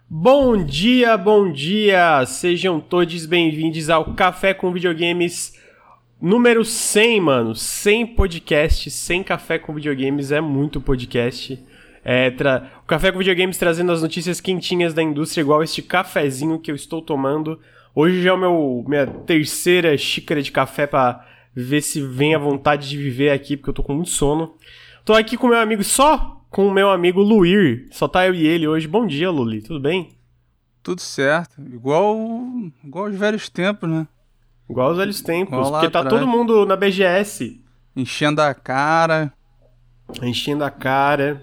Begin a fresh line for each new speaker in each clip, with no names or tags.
Bom dia! Sejam todos bem-vindos ao Café com Videogames número 100, mano. 100 podcasts, 100 Café com Videogames, é muito podcast. O Café com Videogames trazendo as notícias quentinhas da indústria, igual este cafezinho que eu estou tomando. Hoje já é minha terceira xícara de café pra ver se vem a vontade de viver aqui, porque eu tô com muito sono. Tô aqui com o meu amigo Luir. Só tá eu e ele hoje. Bom dia, Luli. Tudo bem?
Tudo certo. Igual os velhos tempos, né?
Igual os velhos tempos.
Igual lá
porque tá
atrás.
todo mundo na BGS.
Enchendo a cara,
Enchendo a cara.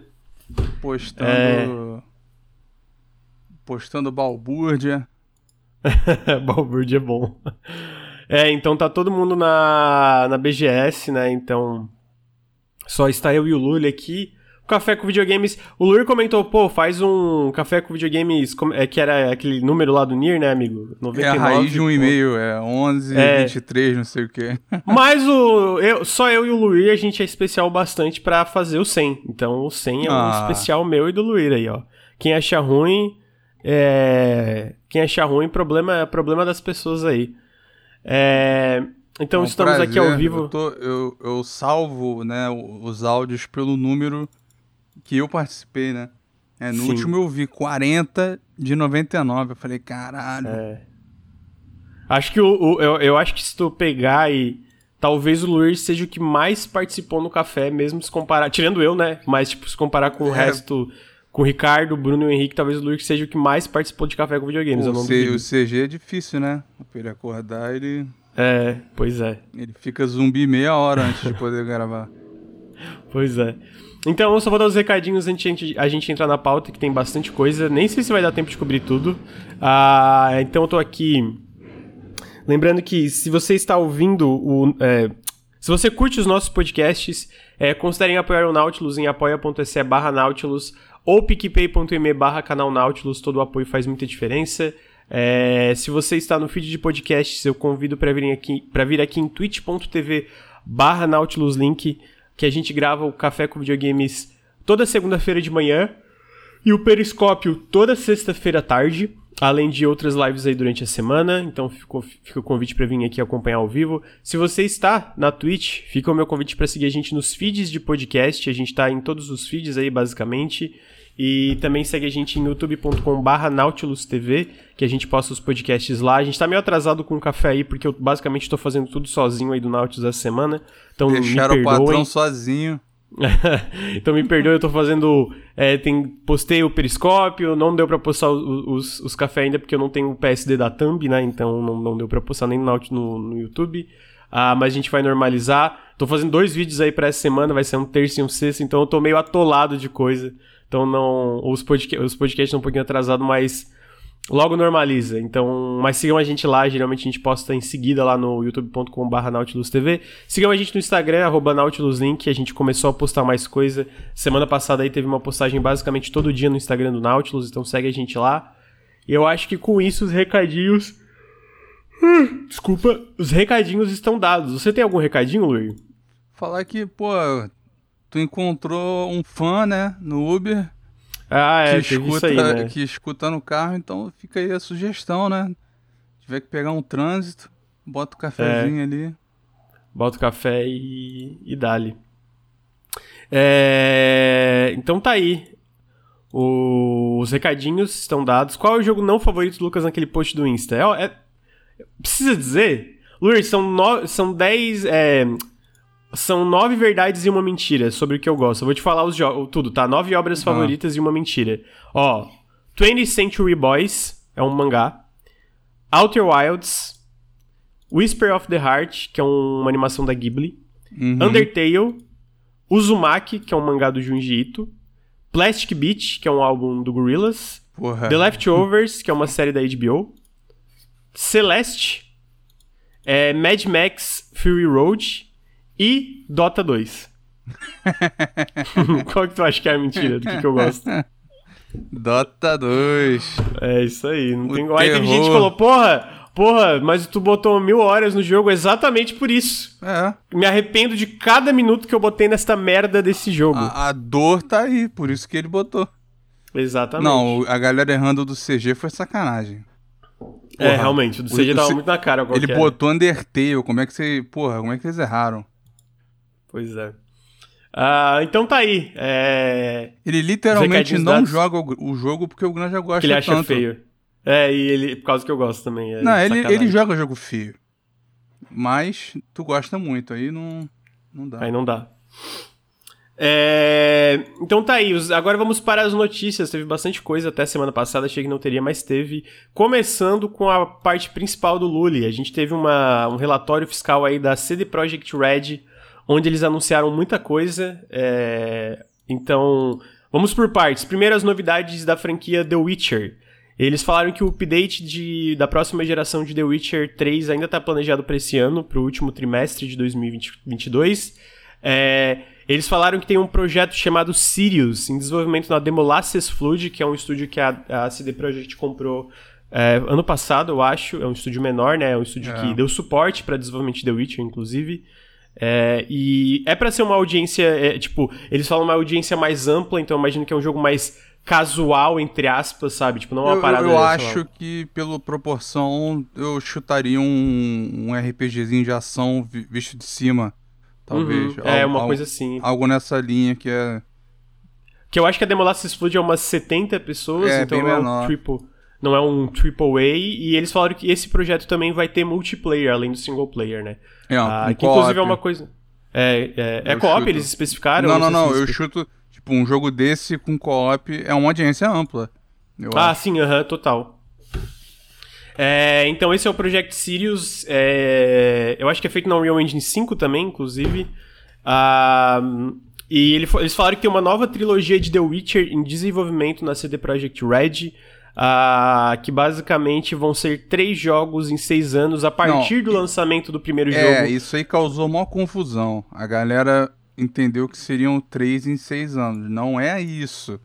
postando balbúrdia.
Balbúrdia é bom. Então tá todo mundo na BGS, né? Então só está eu e o Luli aqui. O Café com Videogames. O Luir comentou, faz um Café com Videogames, que era aquele número lá do Nier, né, amigo? 99,
É a raiz de um e-mail, 11, 23, não sei o quê.
Mas só eu e o Luir, a gente é especial bastante pra fazer o 100. Então o 100 é um especial meu e do Luir aí, ó. Quem achar ruim, problema das pessoas aí. Então estamos
prazer.
aqui ao vivo.
Eu salvo, né, os áudios pelo número que eu participei, né? No
Sim.
último eu vi 40 de 99. Eu falei, caralho.
Acho que eu acho que se tu pegar e... Talvez o Luir seja o que mais participou no café, mesmo se comparar... Tirando eu, né? Mas, se comparar com o resto... Com o Ricardo, o Bruno e o Henrique, talvez o Luir seja o que mais participou de Café com Videogames.
O CG é difícil, né? Pra ele acordar, ele...
Pois é.
Ele fica zumbi meia hora antes de poder gravar.
Pois é. Então, eu só vou dar os recadinhos antes de a gente entrar na pauta, que tem bastante coisa. Nem sei se vai dar tempo de cobrir tudo. Então, eu tô aqui... Lembrando que se você está ouvindo se você curte os nossos podcasts, considerem apoiar o Nautilus em apoia.se/Nautilus ou picpay.me/canal Nautilus. Todo o apoio faz muita diferença. Se você está no feed de podcasts, eu convido para vir aqui em twitch.tv/NautilusLink, que a gente grava o Café com Videogames toda segunda-feira de manhã e o Periscópio toda sexta-feira à tarde, além de outras lives aí durante a semana. Então fica o convite para vir aqui acompanhar ao vivo. Se você está na Twitch, fica o meu convite para seguir a gente nos feeds de podcast. A gente está em todos os feeds aí, basicamente. E também segue a gente em youtube.com/NautilusTV, que a gente posta os podcasts lá. A gente tá meio atrasado com o café aí, porque eu basicamente tô fazendo tudo sozinho aí do Nautilus essa semana. Então
Deixaram
me
o patrão sozinho.
Então me perdoe, eu tô fazendo... postei o Periscópio, não deu pra postar os café ainda, porque eu não tenho o PSD da Thumb, né? Então não deu pra postar nem no YouTube. Mas a gente vai normalizar. Tô fazendo 2 vídeos aí pra essa semana, vai ser um terça e um sexta, então eu tô meio atolado de coisa. Então os podcasts estão um pouquinho atrasados, mas logo normaliza. Então, mas sigam a gente lá, geralmente a gente posta em seguida lá no youtube.com/NautilusTV. Sigam a gente no Instagram, @NautilusLink, a gente começou a postar mais coisa. Semana passada aí teve uma postagem basicamente todo dia no Instagram do Nautilus, então segue a gente lá. E eu acho que com isso os recadinhos... Desculpa, os recadinhos estão dados. Você tem algum recadinho, Luir?
Falar que, tu encontrou um fã, né, no Uber,
teve isso aí, né?
Que escuta no carro, então fica aí a sugestão, né? Se tiver que pegar um trânsito, bota o cafezinho ali.
Bota o café e dá-lhe. Então tá aí. Os recadinhos estão dados. Qual é o jogo não favorito do Lucas naquele post do Insta? Precisa dizer? Luir, são 10... São 9 verdades e uma mentira sobre o que eu gosto. Eu vou te falar tudo, tá? 9 obras favoritas e uma mentira. 20th Century Boys é um mangá. Outer Wilds. Whisper of the Heart, que é uma animação da Ghibli. Undertale. Uzumaki, que é um mangá do Junji Ito. Plastic Beach, que é um álbum do Gorillaz.
Porra.
The Leftovers, que é uma série da HBO. Celeste. Mad Max Fury Road. E Dota 2. Qual que tu acha que é a mentira? Do que eu gosto?
Dota 2.
É isso aí. Não tem... Aí teve gente que falou, porra, mas tu botou 1000 horas no jogo exatamente por isso. Me arrependo de cada minuto que eu botei nessa merda desse jogo.
A dor tá aí, por isso que ele botou.
Exatamente.
Não, a galera errando do CG foi sacanagem.
Porra, realmente, o do CG tava muito na cara.
Ele botou Undertale, como é que eles erraram?
Pois é. Então tá aí.
Ele literalmente não joga o jogo porque o Gran já gosta tanto.
Que ele acha feio. E ele, por causa que eu gosto também.
Não, ele joga jogo feio. Mas tu gosta muito, aí não dá.
Aí não dá. Então tá aí, agora vamos para as notícias. Teve bastante coisa até semana passada, achei que não teria, mas teve. Começando com a parte principal do Lully. A gente teve um relatório fiscal aí da CD Projekt Red, onde eles anunciaram muita coisa. Então, vamos por partes. Primeiro, as novidades da franquia The Witcher. Eles falaram que o update da próxima geração de The Witcher 3 ainda está planejado para esse ano, para o último trimestre de 2022. Eles falaram que tem um projeto chamado Sirius, em desenvolvimento na Demolasses Flood, que é um estúdio que a CD Projekt comprou ano passado, eu acho. É um estúdio menor, né? É um estúdio que deu suporte para desenvolvimento de The Witcher, inclusive. E é para ser uma audiência, eles falam uma audiência mais ampla, então eu imagino que é um jogo mais casual, entre aspas, sabe? Tipo, não é uma parada...
Eu acho que, pela proporção, eu chutaria um RPGzinho de ação visto de cima, talvez.
Uma coisa assim.
Algo nessa linha que é...
Que eu acho que a Demolasses Flood é umas 70 pessoas, então
bem menor.
Não é um AAA, e eles falaram que esse projeto também vai ter multiplayer, além do single player, né? Que inclusive é uma coisa... co-op, eles especificaram?
Não, eu chuto... Tipo, um jogo desse com co-op é uma audiência ampla.
Sim, total. Então esse é o Project Sirius. Eu acho que é feito na Unreal Engine 5 também, inclusive. E eles falaram que tem uma nova trilogia de The Witcher em desenvolvimento na CD Projekt Red. Que basicamente vão ser 3 jogos em 6 anos a partir do lançamento do primeiro jogo.
Isso aí causou maior confusão. A galera entendeu que seriam 3 em 6 anos. Não é isso.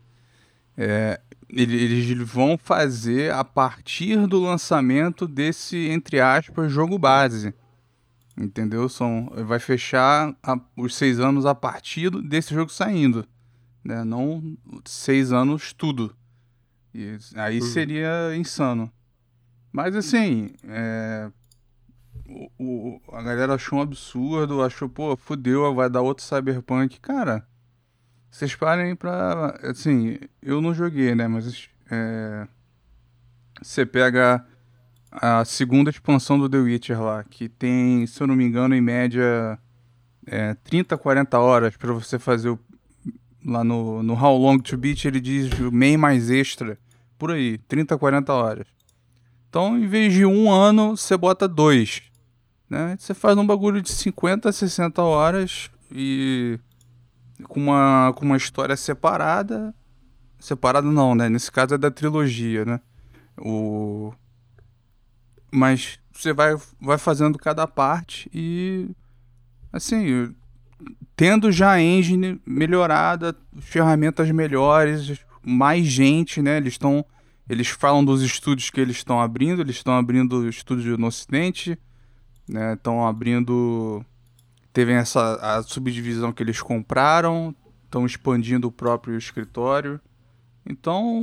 Eles vão fazer a partir do lançamento desse, entre aspas, jogo base. Entendeu? Vai fechar os 6 anos a partir desse jogo saindo. Né? Não 6 anos tudo. E aí seria insano. Mas assim, a galera achou um absurdo, achou, fudeu, vai dar outro Cyberpunk. Cara, vocês parem pra... Assim, eu não joguei, né? Mas você pega a segunda expansão do The Witcher lá, que tem, se eu não me engano, em média 30, 40 horas pra você fazer lá no How Long to Beat, ele diz o main mais extra, por aí, 30, 40 horas. Então, em vez de 1 ano, você bota 2. Né? Você faz um bagulho de 50, 60 horas e com uma história separada. Separada não, né? Nesse caso é da trilogia, né? Mas você vai fazendo cada parte e, assim, tendo já a engine melhorada, ferramentas melhores, mais gente, né? Eles falam dos estúdios que eles estão abrindo estúdio no Ocidente, né? Estão abrindo... Teve a subdivisão que eles compraram, estão expandindo o próprio escritório. Então,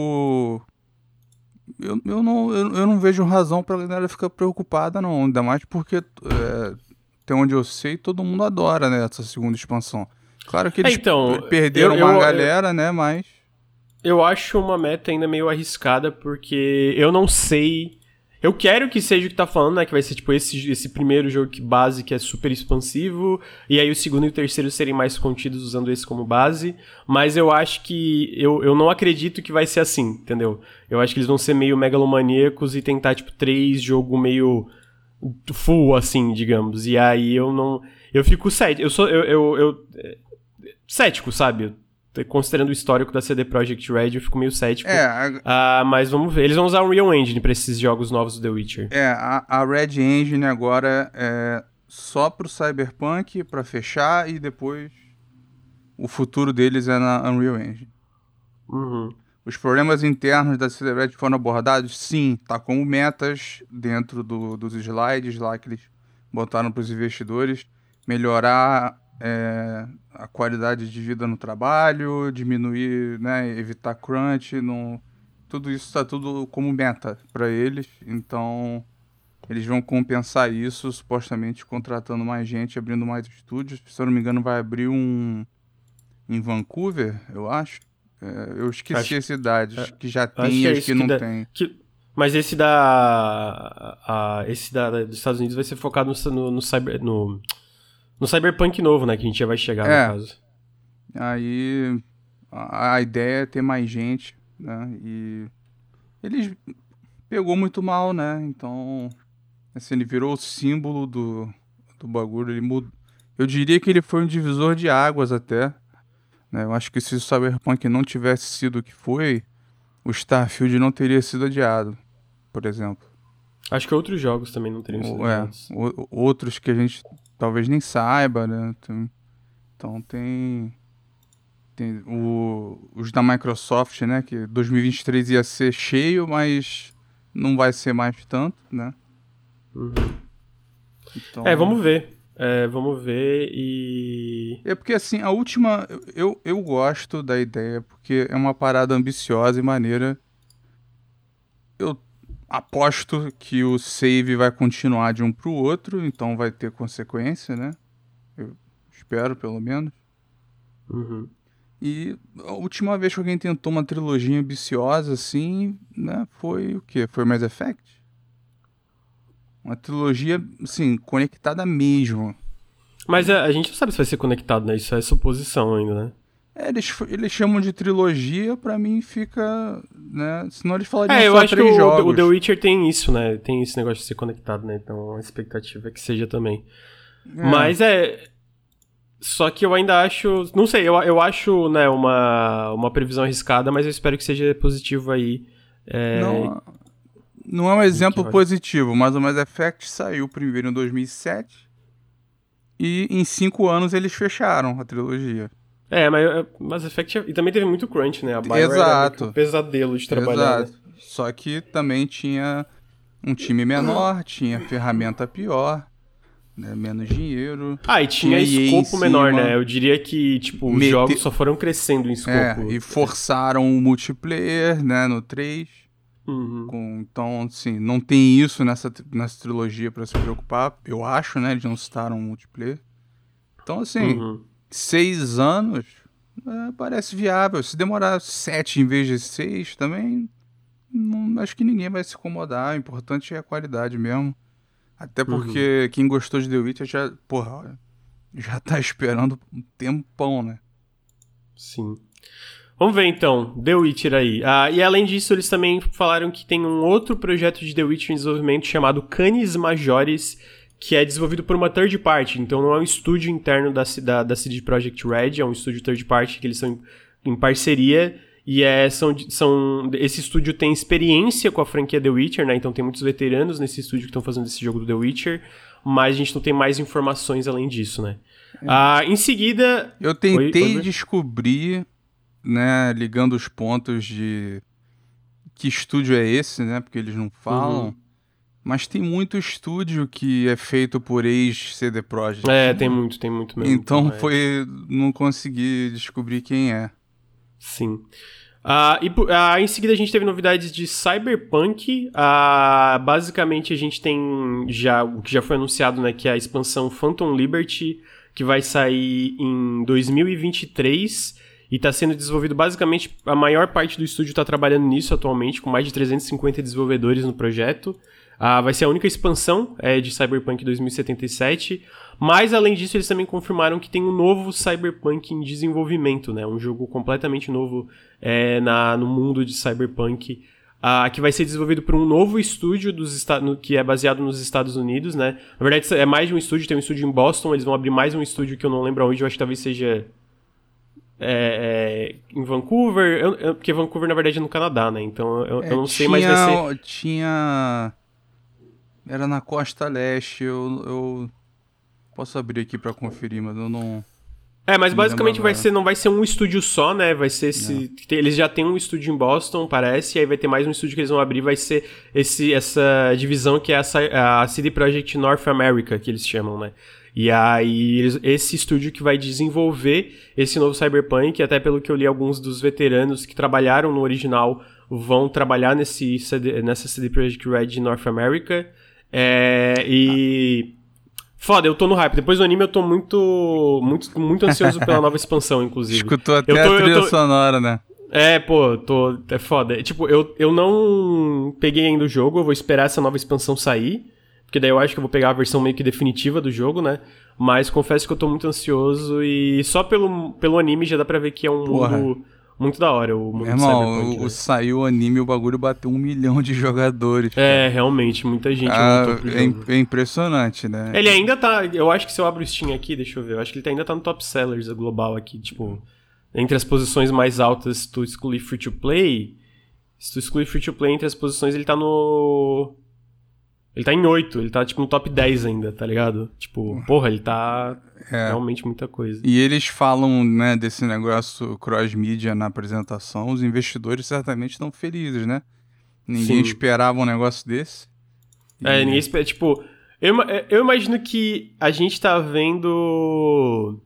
eu não vejo razão pra galera ficar preocupada, não. Ainda mais porque, até onde eu sei, todo mundo adora, né, essa segunda expansão. Claro que eles perderam uma galera, né, mas...
Eu acho uma meta ainda meio arriscada, porque eu não sei... Eu quero que seja o que tá falando, né? Que vai ser tipo esse primeiro jogo base que é super expansivo, e aí o segundo e o terceiro serem mais contidos usando esse como base. Mas eu acho que... Eu não acredito que vai ser assim, entendeu? Eu acho que eles vão ser meio megalomaníacos e tentar, tipo, 3 jogos meio full, assim, digamos. E aí eu não... Eu fico cético. Cético, sabe? Considerando o histórico da CD Projekt Red, eu fico meio cético. Mas vamos ver. Eles vão usar o Unreal Engine pra esses jogos novos do The Witcher.
A Red Engine agora é só pro Cyberpunk, pra fechar, e depois o futuro deles é na Unreal Engine.
Uhum.
Os problemas internos da CD Red foram abordados? Sim, tá como metas dentro dos slides lá que eles botaram pros investidores. Melhorar a qualidade de vida no trabalho, diminuir, né, evitar crunch, tudo isso está tudo como meta para eles. Então, eles vão compensar isso, supostamente contratando mais gente, abrindo mais estúdios. Se eu não me engano, vai abrir um em Vancouver, eu acho. Eu esqueci
Acho,
as cidades que já
acho
tem
que
e
é
as
isso
que
que
não
dá.
tem.
Mas esse dos Estados Unidos vai ser focado no Cyberpunk novo, né? Que a gente já vai chegar, no
É,
caso.
aí a ideia é ter mais gente, né? E eles pegou muito mal, né? Então, assim, ele virou o símbolo do bagulho. Ele mudou. Eu diria que ele foi um divisor de águas até, né? Eu acho que se o Cyberpunk não tivesse sido o que foi, o Starfield não teria sido adiado, por exemplo.
Acho que outros jogos também não teriam sido adiados.
Outros que a gente talvez nem saiba, né? Então tem os da Microsoft, né? Que 2023 ia ser cheio, mas não vai ser mais tanto, né?
Uhum.
Então,
Vamos ver. Vamos ver e...
porque assim, a última, eu gosto da ideia, porque é uma parada ambiciosa e maneira. Eu aposto que o save vai continuar de um pro outro, então vai ter consequência, né? Eu espero, pelo menos.
Uhum.
E a última vez que alguém tentou uma trilogia ambiciosa, assim, né? Foi o quê? Foi Mass Effect? Uma trilogia, assim, conectada mesmo.
Mas a gente não sabe se vai ser conectado, né? Isso é suposição ainda, né?
Eles chamam de trilogia, pra mim fica, né? Senão eles falariam
Eu
só
acho que
3
o
jogos.
The Witcher tem isso, né? Tem esse negócio de ser conectado, né? Então a expectativa é que seja também.
É,
Mas Só que eu ainda acho. Não sei, eu acho, né, uma previsão arriscada, mas eu espero que seja positivo aí.
não, não é um
E que
exemplo
vai.
positivo, mas o Mass Effect saiu primeiro em 2007 e em 5 anos eles fecharam a trilogia.
Mas Mass Effect. E também teve muito crunch, né? A Bioware era meio que um
Exato,
pesadelo de trabalhar, né?
exato. Só que também tinha um time menor, tinha ferramenta pior, né, menos dinheiro,
E tinha
tinha EA em
escopo menor, né?
cima,
Eu diria que, tipo, os jogos
mete...
só foram crescendo em escopo.
e forçaram o multiplayer, né, no 3.
Uhum,
Então, assim, não tem isso nessa trilogia pra se preocupar, eu acho, né? Eles não citaram o multiplayer. Então, assim,
uhum.
6 anos parece viável. Se demorar 7 em vez de 6, também acho que ninguém vai se incomodar. O importante é a qualidade mesmo. Até
Uhum.
porque quem gostou de The Witcher já tá esperando um tempão, né?
Sim. Vamos ver então, The Witcher aí. E além disso, eles também falaram que tem um outro projeto de The Witcher em desenvolvimento chamado Canis Majoris, que é desenvolvido por uma third party. Então não é um estúdio interno da CD Projekt Red, é um estúdio third party que eles são em parceria. E esse estúdio tem experiência com a franquia The Witcher, né? Então tem muitos veteranos nesse estúdio que estão fazendo esse jogo do The Witcher, mas a gente não tem mais informações além disso, né? Em seguida...
Eu
Oi,
tentei
Bru?
descobrir, né, ligando os pontos de que estúdio é esse, né? Porque eles não falam.
Uhum.
Mas tem muito estúdio que é feito por ex-CD Projekt,
Tem
né?
muito mesmo.
Então
Então,
não consegui descobrir quem é.
sim. Em seguida a gente teve novidades de Cyberpunk. Basicamente a gente tem o que já foi anunciado, né, que é a expansão Phantom Liberty, que vai sair em 2023 e está sendo desenvolvido basicamente, a maior parte do estúdio está trabalhando nisso atualmente, com mais de 350 desenvolvedores no projeto. Vai ser a única expansão de Cyberpunk 2077. Mas, além disso, eles também confirmaram que tem um novo Cyberpunk em desenvolvimento, né? Um jogo completamente novo no mundo de Cyberpunk, que vai ser desenvolvido por um novo estúdio que é baseado nos Estados Unidos, né? Na verdade, é mais de um estúdio, tem um estúdio em Boston, eles vão abrir mais um estúdio que eu não lembro onde, eu acho que talvez seja em Vancouver, porque Vancouver, na verdade, é no Canadá, né? Então, eu não sei, mas vai ser...
Tinha... Era na Costa Leste, eu posso abrir aqui pra conferir, mas eu não...
Mas basicamente não vai ser um estúdio só, né? Vai ser eles já têm um estúdio em Boston, parece, e aí vai ter mais um estúdio que eles vão abrir, vai ser essa divisão que é a CD Projekt North America, que eles chamam, né? E aí, esse estúdio que vai desenvolver esse novo Cyberpunk, até pelo que eu li, alguns dos veteranos que trabalharam no original vão trabalhar nessa CD Projekt Red North America. Foda, eu tô no hype. Depois do anime eu tô muito ansioso pela nova expansão, inclusive.
Escutou até a trilha sonora, né?
É foda. Tipo, eu não peguei ainda o jogo, eu vou esperar essa nova expansão sair. Porque daí eu acho que eu vou pegar a versão meio que definitiva do jogo, né? Mas confesso que eu tô muito ansioso e só pelo anime já dá pra ver que é um mundo muito da hora. O mundo do Cyberpunk, né?
Saiu o anime e o bagulho bateu 1 milhão de jogadores.
Realmente, muita gente voltou pro jogo.
É impressionante, né?
Ele ainda tá... Eu acho que se eu abro o Steam aqui, deixa eu ver. Eu acho que ele ainda tá no top sellers global aqui, tipo... Entre as posições mais altas, se tu excluir free-to-play... entre as posições, ele tá no... Ele tá em 8, ele tá tipo no top 10 ainda, tá ligado? Tipo, ele tá realmente muita coisa.
E eles falam, né, desse negócio cross-mídia na apresentação, os investidores certamente estão felizes, né? Ninguém esperava um negócio desse.
Ninguém espera, tipo... Eu imagino que a gente tá vendo...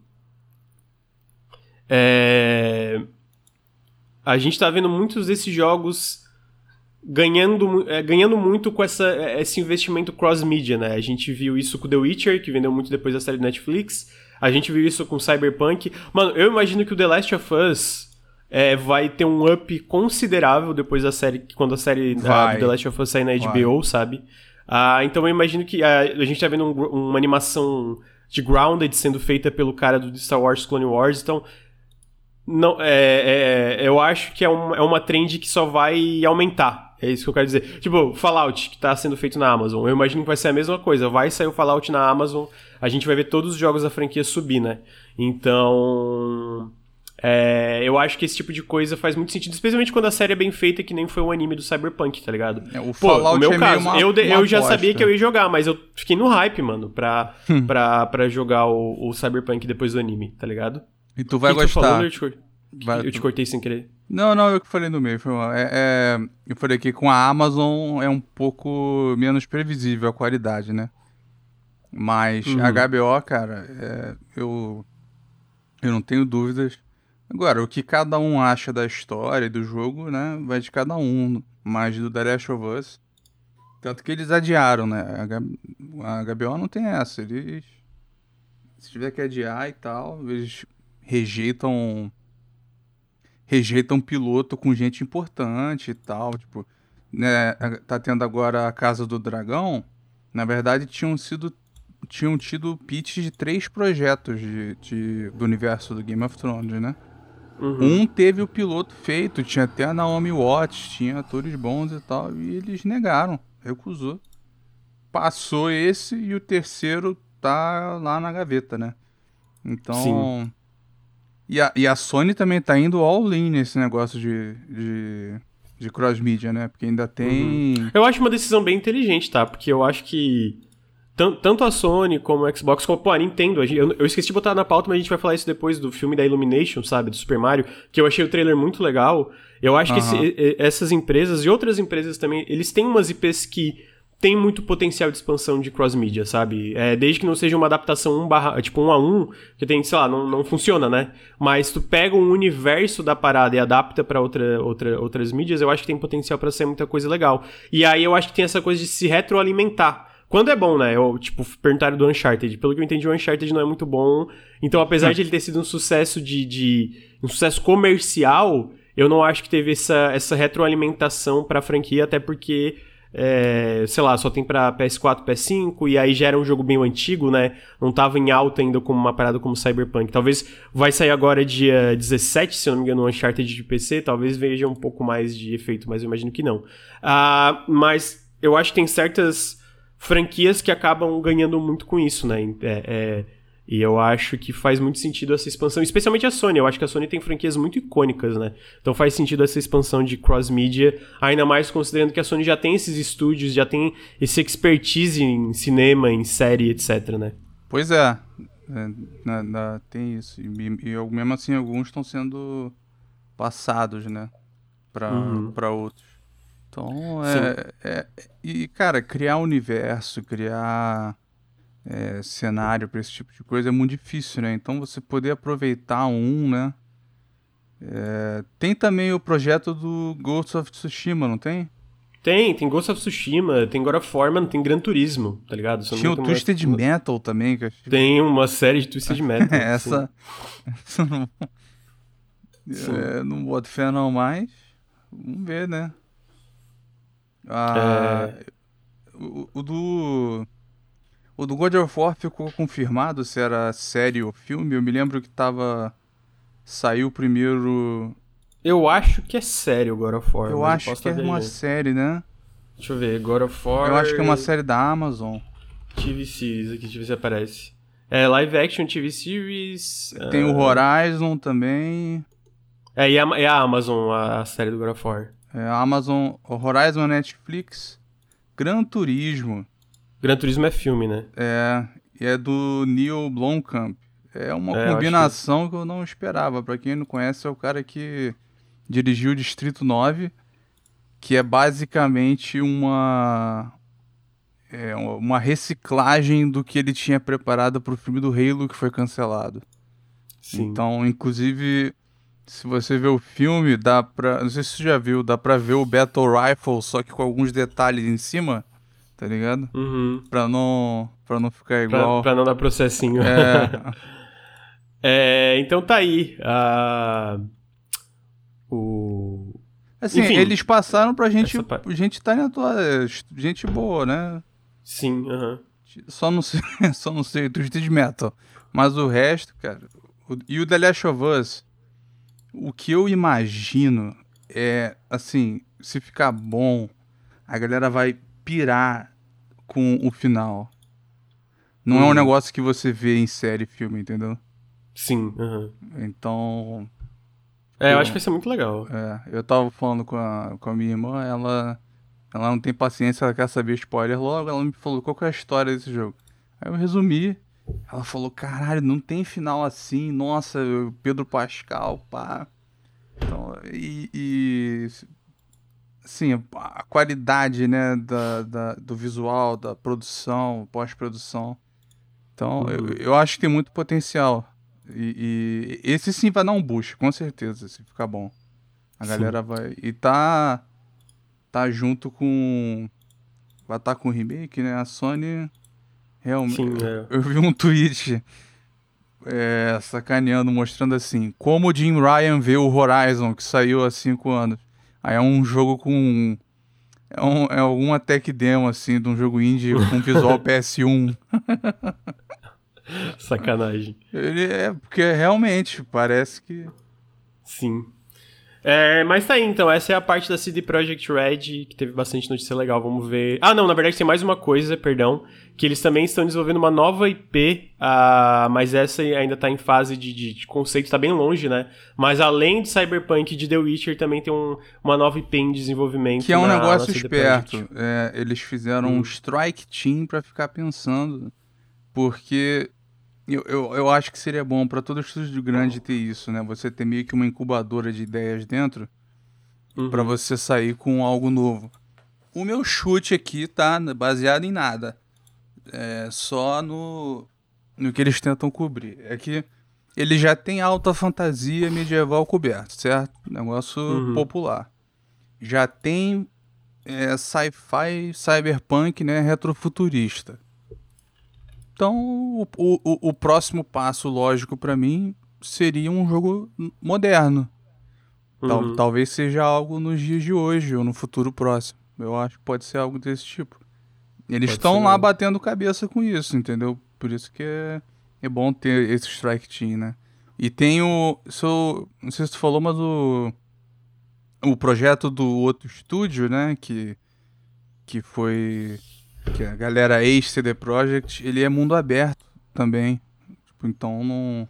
A gente tá vendo muitos desses jogos... ganhando muito com esse investimento cross-media, né? A gente viu isso com The Witcher, que vendeu muito depois da série do Netflix. A gente viu isso com Cyberpunk. Mano, eu imagino que o The Last of Us vai ter um up considerável depois da série, quando a série do The Last of Us sair na HBO, sabe? Então eu imagino que a gente tá vendo uma animação de Grounded sendo feita pelo cara do Star Wars Clone Wars, então... Não, eu acho que é uma trend que só vai aumentar. É isso que eu quero dizer. Tipo, Fallout, que tá sendo feito na Amazon. Eu imagino que vai ser a mesma coisa. Vai sair o Fallout na Amazon, a gente vai ver todos os jogos da franquia subir, né? Então... eu acho que esse tipo de coisa faz muito sentido, especialmente quando a série é bem feita, que nem foi o anime do Cyberpunk, tá ligado?
O Fallout,
no meu caso, eu já
aposta.
sabia que eu ia jogar, mas eu fiquei no hype, mano, pra jogar o Cyberpunk depois do anime, tá ligado?
E tu vai gostar.
Eu te cortei sem querer.
Não, eu que falei no meio. Foi mal. Eu falei que com a Amazon é um pouco menos previsível a qualidade, né? Mas a HBO, cara, eu não tenho dúvidas. Agora, o que cada um acha da história e do jogo, né? Vai de cada um. Mas do The Last of Us. Tanto que eles adiaram, né? A HBO não tem essa. Eles... Se tiver que adiar e tal, eles... rejeitam piloto com gente importante e tal, tipo, né, tá tendo agora a Casa do Dragão. Na verdade tinham tido pitch de 3 projetos do universo do Game of Thrones, né? Um teve o piloto feito, tinha até a Naomi Watts, tinha atores bons e tal, e eles negaram, recusou. Passou esse e o terceiro tá lá na gaveta, né? Então...
Sim.
E a Sony também tá indo all-in nesse negócio de cross-media, né? Porque ainda tem...
Eu acho uma decisão bem inteligente, tá? Porque eu acho que tanto a Sony como a Xbox, como a Nintendo... Eu esqueci de botar na pauta, mas a gente vai falar isso depois do filme da Illumination, sabe? Do Super Mario, que eu achei o trailer muito legal. Eu acho que essas empresas e outras empresas também, eles têm umas IPs que... tem muito potencial de expansão de cross-media, sabe? Desde que não seja uma adaptação 1 a 1, que tem, sei lá, não funciona, né? Mas tu pega um universo da parada e adapta pra outras mídias, eu acho que tem potencial pra ser muita coisa legal. E aí eu acho que tem essa coisa de se retroalimentar. Quando é bom, né? Perguntaram do Uncharted. Pelo que eu entendi, o Uncharted não é muito bom. Então, apesar de ele ter sido um sucesso um sucesso comercial, eu não acho que teve essa retroalimentação pra franquia, até porque... sei lá, só tem pra PS4, PS5, e aí já era um jogo bem antigo, né? Não tava em alta ainda como uma parada como Cyberpunk. Talvez vai sair agora dia 17, se eu não me engano, o Uncharted de PC, talvez veja um pouco mais de efeito, mas eu imagino que não. Mas eu acho que tem certas franquias que acabam ganhando muito com isso, né? E eu acho que faz muito sentido essa expansão, especialmente a Sony. Eu acho que a Sony tem franquias muito icônicas, né? Então faz sentido essa expansão de cross-media, ainda mais considerando que a Sony já tem esses estúdios, já tem esse expertise em cinema, em série, etc, né?
Pois é. Tem isso. E mesmo assim, alguns estão sendo passados, né? Pra outros. Então,
Sim.
E, cara, criar universo, criar cenário pra esse tipo de coisa é muito difícil, né? Então, você poder aproveitar né? Tem também o projeto do Ghost of Tsushima, não tem?
Tem Ghost of Tsushima, tem God of War, mano, tem Gran Turismo, tá ligado? Se eu não
Tinha
me
o
engano,
Twisted Metal também, que eu achei...
tem uma série de Twisted Metal, sim.
essa não,
Sim.
não boto fé não, mas vamos ver, né? Ah,
É,
o do God of War ficou confirmado se era série ou filme. Eu me lembro que saiu primeiro.
eu acho que é sério o God of War,
Eu
mas eu
acho
posso
que
estar
é uma
viajando.
série, né?
Deixa eu ver, God of
Eu
War
acho que é uma série da Amazon.
TV Series, aqui, deixa eu ver se aparece. É, live action TV Series.
Tem o Horizon também.
É a Amazon, a série do God of War.
Amazon, Horizon Netflix. Gran Turismo.
Gran Turismo é filme, né?
E é do Neil Blomkamp. É uma
É, eu acho que.
combinação que eu não esperava. Pra quem não conhece, é o cara que dirigiu o Distrito 9, que é basicamente uma reciclagem do que ele tinha preparado pro filme do Halo que foi cancelado.
Sim.
Então, inclusive, se você vê o filme, não sei se você já viu, dá pra ver o Battle Rifle, só que com alguns detalhes em cima, tá ligado?
Uhum.
Pra não ficar igual.
Pra não dar processinho.
É.
Então tá aí. O.
Assim,
Enfim,
eles passaram pra gente,
essa parte.
gente talentosa, gente boa, né?
Sim, aham.
Só não sei, só não sei, Twisted Metal. Mas o resto, cara. E o The Last of Us, o que eu imagino é, assim, se ficar bom, a galera vai pirar com o final. Não é um
Uhum.
negócio que você vê em série, filme, entendeu?
Sim, aham.
Então,
Eu acho que
pô,
vai ser muito legal.
eu tava falando com a minha irmã, ela não tem paciência, ela quer saber spoiler logo, ela me falou qual que é a história desse jogo. Aí eu resumi, ela falou, caralho, não tem final assim, nossa, Pedro Pascal, pá. Então, assim, a qualidade, né, do visual, da produção, pós-produção. Então, eu,
Uhum.
eu acho que tem muito potencial. E esse sim vai dar um boost, com certeza, se ficar bom. A
Sim.
galera vai. E tá junto com. Vai estar com o remake, né? A Sony. Realmente.
Sim,
Eu vi um tweet sacaneando, mostrando assim: como o Jim Ryan vê o Horizon, que saiu há 5 anos. Aí é um jogo com. É alguma tech demo, assim, de um jogo indie com visual PS1.
Sacanagem.
Ele porque realmente parece que.
Sim. Mas tá aí, então. Essa é a parte da CD Projekt Red, que teve bastante notícia legal. Vamos ver. Ah, não, na verdade tem mais uma coisa, perdão. Que eles também estão desenvolvendo uma nova IP, mas essa ainda tá em fase de conceito, tá bem longe, né? Mas além de Cyberpunk e de The Witcher, também tem uma nova IP em
Que
desenvolvimento
é um
na
negócio
CD Projekt.
esperto. Eles fizeram um strike team pra ficar pensando. Porque eu acho que seria bom pra todo estúdio grande ter isso, né? Você ter meio que uma incubadora de ideias dentro pra
Uhum.
você sair com algo novo. O meu chute aqui tá baseado em nada. É só no que eles tentam cobrir. É que ele já tem alta fantasia medieval coberto, certo? Negócio
Uhum.
popular. Já tem sci-fi, cyberpunk, né? Retrofuturista. Então, o próximo passo lógico pra mim seria um jogo moderno.
Uhum.
Talvez seja algo nos dias de hoje ou no futuro próximo. Eu acho que pode ser algo desse tipo. Eles
Pode ser
estão lá
mesmo.
batendo cabeça com isso, entendeu? Por isso que é bom ter esse Strike Team, né? E tem não sei se tu falou, mas o projeto do outro estúdio, né? Que foi. Que a galera ex-CD Projekt, ele é mundo aberto também. Tipo, então não.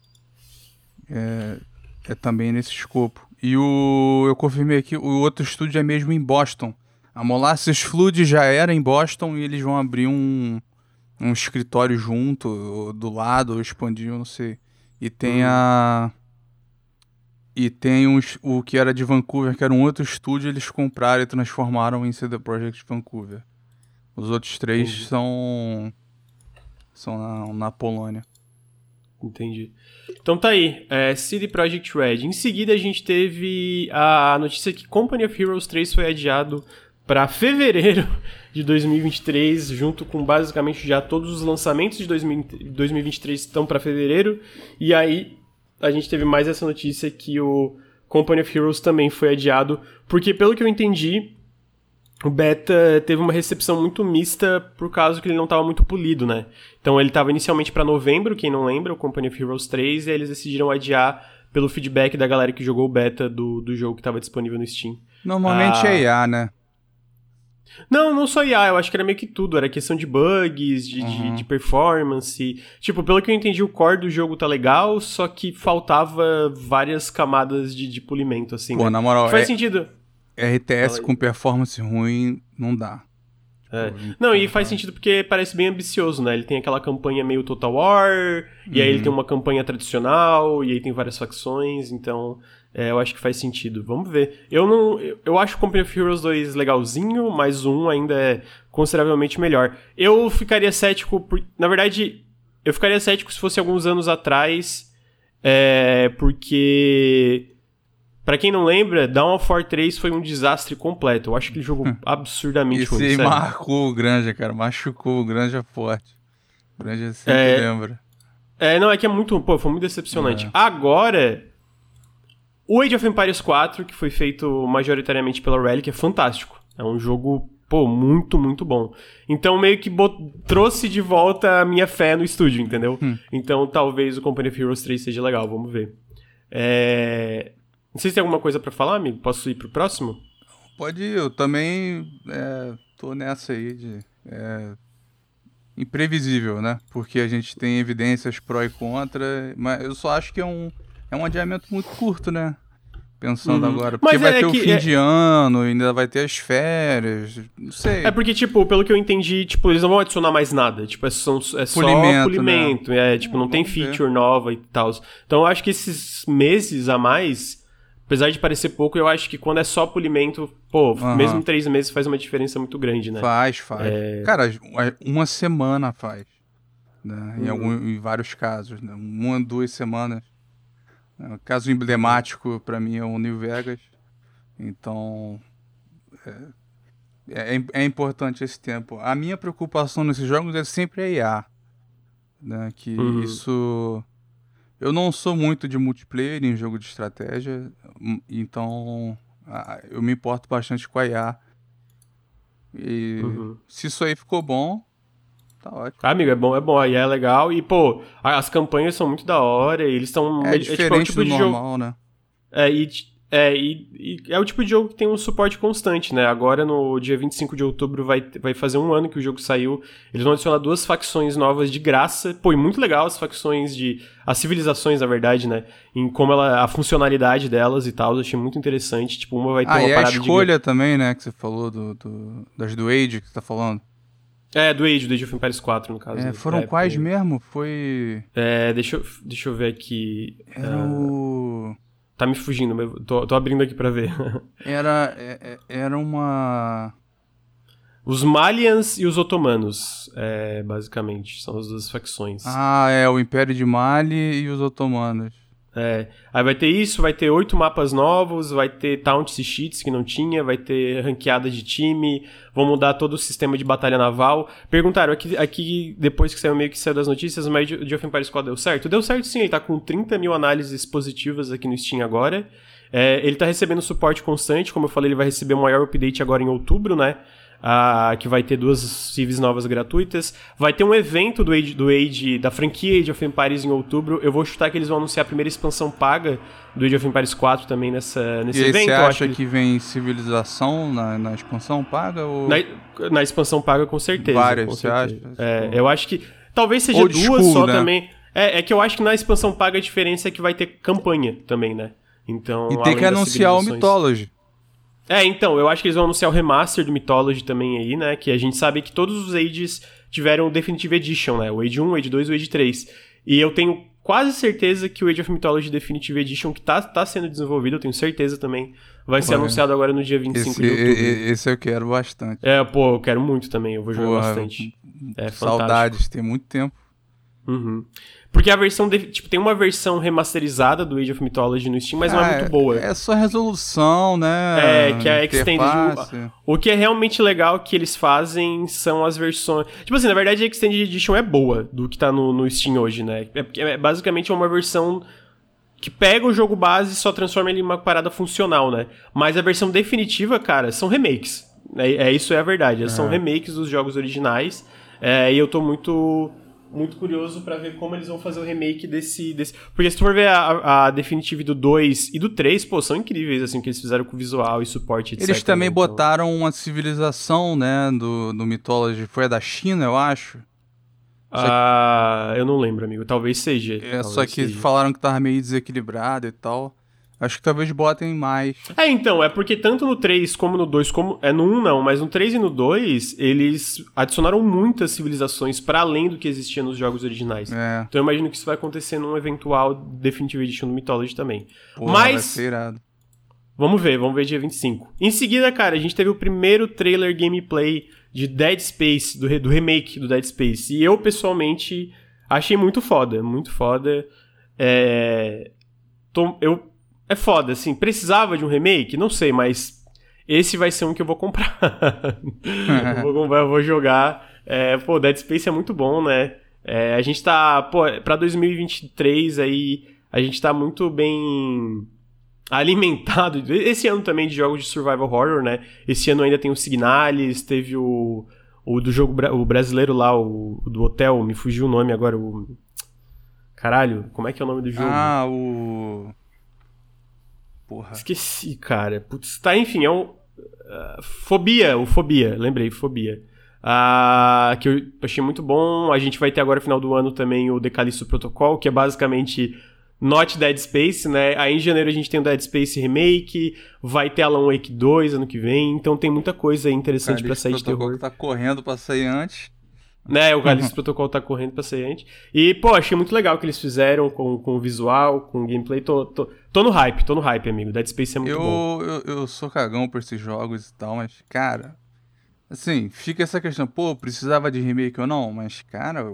É também nesse escopo. E eu confirmei aqui, o outro estúdio é mesmo em Boston. A Molasses Flood já era em Boston e eles vão abrir um um escritório junto, do lado, expandiu, não sei. E tem E tem o que era de Vancouver, que era um outro estúdio, eles compraram e transformaram em CD Projekt Vancouver. Os outros 3
Entendi.
são na Polônia.
Entendi. Então tá aí, CD Projekt Red. Em seguida a gente teve a notícia que Company of Heroes 3 foi adiado para fevereiro de 2023, junto com basicamente já todos os lançamentos de 2023 estão para fevereiro. E aí a gente teve mais essa notícia que o Company of Heroes também foi adiado, porque pelo que eu entendi, o beta teve uma recepção muito mista por causa que ele não estava muito polido, né? Então ele estava inicialmente para novembro, quem não lembra, o Company of Heroes 3, e aí eles decidiram adiar pelo feedback da galera que jogou o beta do jogo que estava disponível no Steam.
Normalmente é IA, né?
Não só IA, eu acho que era meio que tudo, era questão de bugs, de performance. Tipo, pelo que eu entendi, o core do jogo tá legal, só que faltava várias camadas de polimento, assim.
Pô,
né?
na moral,
Faz sentido.
RTS com performance ruim não dá.
Não, e faz sentido porque parece bem ambicioso, né? Ele tem aquela campanha meio Total War, e aí ele tem uma campanha tradicional, e aí tem várias facções, então eu acho que faz sentido. Vamos ver. Eu acho o Company of Heroes 2 legalzinho, mas o 1 ainda é consideravelmente melhor. Eu ficaria cético, na verdade, eu ficaria cético se fosse alguns anos atrás, porque... Pra quem não lembra, Dawn of War 3 foi um desastre completo. Eu acho aquele jogo absurdamente ruim.
Isso aí marcou o Granja, cara. Machucou o Granja forte. O Granja sempre lembra.
Não, é que é muito... Pô, foi muito decepcionante. Agora, o Age of Empires 4, que foi feito majoritariamente pela Relic, é fantástico. É um jogo, pô, muito, muito bom. Então, meio que trouxe de volta a minha fé no estúdio, entendeu? Então, talvez o Company of Heroes 3 seja legal. Vamos ver. Não sei se tem alguma coisa pra falar, amigo. Posso ir pro próximo?
Pode ir. Eu também tô nessa aí de... imprevisível, né? Porque a gente tem evidências pró e contra, mas eu só acho que é um adiamento muito curto, né? Pensando agora. Porque vai ter o fim de ano, ainda vai ter as férias, não sei.
É porque, tipo, pelo que eu entendi, tipo, eles não vão adicionar mais nada. Tipo, só polimento. Né? Tipo, não tem feature nova e tal. Então, eu acho que esses meses a mais... Apesar de parecer pouco, eu acho que quando é só polimento, pô, mesmo em 3 meses faz uma diferença muito grande, né?
Faz. Cara, uma semana faz. Né? Em vários casos. Né? 1, 2 semanas. O caso emblemático pra mim é o New Vegas. Então, é importante esse tempo. A minha preocupação nesses jogos é sempre a IA. Né? Que isso... Eu não sou muito de multiplayer em jogo de estratégia, então eu me importo bastante com a IA. E se isso aí ficou bom, tá ótimo.
Amigo, é bom, a IA é legal. E, pô, as campanhas são muito da hora, e eles estão...
É diferente tipo do normal, né?
E é o tipo de jogo que tem um suporte constante, né? Agora, no dia 25 de outubro, vai fazer 1 ano que o jogo saiu. Eles vão adicionar 2 facções novas de graça. Pô, e muito legal as facções as civilizações, na verdade, né? Em como a funcionalidade delas e tal. Eu achei muito interessante. Tipo, uma vai ter uma parada de...
a escolha também, né? Que você falou das do Age que você tá falando.
Do Age of Empires 4, no caso.
Foram quais mesmo? Foi...
Deixa eu ver aqui.
Era o...
Tá me fugindo, mas tô abrindo aqui pra ver.
Era uma...
Os Malians e os Otomanos, basicamente, são as 2 facções.
O Império de Mali e os Otomanos.
Aí vai ter isso, vai ter 8 mapas novos, vai ter taunts e cheats que não tinha, vai ter ranqueada de time, vão mudar todo o sistema de batalha naval. Perguntaram, aqui depois que saiu das notícias, mas o Age of Empires 4 deu certo? Deu certo sim, ele tá com 30 mil análises positivas aqui no Steam agora. Ele tá recebendo suporte constante, como eu falei, ele vai receber o maior update agora em outubro, né? Que vai ter 2 civis novas gratuitas. Vai ter um evento do Age, da franquia Age of Empires em outubro. Eu vou chutar que eles vão anunciar a primeira expansão paga do Age of Empires 4 também nesse evento.
Você acha que vem civilização na expansão paga? Ou...
Na expansão paga, com certeza.
Várias,
com
você
certeza.
acha?
Eu acho que talvez seja 2 só, né? Também. É que eu acho que na expansão paga a diferença é que vai ter campanha também, né? Então,
e tem que anunciar o Mythology.
Então, eu acho que eles vão anunciar o remaster do Mythology também aí, né? Que a gente sabe que todos os Ages tiveram o Definitive Edition, né? O Age 1, o Age 2 e o Age 3. E eu tenho quase certeza que o Age of Mythology Definitive Edition, que tá sendo desenvolvido, eu tenho certeza também, vai ser anunciado agora no dia 25 de outubro.
Esse eu quero bastante.
Eu quero muito também, eu vou jogar bastante. É
saudades,
fantástico.
tem muito tempo.
Uhum. Porque a versão, tem uma versão remasterizada do Age of Mythology no Steam, mas não é muito boa.
É só resolução, né?
Que é a Extended. O que é realmente legal que eles fazem são as versões... Tipo assim, na verdade a Extended Edition é boa do que tá no Steam hoje, né? Basicamente é uma versão que pega o jogo base e só transforma ele em uma parada funcional, né? Mas a versão definitiva, cara, são remakes. Isso é a verdade. São remakes dos jogos originais. E eu tô muito curioso pra ver como eles vão fazer o remake desse... Porque se tu for ver a Definitive do 2 e do 3, pô, são incríveis, assim, o que eles fizeram com o visual e suporte, etc.
Eles também botaram uma civilização, né, do Mythology, foi a da China, eu acho.
Eu não lembro, amigo, talvez seja.
Só que falaram que tava meio desequilibrado e tal. Acho que talvez botem mais.
Então, é porque tanto no 3 como no 2, no 1 não, mas no 3 e no 2, eles adicionaram muitas civilizações para além do que existia nos jogos originais. Então eu imagino que isso vai acontecer num eventual Definitive Edition do Mythology também. Vai ser irado. Vamos ver dia 25. Em seguida, cara, a gente teve o primeiro trailer gameplay de Dead Space, do remake do Dead Space. E eu, pessoalmente, achei muito foda, muito foda. É foda, assim, precisava de um remake? Não sei, mas esse vai ser um que eu vou comprar. eu vou jogar. Dead Space é muito bom, né? A gente tá, pra 2023 aí, a gente tá muito bem alimentado. Esse ano também de jogos de survival horror, né? Esse ano ainda tem o Signalis, teve o do jogo o brasileiro lá, o do hotel, me fugiu o nome agora, Caralho, como é que é o nome do jogo?
Porra.
Esqueci, cara. Putz, enfim, Fobia, lembrei, Fobia. Que eu achei muito bom. A gente vai ter agora, no final do ano, também o The Callisto Protocol, que é basicamente Not Dead Space, né? Aí em janeiro a gente tem o Dead Space Remake, vai ter Alan Wake 2 ano que vem, então tem muita coisa interessante pra sair de terror.
O Callisto Protocol tá correndo pra sair antes.
O Callisto Protocol tá correndo pra sair antes. E, achei muito legal o que eles fizeram com o visual, com o gameplay. Tô no hype, amigo. Dead Space é muito bom.
Eu sou cagão por esses jogos e tal, mas, cara... Assim, fica essa questão, precisava de remake ou não? Mas, cara,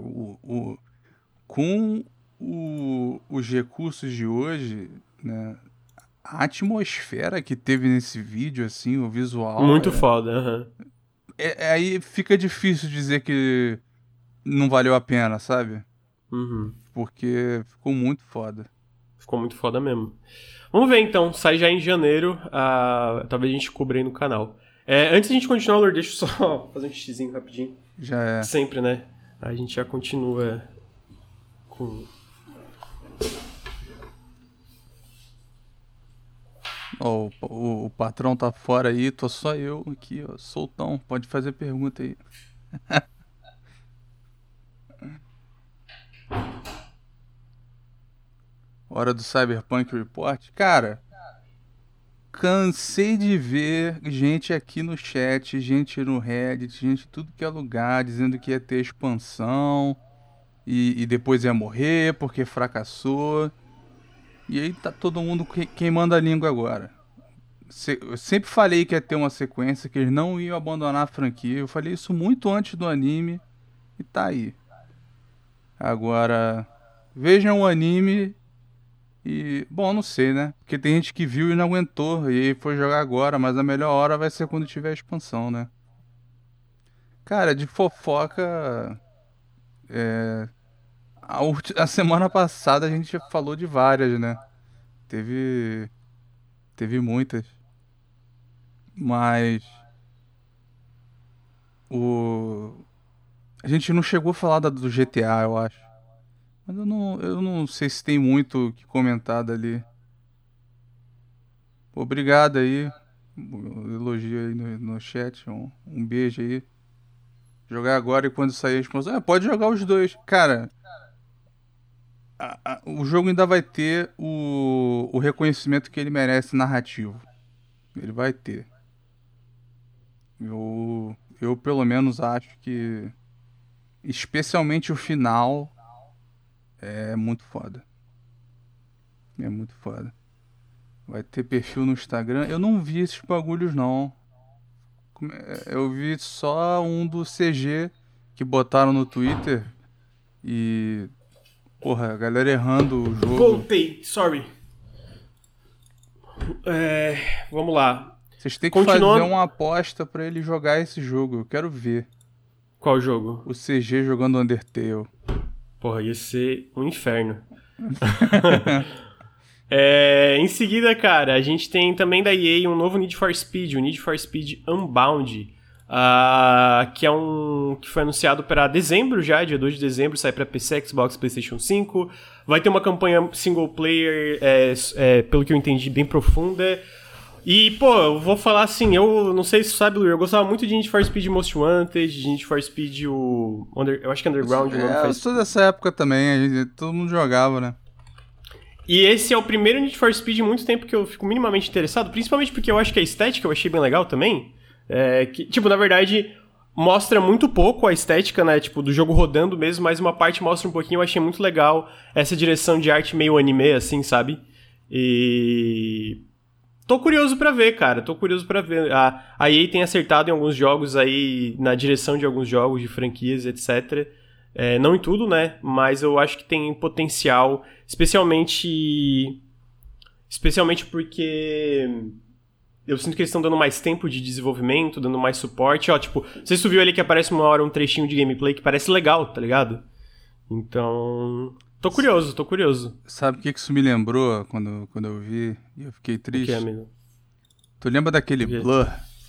com os recursos de hoje, né? A atmosfera que teve nesse vídeo, assim, o visual...
Muito foda,
aí fica difícil dizer que não valeu a pena, sabe? Porque ficou muito foda.
Ficou muito foda mesmo. Vamos ver então, sai já em janeiro, talvez a gente cubra aí no canal. Antes de a gente continuar, Lord, deixa eu só fazer um xizinho rapidinho.
Já é.
Sempre, né? A gente já continua com...
O patrão tá fora aí, tô só eu aqui, ó, soltão. Pode fazer pergunta aí. Hora do Cyberpunk Report. Cara, cansei de ver gente aqui no chat, gente no Reddit, gente em tudo que é lugar, dizendo que ia ter expansão e depois ia morrer porque fracassou. E aí tá todo mundo queimando a língua agora. Eu sempre falei que ia ter uma sequência, que eles não iam abandonar a franquia. Eu falei isso muito antes do anime e tá aí. Agora, vejam o anime e... Bom, não sei, né? Porque tem gente que viu e não aguentou e aí foi jogar agora, mas a melhor hora vai ser quando tiver a expansão, né? Cara, de fofoca... A semana passada a gente falou de várias, né? Teve muitas. Mas a gente não chegou a falar do GTA, eu acho. Mas eu não sei se tem muito o que comentar dali. Obrigado aí. Elogio aí no chat. Um beijo aí. Jogar agora e quando sair a expansão. Pode jogar os dois. Cara, o jogo ainda vai ter o reconhecimento que ele merece narrativo. Ele vai ter. Eu pelo menos acho que especialmente o final, é muito foda. É muito foda. Vai ter perfil no Instagram. Eu não vi esses bagulhos, não. Eu vi só um do CG que botaram no Twitter e... Porra, a galera errando o jogo.
Voltei, sorry. Vamos lá.
Vocês têm que fazer uma aposta pra ele jogar esse jogo. Eu quero ver.
Qual jogo?
O CG jogando Undertale.
Porra, ia ser um inferno. Em seguida, cara, a gente tem também da EA um novo Need for Speed, o Need for Speed Unbound, que foi anunciado para dezembro já, dia 2 de dezembro, sai para PC, Xbox, PlayStation 5. Vai ter uma campanha single player, pelo que eu entendi, bem profunda. E, pô, eu vou falar assim, eu não sei se você sabe, Luiz, eu gostava muito de Need for Speed Most Wanted, de Need for Speed eu acho que Underground.
Eu sou dessa época também, todo mundo jogava, né?
E esse é o primeiro Need for Speed em muito tempo que eu fico minimamente interessado, principalmente porque eu acho que a estética eu achei bem legal também. Na verdade, mostra muito pouco a estética, né, tipo, do jogo rodando mesmo, mas uma parte mostra um pouquinho, eu achei muito legal essa direção de arte meio anime, assim, sabe? E... tô curioso pra ver, cara, A EA tem acertado em alguns jogos aí, na direção de alguns jogos, de franquias, etc., não em tudo, né? Mas eu acho que tem potencial, especialmente porque eu sinto que eles estão dando mais tempo de desenvolvimento, dando mais suporte. Ó, tipo, não sei se tu viu ali que aparece uma hora um trechinho de gameplay que parece legal, tá ligado? Então, tô curioso.
Sabe o que isso me lembrou quando eu vi e eu fiquei triste?
O que, amigo?
Tu lembra daquele Blur?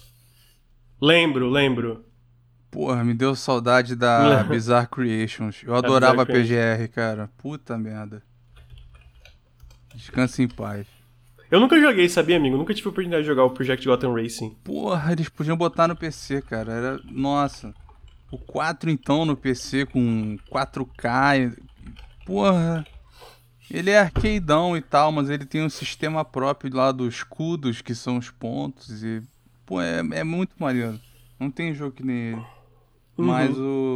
Lembro.
Porra, me deu saudade da Bizarre Creations. Eu adorava a PGR, cara. Puta merda. Descansa em paz.
Eu nunca joguei, sabia, amigo? Nunca tive a oportunidade de jogar o Project Gotham Racing.
Porra, eles podiam botar no PC, cara. Nossa. O 4, então, no PC com 4K. Porra. Ele é arcadeão e tal, mas ele tem um sistema próprio lá dos escudos, que são os pontos. E, pô, é muito maneiro. Não tem jogo que nem ele. Mas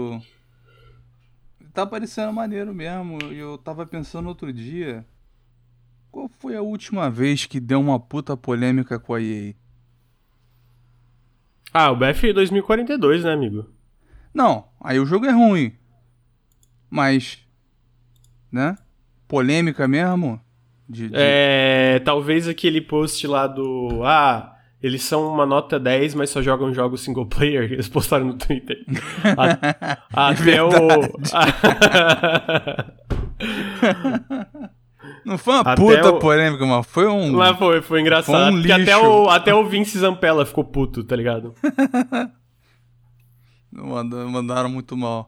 tá parecendo maneiro mesmo. E eu tava pensando outro dia, qual foi a última vez que deu uma puta polêmica com a EA?
O BF 2042, né, amigo?
Não, aí o jogo é ruim. Mas, né? Polêmica mesmo?
Talvez aquele post lá do... eles são uma nota 10, mas só jogam jogos single player. Eles postaram no Twitter. Até o...
Não foi uma puta polêmica, mas foi um...
Mas foi engraçado.
Foi um
porque
lixo.
até o Vince Zampella ficou puto, tá ligado?
Mandaram muito mal.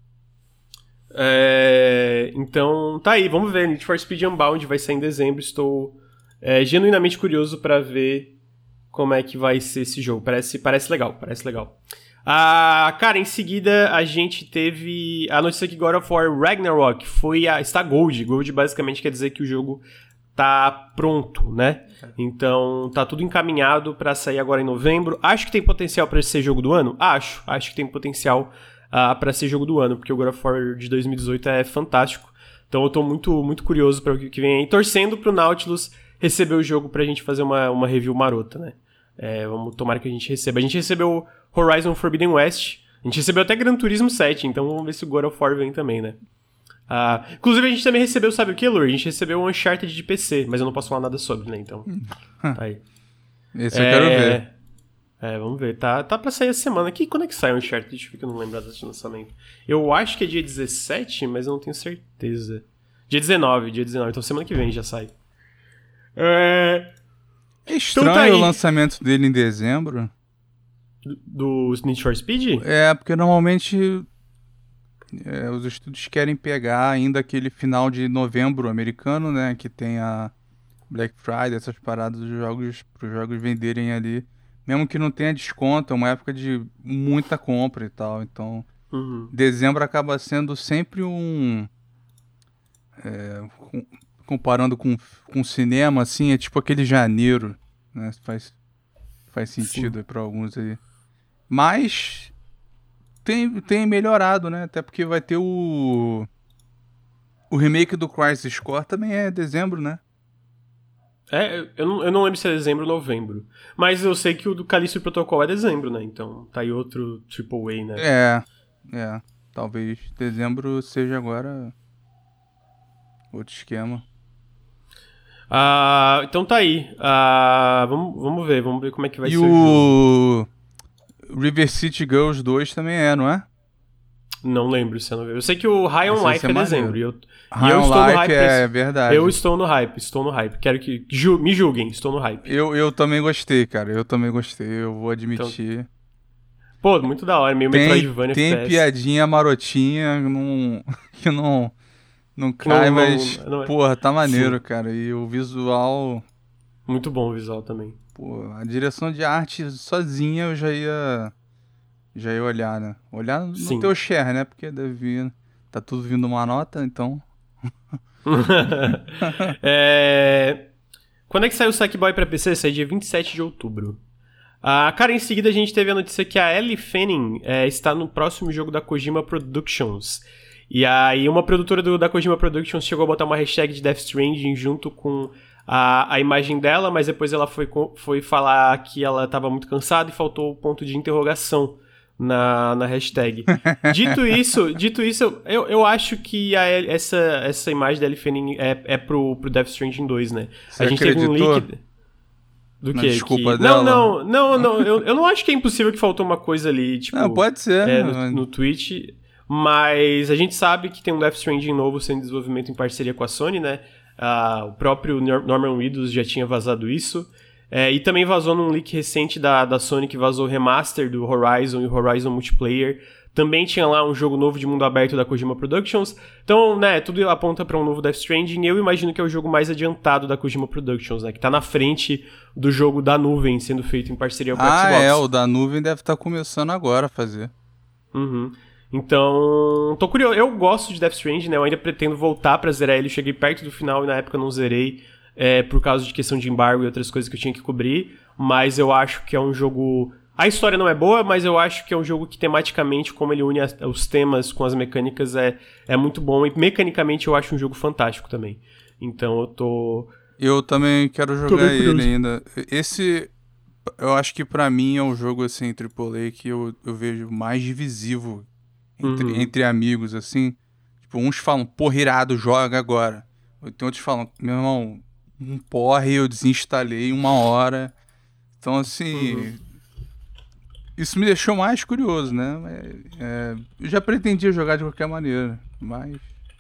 Então, tá aí. Vamos ver. Need for Speed Unbound vai sair em dezembro. Estou genuinamente curioso pra ver como é que vai ser esse jogo. Parece legal. Cara, em seguida a gente teve a notícia que God of War Ragnarok está Gold. Gold basicamente quer dizer que o jogo tá pronto, né? Então tá tudo encaminhado pra sair agora em novembro. Acho que tem potencial pra ser jogo do ano? Acho que tem potencial pra ser jogo do ano, porque o God of War de 2018 é fantástico. Então eu tô muito, muito curioso pra o que vem aí, torcendo pro Nautilus receber o jogo pra gente fazer uma review marota, né? Tomara que a gente receba. A gente recebeu Horizon Forbidden West, a gente recebeu até Gran Turismo 7, então vamos ver se o God of War vem também, né? Inclusive a gente também recebeu, sabe o que, Lur? A gente recebeu o Uncharted de PC, mas eu não posso falar nada sobre, né? Então, tá aí.
Esse eu quero ver.
Vamos ver. Tá pra sair essa semana. Quando é que sai o Uncharted? Deixa eu ver que eu não lembro data de lançamento. Eu acho que é dia 17, mas eu não tenho certeza. Dia 19, então semana que vem já sai.
É estranho então tá o lançamento dele em dezembro.
Do Need for Speed?
Porque normalmente os estúdios querem pegar ainda aquele final de novembro americano, né? Que tem a Black Friday, essas paradas dos jogos, para os jogos venderem ali. Mesmo que não tenha desconto, é uma época de muita compra e tal. Então, dezembro acaba sendo sempre comparando com cinema, assim, é tipo aquele janeiro, né? Faz sentido para alguns aí. Mas tem melhorado, né? Até porque vai ter o remake do Crisis Core também é dezembro, né?
Eu não lembro se é dezembro ou novembro. Mas eu sei que o do Callisto Protocol é dezembro, né? Então tá aí outro AAA, né?
Talvez dezembro seja agora outro esquema.
Então tá aí. Vamos ver como é que vai ser
o
jogo.
E o River City Girls 2 também não é?
Não lembro se é novembro. Eu sei que o High on Life é dezembro. E eu
estou no hype, é verdade.
Eu estou no hype. Quero que me julguem, estou no hype.
Eu também gostei, cara. Eu vou admitir.
Então, pô, muito da hora, meio Metroidvania
tem
FPS.
Piadinha marotinha que não cai, mas porra, tá maneiro, sim, cara. E o visual...
Muito bom o visual também.
Pô, a direção de arte sozinha eu já ia olhar, né? Olhar no
sim,
teu share, né? Porque deve vir... Tá tudo vindo uma nota, então...
Quando é que saiu o Sackboy pra PC? Sai dia 27 de outubro. Cara, em seguida a gente teve a notícia que a Ellie Fanning está no próximo jogo da Kojima Productions. E aí uma produtora da Kojima Productions chegou a botar uma hashtag de Death Stranding junto com a imagem dela, mas depois ela foi falar que ela estava muito cansada e faltou o ponto de interrogação na hashtag. Dito isso, eu acho que essa imagem da Ellie Fanning é pro Death Stranding 2, né?
Você acreditou?
Teve um leak... Do que?
Desculpa dela?
Não. Eu não acho que é impossível que faltou uma coisa ali, tipo...
Não, pode ser.
No Twitch. Mas a gente sabe que tem um Death Stranding novo sendo desenvolvimento em parceria com a Sony, né? O próprio Norman Reedus já tinha vazado isso. E também vazou num leak recente da Sony que vazou o remaster do Horizon e o Horizon Multiplayer. Também tinha lá um jogo novo de mundo aberto da Kojima Productions. Então, né, tudo aponta pra um novo Death Stranding. Eu imagino que é o jogo mais adiantado da Kojima Productions, né? Que tá na frente do jogo da nuvem, sendo feito em parceria com o Xbox.
O da nuvem deve estar começando agora a fazer.
Uhum. Então, tô curioso. Eu gosto de Death Stranding, né? Eu ainda pretendo voltar pra zerar ele. Eu cheguei perto do final e na época não zerei. Por causa de questão de embargo e outras coisas que eu tinha que cobrir. Mas eu acho que é um jogo... A história não é boa, mas eu acho que é um jogo que tematicamente, como ele une os temas com as mecânicas, é muito bom. E mecanicamente eu acho um jogo fantástico também. Então
eu também quero jogar ele ainda. Esse, eu acho que pra mim é um jogo assim, AAA, que eu vejo mais divisivo entre amigos, assim. Tipo, uns falam, porra, irado, joga agora. Tem outros que falam, meu irmão, um porre, eu desinstalei em 1 hora. Então, assim... Isso me deixou mais curioso, né? Eu já pretendia jogar de qualquer maneira, mas...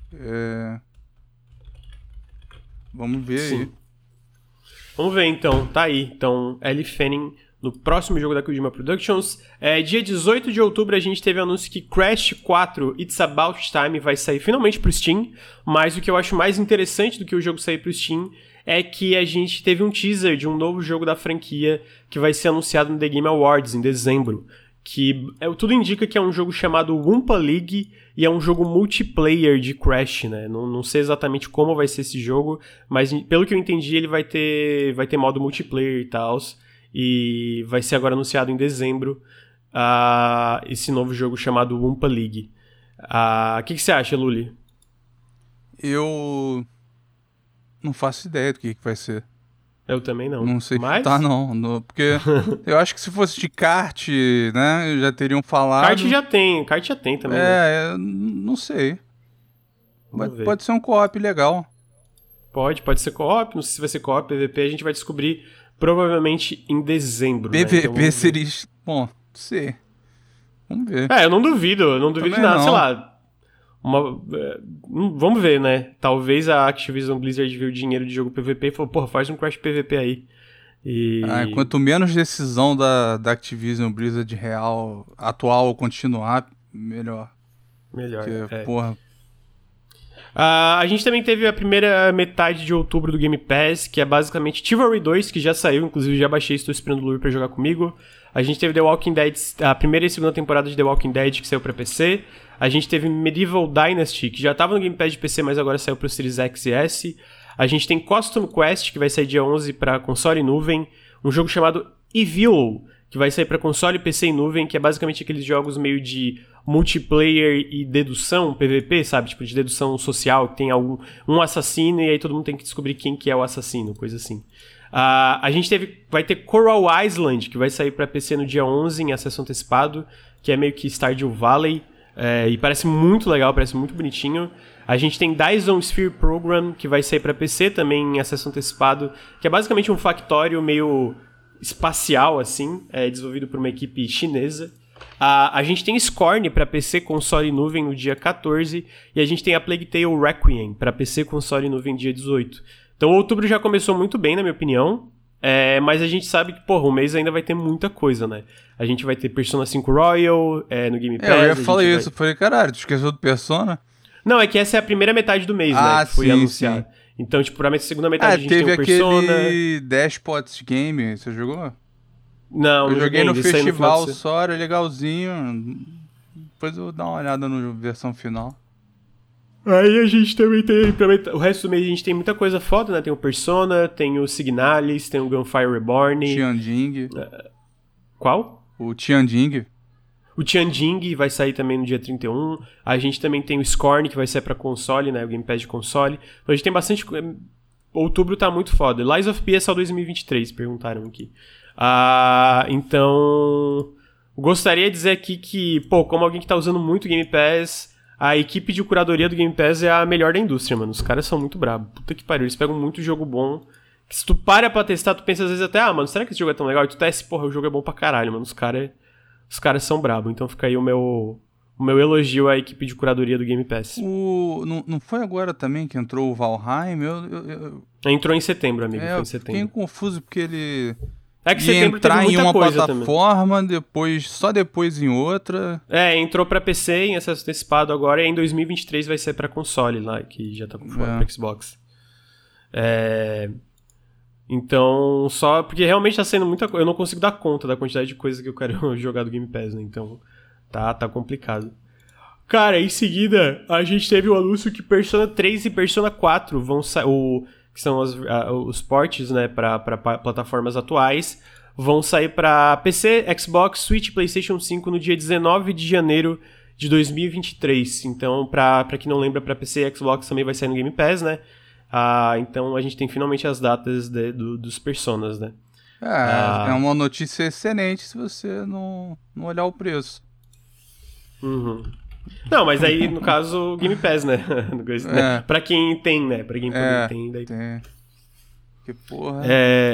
Vamos ver aí.
Vamos ver, então. Tá aí. Então, Ellie Fanning no próximo jogo da Kojima Productions. Dia 18 de outubro a gente teve o anúncio que Crash 4 It's About Time vai sair finalmente pro Steam, mas o que eu acho mais interessante do que o jogo sair pro Steam é que a gente teve um teaser de um novo jogo da franquia que vai ser anunciado no The Game Awards em dezembro, que tudo indica que é um jogo chamado Wumpa League e é um jogo multiplayer de Crash, né? Não sei exatamente como vai ser esse jogo, mas pelo que eu entendi ele vai ter modo multiplayer e tal, e vai ser agora anunciado em dezembro esse novo jogo chamado Wumpa League. O que você acha, Luli?
Eu não faço ideia do que vai ser.
Eu também não.
Não sei chutar, não. Porque eu acho que se fosse de kart, né, já teriam falado.
Kart já tem também.
Né? Não sei. Pode ser um co-op legal.
Pode ser co-op, não sei se vai ser co-op, PVP, a gente vai descobrir provavelmente em dezembro.
PVP, né? Então, seria... Bom, não sei. Vamos ver.
Eu não duvido de nada, sei lá. Vamos ver, né? Talvez a Activision Blizzard viu o dinheiro de jogo PVP e falou, porra, faz um Crash PVP aí.
Quanto menos decisão da Activision Blizzard atual continuar, melhor. Porque, porra...
a gente também teve a primeira metade de outubro do Game Pass, que é basicamente Chivalry 2, que já saiu, inclusive já baixei, estou esperando o Lure pra jogar comigo. A gente teve The Walking Dead, a primeira e segunda temporada de The Walking Dead, que saiu pra PC. A gente teve Medieval Dynasty, que já tava no Game Pass de PC, mas agora saiu pro Series X e S. A gente tem Costume Quest, que vai sair dia 11 pra console e nuvem. Um jogo chamado Evil, que vai sair pra console, PC e nuvem, que é basicamente aqueles jogos meio de multiplayer e dedução, PVP, sabe? Tipo, de dedução social, que tem um assassino e aí todo mundo tem que descobrir quem que é o assassino, coisa assim. A gente vai ter Coral Island, que vai sair pra PC no dia 11, em acesso antecipado, que é meio que Stardew Valley, e parece muito legal, parece muito bonitinho. A gente tem Dyson Sphere Program, que vai sair pra PC também em acesso antecipado, que é basicamente um factório meio espacial, assim, desenvolvido por uma equipe chinesa. A gente tem Scorn pra PC, console e nuvem no dia 14, e a gente tem a Plague Tale Requiem pra PC, console e nuvem dia 18. Então outubro já começou muito bem, na minha opinião, mas a gente sabe que, porra, o mês ainda vai ter muita coisa, né? A gente vai ter Persona 5 Royal no Game Pass.
Eu ia falar isso, falei, caralho, tu esqueceu do Persona?
Não, é que essa é a primeira metade do mês, né? Que foi anunciado. Sim. Então, tipo, pra segunda metade a gente tem o Persona.
Teve aquele Despots Game, você jogou?
Não,
eu joguei no festival
no
só, era legalzinho. Depois eu vou dar uma olhada na versão final.
Aí a gente também tem, o resto do mês a gente tem muita coisa foda, né? Tem o Persona, tem o Signalis, tem o Gunfire Reborn.
Tianjing.
Qual?
O Tianjing.
O Tianjing vai sair também no dia 31. A gente também tem o Scorn, que vai sair pra console, né? O Game Pass de console. Então a gente tem bastante... Outubro tá muito foda. Lies of P é só 2023, perguntaram aqui. Então... Gostaria de dizer aqui que, pô, como alguém que tá usando muito o Game Pass, a equipe de curadoria do Game Pass é a melhor da indústria, mano. Os caras são muito brabos. Puta que pariu. Eles pegam muito jogo bom. Que se tu para pra testar, tu pensa às vezes até, mano, será que esse jogo é tão legal? E tu testa, porra, o jogo é bom pra caralho, mano. Os caras são brabos, então fica aí o meu elogio à equipe de curadoria do Game Pass.
Não foi agora também que entrou o Valheim?
Entrou em setembro, amigo. Foi em setembro.
Fiquei confuso porque ele
que setembro
entrar
teve muita
em uma
coisa
plataforma, só depois em outra.
Entrou pra PC em acesso antecipado agora e em 2023 vai ser pra console lá, que já tá com fora pra Xbox. Então, só porque realmente tá sendo muita coisa. Eu não consigo dar conta da quantidade de coisa que eu quero jogar do Game Pass, né? Então, tá complicado. Cara, em seguida, a gente teve o anúncio que Persona 3 e Persona 4 vão sair, que são os ports, né, pra plataformas atuais, vão sair pra PC, Xbox, Switch e PlayStation 5 no dia 19 de janeiro de 2023. Então, pra quem não lembra, pra PC e Xbox também vai sair no Game Pass, né? Então a gente tem finalmente as datas dos Personas, né?
É uma notícia excelente se você não olhar o preço.
Uhum. Não, mas aí, no caso, o Game Pass, né? Pra quem tem, né? Pra quem tem, daí...
Tem. Que porra...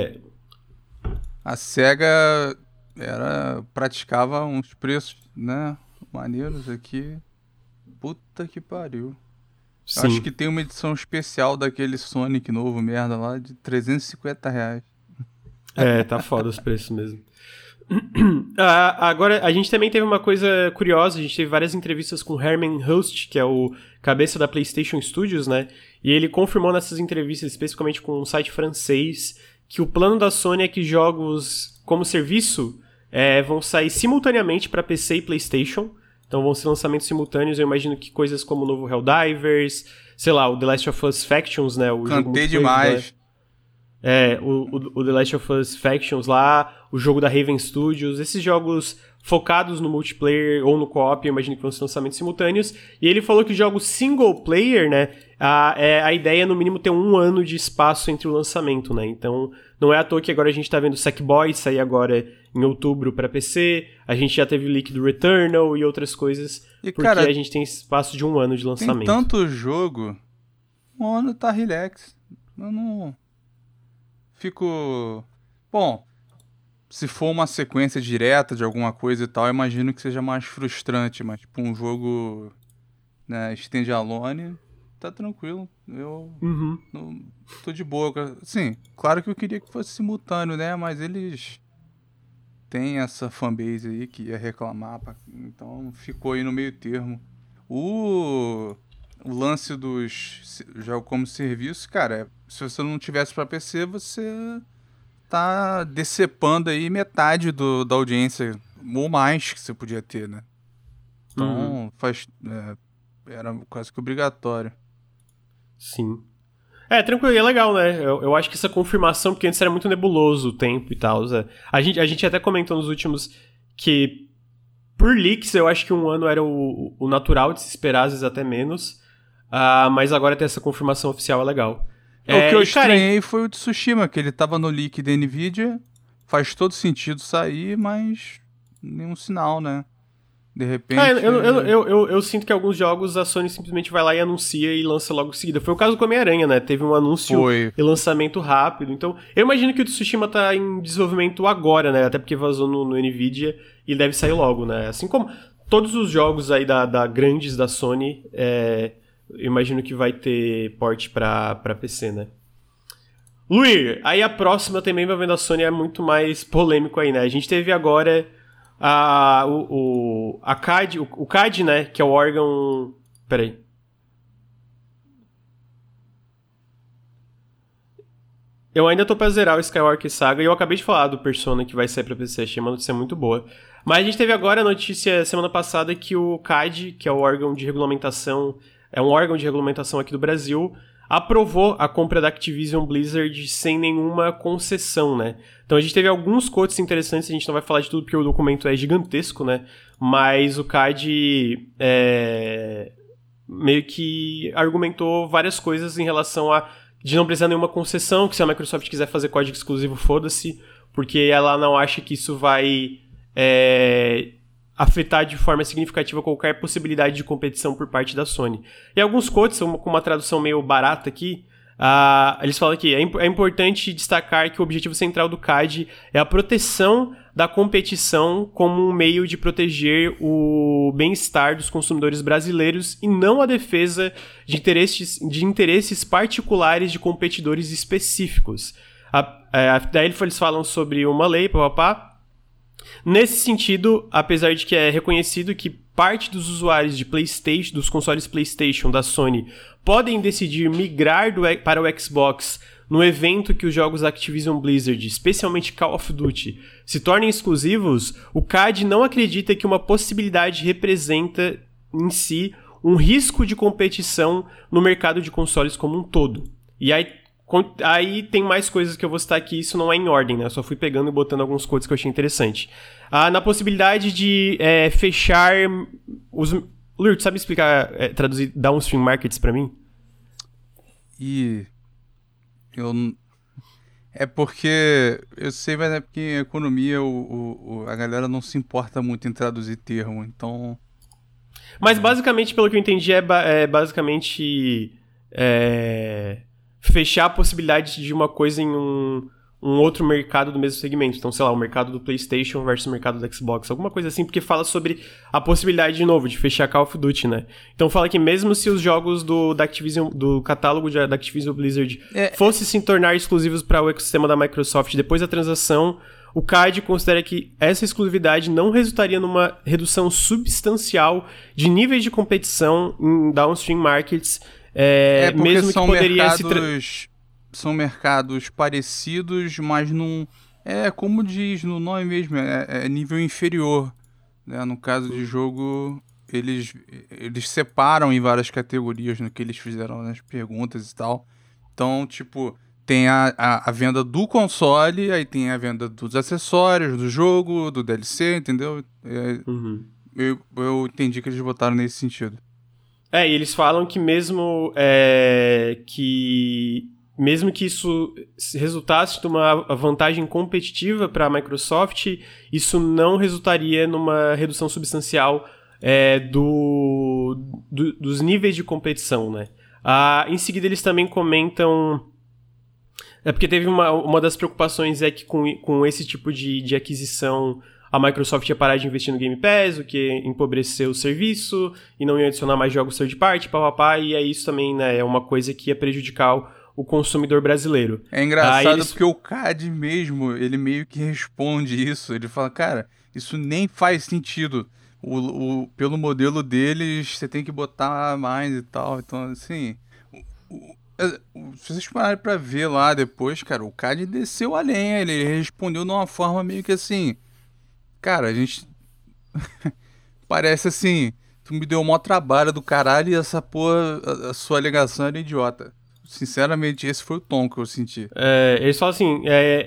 A SEGA praticava uns preços, né? Maneiros aqui. Puta que pariu.
Sim.
Acho que tem uma edição especial daquele Sonic novo, merda, lá, de R$350.
Tá foda os preços mesmo. Agora, a gente também teve uma coisa curiosa, a gente teve várias entrevistas com o Herman Hulst, que é o cabeça da PlayStation Studios, né? E ele confirmou nessas entrevistas, especificamente com um site francês, que o plano da Sony é que jogos como serviço vão sair simultaneamente para PC e PlayStation. Então vão ser lançamentos simultâneos. Eu imagino que coisas como o novo Helldivers, sei lá, o The Last of Us Factions, né?
Cantei demais.
O The Last of Us Factions lá, o jogo da Raven Studios, esses jogos focados no multiplayer ou no co-op, eu imagino que vão ser lançamentos simultâneos. E ele falou que jogos single player, né, a ideia é no mínimo ter 1 ano de espaço entre o lançamento, né, então não é à toa que agora a gente tá vendo Sackboy sair agora em outubro pra PC, a gente já teve o leak do Returnal e outras coisas, porque a gente tem espaço de 1 ano de lançamento.
Tem tanto jogo, 1 ano tá relax, eu não fico... Bom, se for uma sequência direta de alguma coisa e tal, eu imagino que seja mais frustrante, mas tipo um jogo, né, stand-alone, tá tranquilo. Eu não, tô de boa. Sim, claro que eu queria que fosse simultâneo, né, mas eles têm essa fanbase aí que ia reclamar, então ficou aí no meio termo. O lance dos jogos como serviço, cara, se você não tivesse pra PC, você tá decepando aí metade da audiência, ou mais que você podia ter, né? Então, era quase que obrigatório.
Sim. Tranquilo, e é legal, né? Eu acho que essa confirmação, porque antes era muito nebuloso o tempo e tal. A gente até comentou nos últimos que, por leaks, eu acho que um ano era o natural de se esperar, às vezes até menos. Mas agora ter essa confirmação oficial é legal.
O que eu estranhei foi o Tsushima, que ele tava no leak da Nvidia. Faz todo sentido sair, mas nenhum sinal, né? De repente...
Eu sinto que alguns jogos a Sony simplesmente vai lá e anuncia e lança logo em seguida. Foi o caso com a Homem-Aranha, né? Teve um anúncio e lançamento rápido. Então, eu imagino que o Tsushima tá em desenvolvimento agora, né? Até porque vazou no Nvidia e deve sair logo, né? Assim como todos os jogos aí da grandes da Sony, eu imagino que vai ter port pra PC, né? Luir, aí a próxima também vai vendo a Sony é muito mais polêmico aí, né? A gente teve agora... o CAD, né, que é o órgão... Peraí. Eu ainda tô pra zerar o Skywalker Saga e eu acabei de falar do Persona que vai sair pra PC, achei uma notícia muito boa. Mas a gente teve agora a notícia semana passada que o CAD, que é o órgão de regulamentação, é um órgão de regulamentação aqui do Brasil, aprovou a compra da Activision Blizzard sem nenhuma concessão, né? Então a gente teve alguns quotes interessantes, a gente não vai falar de tudo porque o documento é gigantesco, né? Mas o CAD meio que argumentou várias coisas em relação a de não precisar nenhuma concessão, que se a Microsoft quiser fazer código exclusivo, foda-se, porque ela não acha que isso vai afetar de forma significativa qualquer possibilidade de competição por parte da Sony. E alguns quotes, com uma tradução meio barata aqui, eles falam que é importante destacar que o objetivo central do CAD é a proteção da competição como um meio de proteger o bem-estar dos consumidores brasileiros e não a defesa de interesses particulares de competidores específicos. Daí eles falam sobre uma lei, papapá. Nesse sentido, apesar de que é reconhecido que parte dos usuários de PlayStation, dos consoles PlayStation da Sony, podem decidir migrar para o Xbox no evento que os jogos Activision Blizzard, especialmente Call of Duty, se tornem exclusivos, o CAD não acredita que uma possibilidade representa em si um risco de competição no mercado de consoles como um todo. E aí tem mais coisas que eu vou citar aqui, isso não é em ordem, né? Eu só fui pegando e botando alguns quotes que eu achei interessante. Na possibilidade de fechar os... Lur, tu sabe explicar, traduzir downstream markets pra mim?
É porque eu sei, mas é porque em economia a galera não se importa muito em traduzir termo, então...
Mas basicamente, pelo que eu entendi, basicamente fechar a possibilidade de uma coisa em um outro mercado do mesmo segmento. Então, sei lá, o mercado do PlayStation versus o mercado do Xbox. Alguma coisa assim, porque fala sobre a possibilidade, de novo, de fechar Call of Duty, né? Então fala que mesmo se os jogos do catálogo da Activision Blizzard fossem se tornar exclusivos para o ecossistema da Microsoft depois da transação, o CAD considera que essa exclusividade não resultaria numa redução substancial de níveis de competição em downstream markets, mesmo que poderia
são mercados parecidos, mas não... como diz no nome mesmo, é nível inferior, né? No caso de jogo, eles separam em várias categorias no que eles fizeram nas perguntas e tal. Então, tipo, tem a venda do console, aí tem a venda dos acessórios, do jogo, do DLC, entendeu? Eu entendi que eles botaram nesse sentido.
E eles falam que mesmo que isso resultasse de uma vantagem competitiva para a Microsoft, isso não resultaria numa redução substancial dos níveis de competição, né? Em seguida, eles também comentam... porque teve uma das preocupações que com esse tipo de aquisição, a Microsoft ia parar de investir no Game Pass, o que empobreceu o serviço, e não ia adicionar mais jogos third party, e aí isso também, né, é uma coisa que ia prejudicar o consumidor brasileiro.
É engraçado porque o CAD mesmo, ele meio que responde isso. Ele fala, cara, isso nem faz sentido. Pelo modelo deles, você tem que botar mais e tal. Então, assim... se vocês pararem pra ver lá depois, cara, o CAD desceu a lenha. Ele respondeu de uma forma meio que assim... Cara, a gente... Parece assim... Tu me deu o maior trabalho do caralho e essa porra... A sua alegação era idiota. Sinceramente, esse foi o tom que eu senti.
Eles falam assim,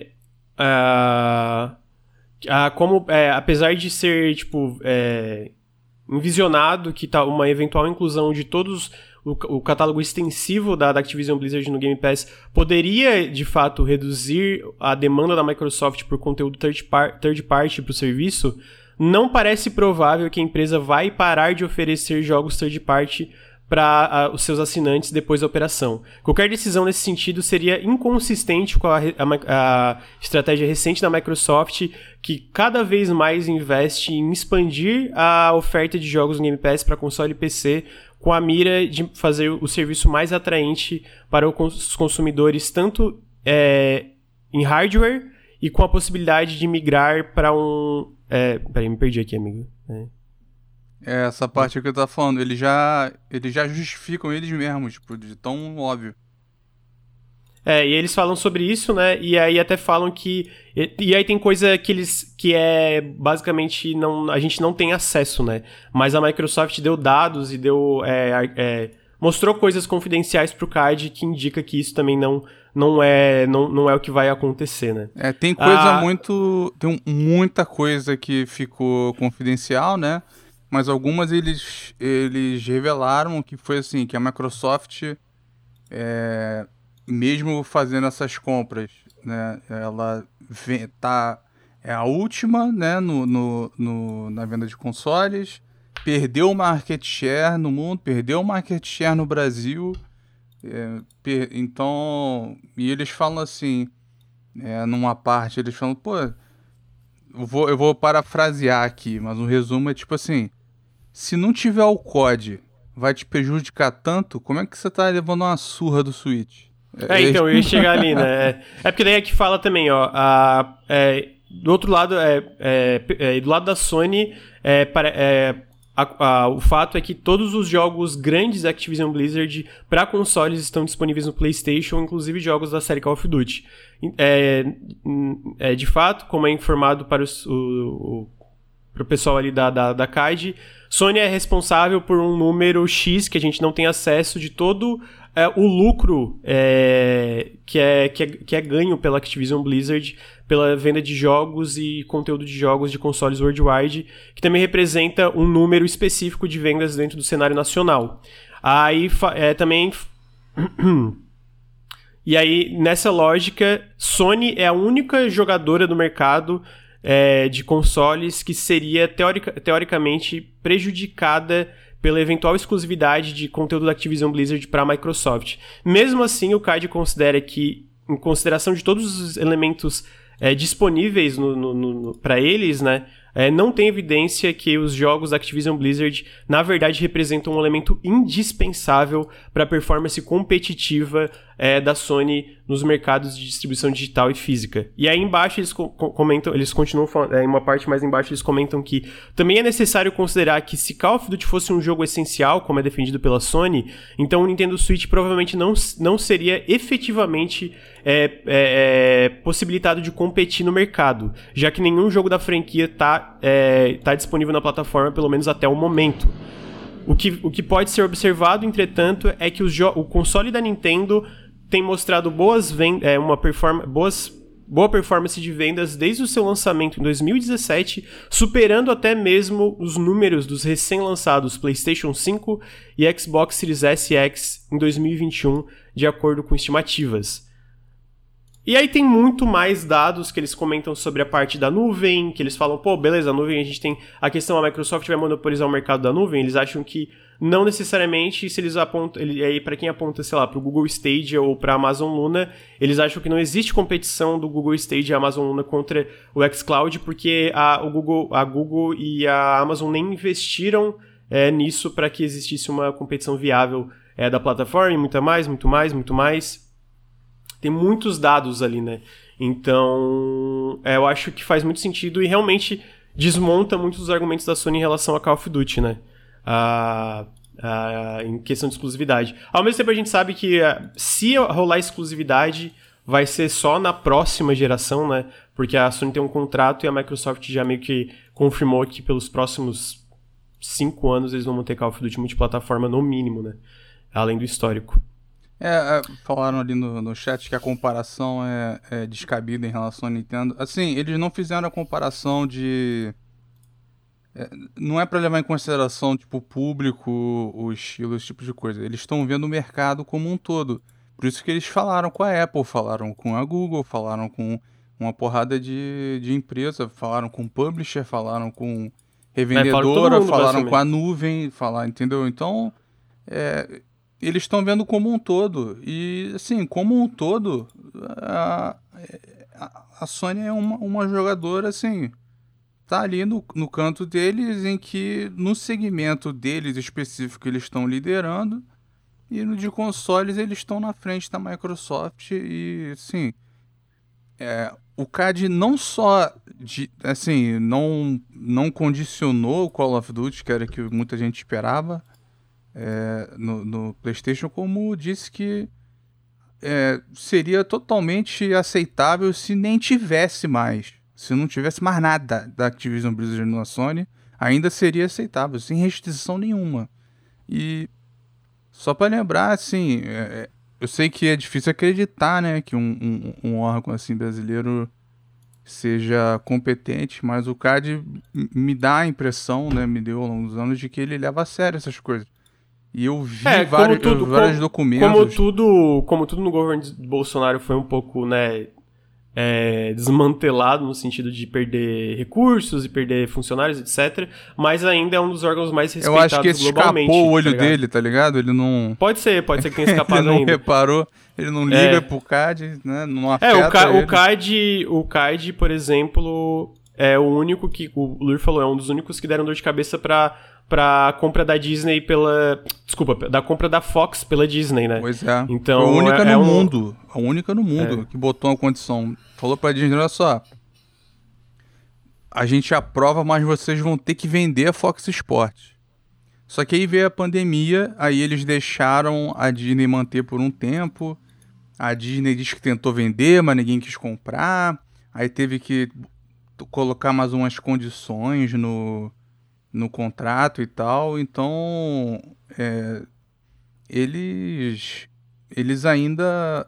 apesar de ser, tipo, envisionado que tá uma eventual inclusão de todos o catálogo extensivo da Activision Blizzard no Game Pass poderia, de fato, reduzir a demanda da Microsoft por conteúdo third party para o serviço, não parece provável que a empresa vai parar de oferecer jogos third party para os seus assinantes depois da operação. Qualquer decisão nesse sentido seria inconsistente com a estratégia recente da Microsoft, que cada vez mais investe em expandir a oferta de jogos no Game Pass para console e PC, com a mira de fazer o serviço mais atraente para os consumidores, tanto em hardware e com a possibilidade de migrar para um... Peraí, me perdi aqui, amigo.
Essa parte que eu tava falando, eles já justificam eles mesmos, tipo, de tão óbvio.
E eles falam sobre isso, né? E aí até falam que... E aí tem coisa que basicamente a gente não tem acesso, né? Mas a Microsoft deu dados e mostrou coisas confidenciais pro CAD que indica que isso também não é o que vai acontecer, né?
Tem coisa tem muita coisa que ficou confidencial, né? Mas algumas eles revelaram que foi assim, que a Microsoft, mesmo fazendo essas compras, né, ela é a última, né, na venda de consoles, perdeu o market share no mundo, perdeu o market share no Brasil, então, e eles falam assim, numa parte, eles falam, pô, eu vou parafrasear aqui, mas o resumo é tipo assim, se não tiver o COD, vai te prejudicar tanto, como é que você tá levando uma surra do Switch?
Então, eu ia chegar ali, né? Porque daí é que fala também, ó, do outro lado, do lado da Sony, o fato é que todos os jogos grandes da Activision Blizzard para consoles estão disponíveis no PlayStation, inclusive jogos da série Call of Duty. De fato, como é informado para pro pessoal ali da CAD, Sony é responsável por um número X que a gente não tem acesso de todo o lucro que é ganho pela Activision Blizzard pela venda de jogos e conteúdo de jogos de consoles worldwide, que também representa um número específico de vendas dentro do cenário nacional. Aí também... E aí, nessa lógica, Sony é a única jogadora do mercado de consoles que seria teoricamente prejudicada pela eventual exclusividade de conteúdo da Activision Blizzard para a Microsoft. Mesmo assim, o CAD considera que, em consideração de todos os elementos disponíveis para eles, né, não tem evidência que os jogos da Activision Blizzard, na verdade, representam um elemento indispensável para a performance competitiva da Sony nos mercados de distribuição digital e física. E aí embaixo eles continuam falando, em uma parte mais embaixo eles comentam que também é necessário considerar que se Call of Duty fosse um jogo essencial, como é defendido pela Sony, então o Nintendo Switch provavelmente não seria efetivamente possibilitado de competir no mercado, já que nenhum jogo da franquia tá disponível na plataforma, pelo menos até o momento. O que pode ser observado, entretanto, é que o console da Nintendo tem mostrado boa performance de vendas desde o seu lançamento em 2017, superando até mesmo os números dos recém-lançados PlayStation 5 e Xbox Series S e X em 2021, de acordo com estimativas. E aí tem muito mais dados que eles comentam sobre a parte da nuvem, que eles falam, pô, beleza, a nuvem, a gente tem a questão, a Microsoft vai monopolizar o mercado da nuvem, eles acham que não necessariamente, se eles apontam, aí para quem aponta, sei lá, para o Google Stadia ou para a Amazon Luna, eles acham que não existe competição do Google Stadia e a Amazon Luna contra o xCloud, porque a Google e a Amazon nem investiram nisso para que existisse uma competição viável da plataforma, e muito mais. Tem muitos dados ali, né? Então, eu acho que faz muito sentido e realmente desmonta muitos dos argumentos da Sony em relação a Call of Duty, né? Em questão de exclusividade. Ao mesmo tempo, a gente sabe que se rolar exclusividade, vai ser só na próxima geração, né? Porque a Sony tem um contrato e a Microsoft já meio que confirmou que pelos próximos 5 anos eles vão manter Call of Duty multiplataforma no mínimo, né? Além do histórico.
Falaram ali no chat que a comparação é descabida em relação à Nintendo. Assim, eles não fizeram a comparação de... não é pra levar em consideração, tipo, o público, o estilo, esse tipo de coisa. Eles estão vendo o mercado como um todo. Por isso que eles falaram com a Apple, falaram com a Google, falaram com uma porrada de empresa, falaram com publisher, falaram com revendedora, falaram com a nuvem, entendeu? Então, eles estão vendo como um todo. E, assim, como um todo, a Sony é uma jogadora, assim, tá ali no canto deles, em que no segmento deles específico eles estão liderando, e no de consoles eles estão na frente da Microsoft. E, assim, o CAD não só não condicionou o Call of Duty, que era o que muita gente esperava no PlayStation, como disse que seria totalmente aceitável se nem tivesse mais. Se não tivesse mais nada da Activision Blizzard na Sony, ainda seria aceitável, sem restrição nenhuma. E só para lembrar, assim, eu sei que é difícil acreditar, né, que um órgão assim brasileiro seja competente, mas o CAD me dá a impressão, né, me deu ao longo dos anos, de que ele leva a sério essas coisas. E eu vi vários documentos.
Como tudo no governo de Bolsonaro foi um pouco, né, desmantelado no sentido de perder recursos e perder funcionários, etc. Mas ainda é um dos órgãos mais respeitados globalmente.
Eu acho que escapou o olho dele, tá ligado? Ele não...
Pode ser que tenha escapado ainda.
Ele não reparou, ele não liga pro CAD, né? Não afeta
o CAD, por exemplo, é o único que... O Lur falou, é um dos únicos que deram dor de cabeça pra compra da Disney da compra da Fox pela Disney, né?
Pois é.
Então,
foi a única no mundo que botou uma condição. Falou pra Disney, olha só, a gente aprova, mas vocês vão ter que vender a Fox Sports. Só que aí veio a pandemia, aí eles deixaram a Disney manter por um tempo. A Disney disse que tentou vender, mas ninguém quis comprar. Aí teve que colocar mais umas condições no contrato e tal. Então, eles ainda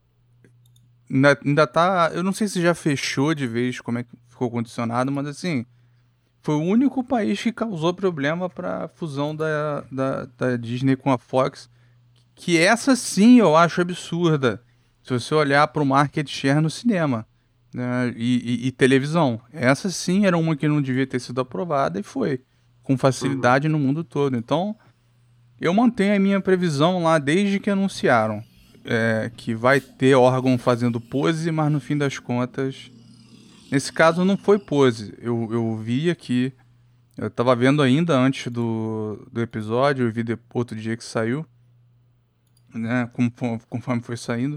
tá... Eu não sei se já fechou de vez, como é que ficou condicionado, mas assim, foi o único país que causou problema para a fusão da Disney com a Fox, que essa sim eu acho absurda, se você olhar para o market share no cinema, né, e televisão. Essa sim era uma que não devia ter sido aprovada e foi, com facilidade no mundo todo. Então, eu mantenho a minha previsão lá desde que anunciaram. Que vai ter órgão fazendo pose, mas no fim das contas, nesse caso não foi pose. Eu vi aqui, eu tava vendo ainda antes do episódio, eu vi outro dia que saiu, né, conforme foi saindo.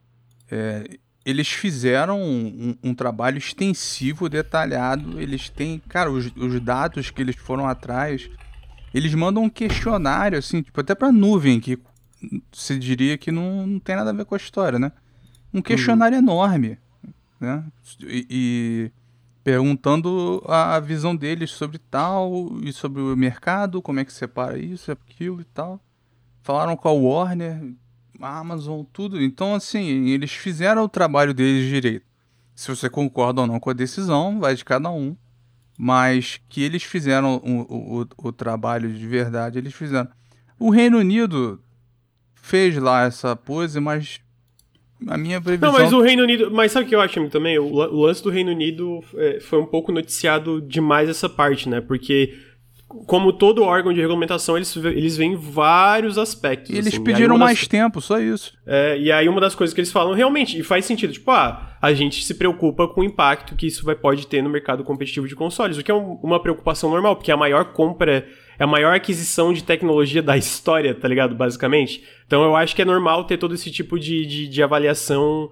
Eles fizeram um trabalho extensivo, detalhado. Eles têm, cara, os dados que eles foram atrás, eles mandam um questionário, assim, tipo, até pra nuvem, que se diria que não tem nada a ver com a história, né? Um questionário enorme, né? E perguntando a visão deles sobre tal, e sobre o mercado, como é que separa isso, aquilo e tal. Falaram com a Warner, a Amazon, tudo. Então, assim, eles fizeram o trabalho deles direito. Se você concorda ou não com a decisão, vai de cada um. Mas que eles fizeram o trabalho de verdade, eles fizeram. O Reino Unido fez lá essa pose, mas a minha previsão...
Não, mas o Reino Unido... Mas sabe o que eu acho também? O lance do Reino Unido foi um pouco noticiado demais essa parte, né? Porque, como todo órgão de regulamentação, eles veem vários aspectos.
E eles pediram mais tempo, só isso.
E aí uma das coisas que eles falam, realmente, e faz sentido, tipo, a gente se preocupa com o impacto que isso pode ter no mercado competitivo de consoles, o que é uma preocupação normal, porque a maior compra... É a maior aquisição de tecnologia da história, tá ligado? Basicamente. Então eu acho que é normal ter todo esse tipo de avaliação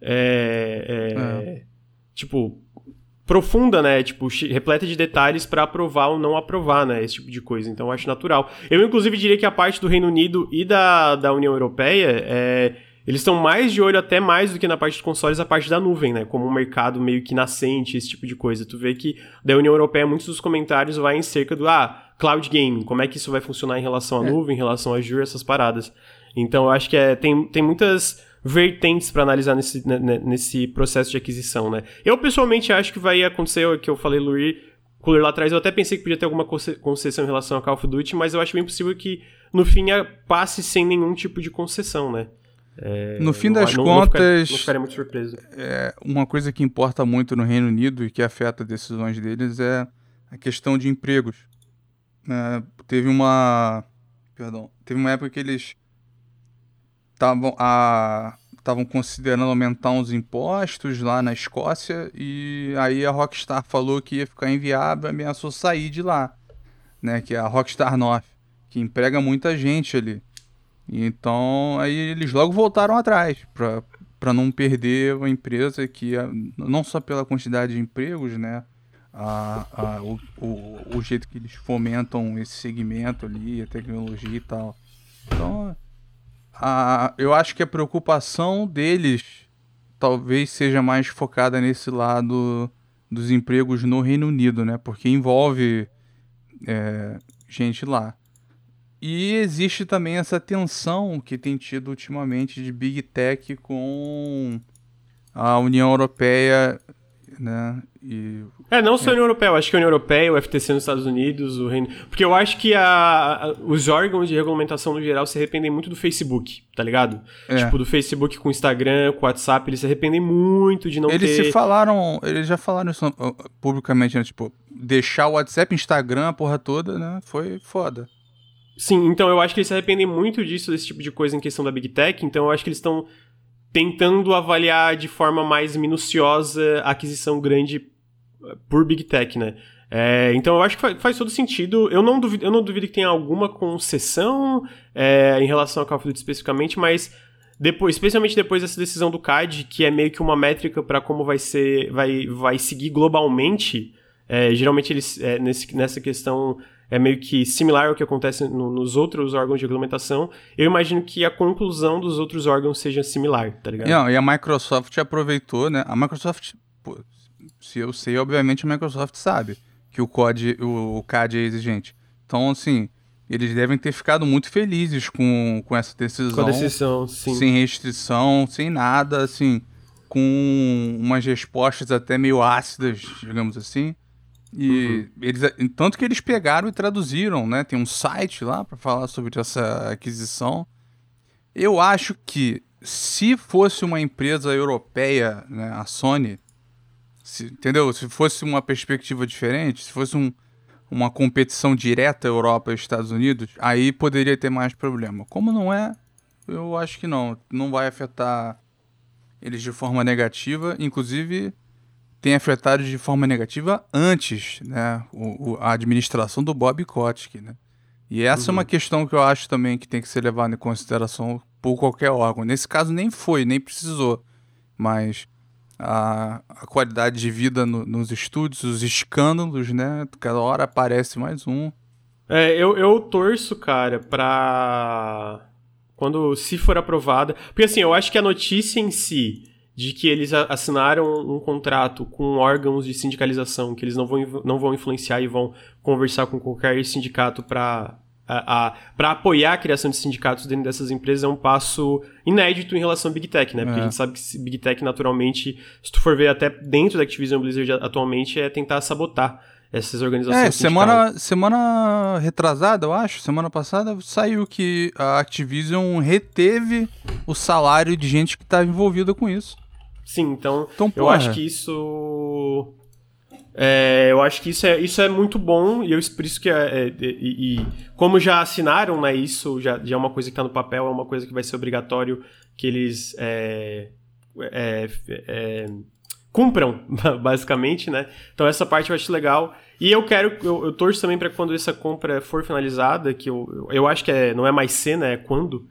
tipo, profunda, né? Tipo, repleta de detalhes pra aprovar ou não aprovar, né? Esse tipo de coisa. Então eu acho natural. Eu, inclusive, diria que a parte do Reino Unido e da União Europeia, eles estão mais de olho, até mais do que na parte de consoles, a parte da nuvem, né? Como um mercado meio que nascente, esse tipo de coisa. Tu vê que da União Europeia, muitos dos comentários vai em cerca do, cloud gaming, como é que isso vai funcionar em relação à nuvem, em relação a Azure, essas paradas. Então eu acho que tem muitas vertentes para analisar nesse processo de aquisição, né? Eu pessoalmente acho que vai acontecer o que eu falei, Luir lá atrás, eu até pensei que podia ter alguma concessão em relação a Call of Duty, mas eu acho bem possível que no fim passe sem nenhum tipo de concessão, né?
No fim das contas,
não ficaria muito surpreso.
Uma coisa que importa muito no Reino Unido e que afeta decisões deles é a questão de empregos. Teve uma época que eles estavam considerando aumentar uns impostos lá na Escócia e aí a Rockstar falou que ia ficar inviável e ameaçou sair de lá, né? Que é a Rockstar North, que emprega muita gente ali. Então, aí eles logo voltaram atrás para não perder a empresa que, não só pela quantidade de empregos, né? O jeito que eles fomentam esse segmento ali, a tecnologia e tal. Então, eu acho que a preocupação deles talvez seja mais focada nesse lado dos empregos no Reino Unido, né? Porque envolve gente lá. E existe também essa tensão que tem tido ultimamente de Big Tech com a União Europeia, né?
Não só a União Europeia, eu acho que a União Europeia, o FTC nos Estados Unidos, o Reino... Porque eu acho que os órgãos de regulamentação no geral se arrependem muito do Facebook, tá ligado? Tipo, do Facebook com o Instagram, com o WhatsApp, eles se arrependem muito de não ter...
Eles já falaram isso publicamente, né? Tipo, deixar o WhatsApp, Instagram, a porra toda, né? Foi foda.
Sim, então eu acho que eles se arrependem muito disso, desse tipo de coisa em questão da Big Tech, então eu acho que eles estão tentando avaliar de forma mais minuciosa a aquisição grande por Big Tech, né? Então eu acho que faz todo sentido. Eu não duvido que tenha alguma concessão em relação ao Call of Duty especificamente, mas especialmente depois dessa decisão do CAD, que é meio que uma métrica para como vai seguir globalmente, geralmente eles, nessa questão, é meio que similar ao que acontece nos outros órgãos de regulamentação. Eu imagino que a conclusão dos outros órgãos seja similar, tá ligado?
Não, e a Microsoft aproveitou, né? A Microsoft, se eu sei, obviamente a Microsoft sabe que o CAD é exigente. Então, assim, eles devem ter ficado muito felizes com essa decisão.
Com a decisão, sim.
Sem restrição, sem nada, assim, com umas respostas até meio ácidas, digamos assim. E tanto que eles pegaram e traduziram, né? Tem um site lá para falar sobre essa aquisição. Eu acho que se fosse uma empresa europeia, né, a Sony, entendeu? Se fosse uma perspectiva diferente, se fosse uma competição direta Europa e Estados Unidos, aí poderia ter mais problema. Como não é, eu acho que não vai afetar eles de forma negativa, inclusive tem afetado de forma negativa antes, né, a administração do Bob Kotick, né? E essa é uma questão que eu acho também que tem que ser levada em consideração por qualquer órgão. Nesse caso nem precisou, mas a qualidade de vida nos estúdios, os escândalos, né, cada hora aparece mais um.
Eu torço, cara, se for aprovada, porque assim, eu acho que a notícia em si de que eles assinaram um contrato com órgãos de sindicalização, que eles não vão influenciar e vão conversar com qualquer sindicato para apoiar a criação de sindicatos dentro dessas empresas, é um passo inédito em relação a Big Tech, né? Porque a gente sabe que Big Tech, naturalmente, se tu for ver até dentro da Activision Blizzard atualmente, é tentar sabotar essas organizações sindicais.
Semana retrasada, eu acho, semana passada, saiu que a Activision reteve o salário de gente que estava envolvida com isso.
Sim, então eu acho que isso... eu acho que isso é muito bom, e por isso que como já assinaram, né, isso já é uma coisa que está no papel, é uma coisa que vai ser obrigatório que eles cumpram, basicamente, né? Então essa parte eu acho legal. E eu torço também para quando essa compra for finalizada, que eu acho que não é mais ser, né? É quando.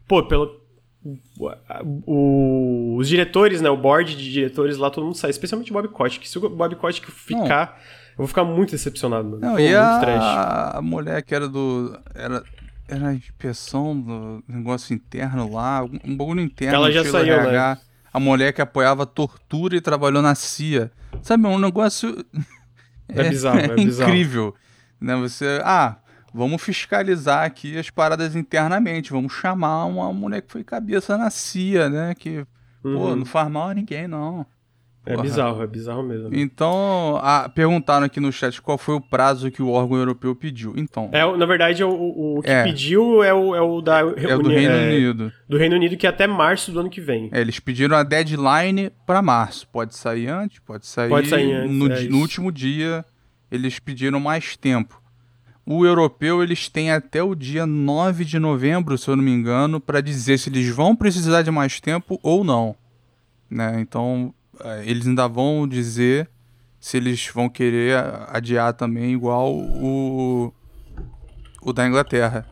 Os diretores, né? O board de diretores lá, todo mundo sai, especialmente o Bob Kotick. Se o Bob Kotick ficar, eu vou ficar muito decepcionado, mano.
Não, e a mulher que era era a inspeção do negócio interno lá, um bagulho interno.
Ela já saiu, né?
A mulher que apoiava tortura e trabalhou na CIA. Sabe, um negócio...
É bizarro, é bizarro.
Incrível. Né? vamos fiscalizar aqui as paradas internamente, vamos chamar uma mulher que foi cabeça na CIA, né? Que, pô, não faz mal a ninguém, não.
É bizarro mesmo.
Então, perguntaram aqui no chat qual foi o prazo que o órgão europeu pediu. Então,
na verdade, o que pediu é o da...
É o do Reino Unido.
Do Reino Unido, que é até março do ano que vem.
Eles pediram a deadline para março. Pode sair antes, pode sair antes. No último dia, eles pediram mais tempo. O europeu, eles têm até o dia 9 de novembro, se eu não me engano, para dizer se eles vão precisar de mais tempo ou não. Né? Então... eles ainda vão dizer se eles vão querer adiar também igual o da Inglaterra.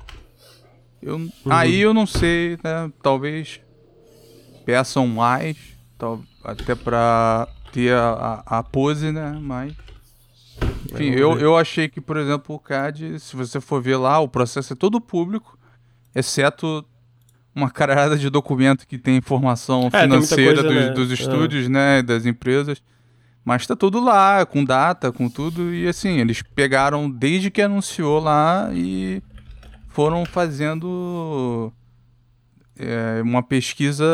Aí eu não sei, né? Talvez peçam mais, até pra ter a pose, né? Mas, enfim, eu achei que, por exemplo, o CAD, se você for ver lá, o processo é todo público, exceto uma caralhada de documento que tem informação financeira dos estúdios, né, das empresas. Mas tá tudo lá, com data, com tudo. E assim, eles pegaram desde que anunciou lá e foram fazendo uma pesquisa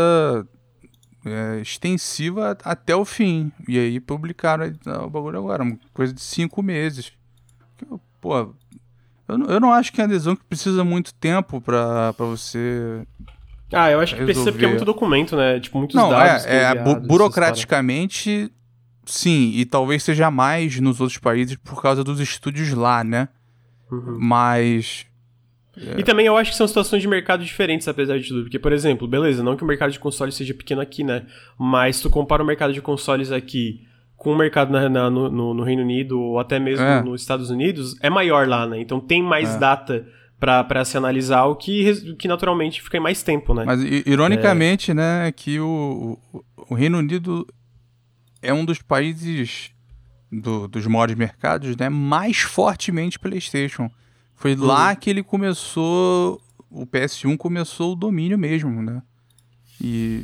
extensiva até o fim. E aí publicaram o bagulho agora, uma coisa de 5 meses. Pô... Eu não acho que é adesão que precisa muito tempo pra você...
eu acho que precisa porque é muito documento, né? Tipo, muitos dados.
Burocraticamente, sim. E talvez seja mais nos outros países por causa dos estúdios lá, né? Mas...
E também eu acho que são situações de mercado diferentes, apesar de tudo. Porque, por exemplo, beleza, não que o mercado de consoles seja pequeno aqui, né? Mas se tu compara o mercado de consoles aqui... com o mercado no Reino Unido ou até mesmo nos Estados Unidos, é maior lá, né? Então tem mais data pra se analisar, o que naturalmente fica em mais tempo, né?
Mas, ironicamente, né, que o Reino Unido é um dos países dos maiores mercados, né, mais fortemente PlayStation. Foi lá que ele começou, o PS1 começou o domínio mesmo, né? E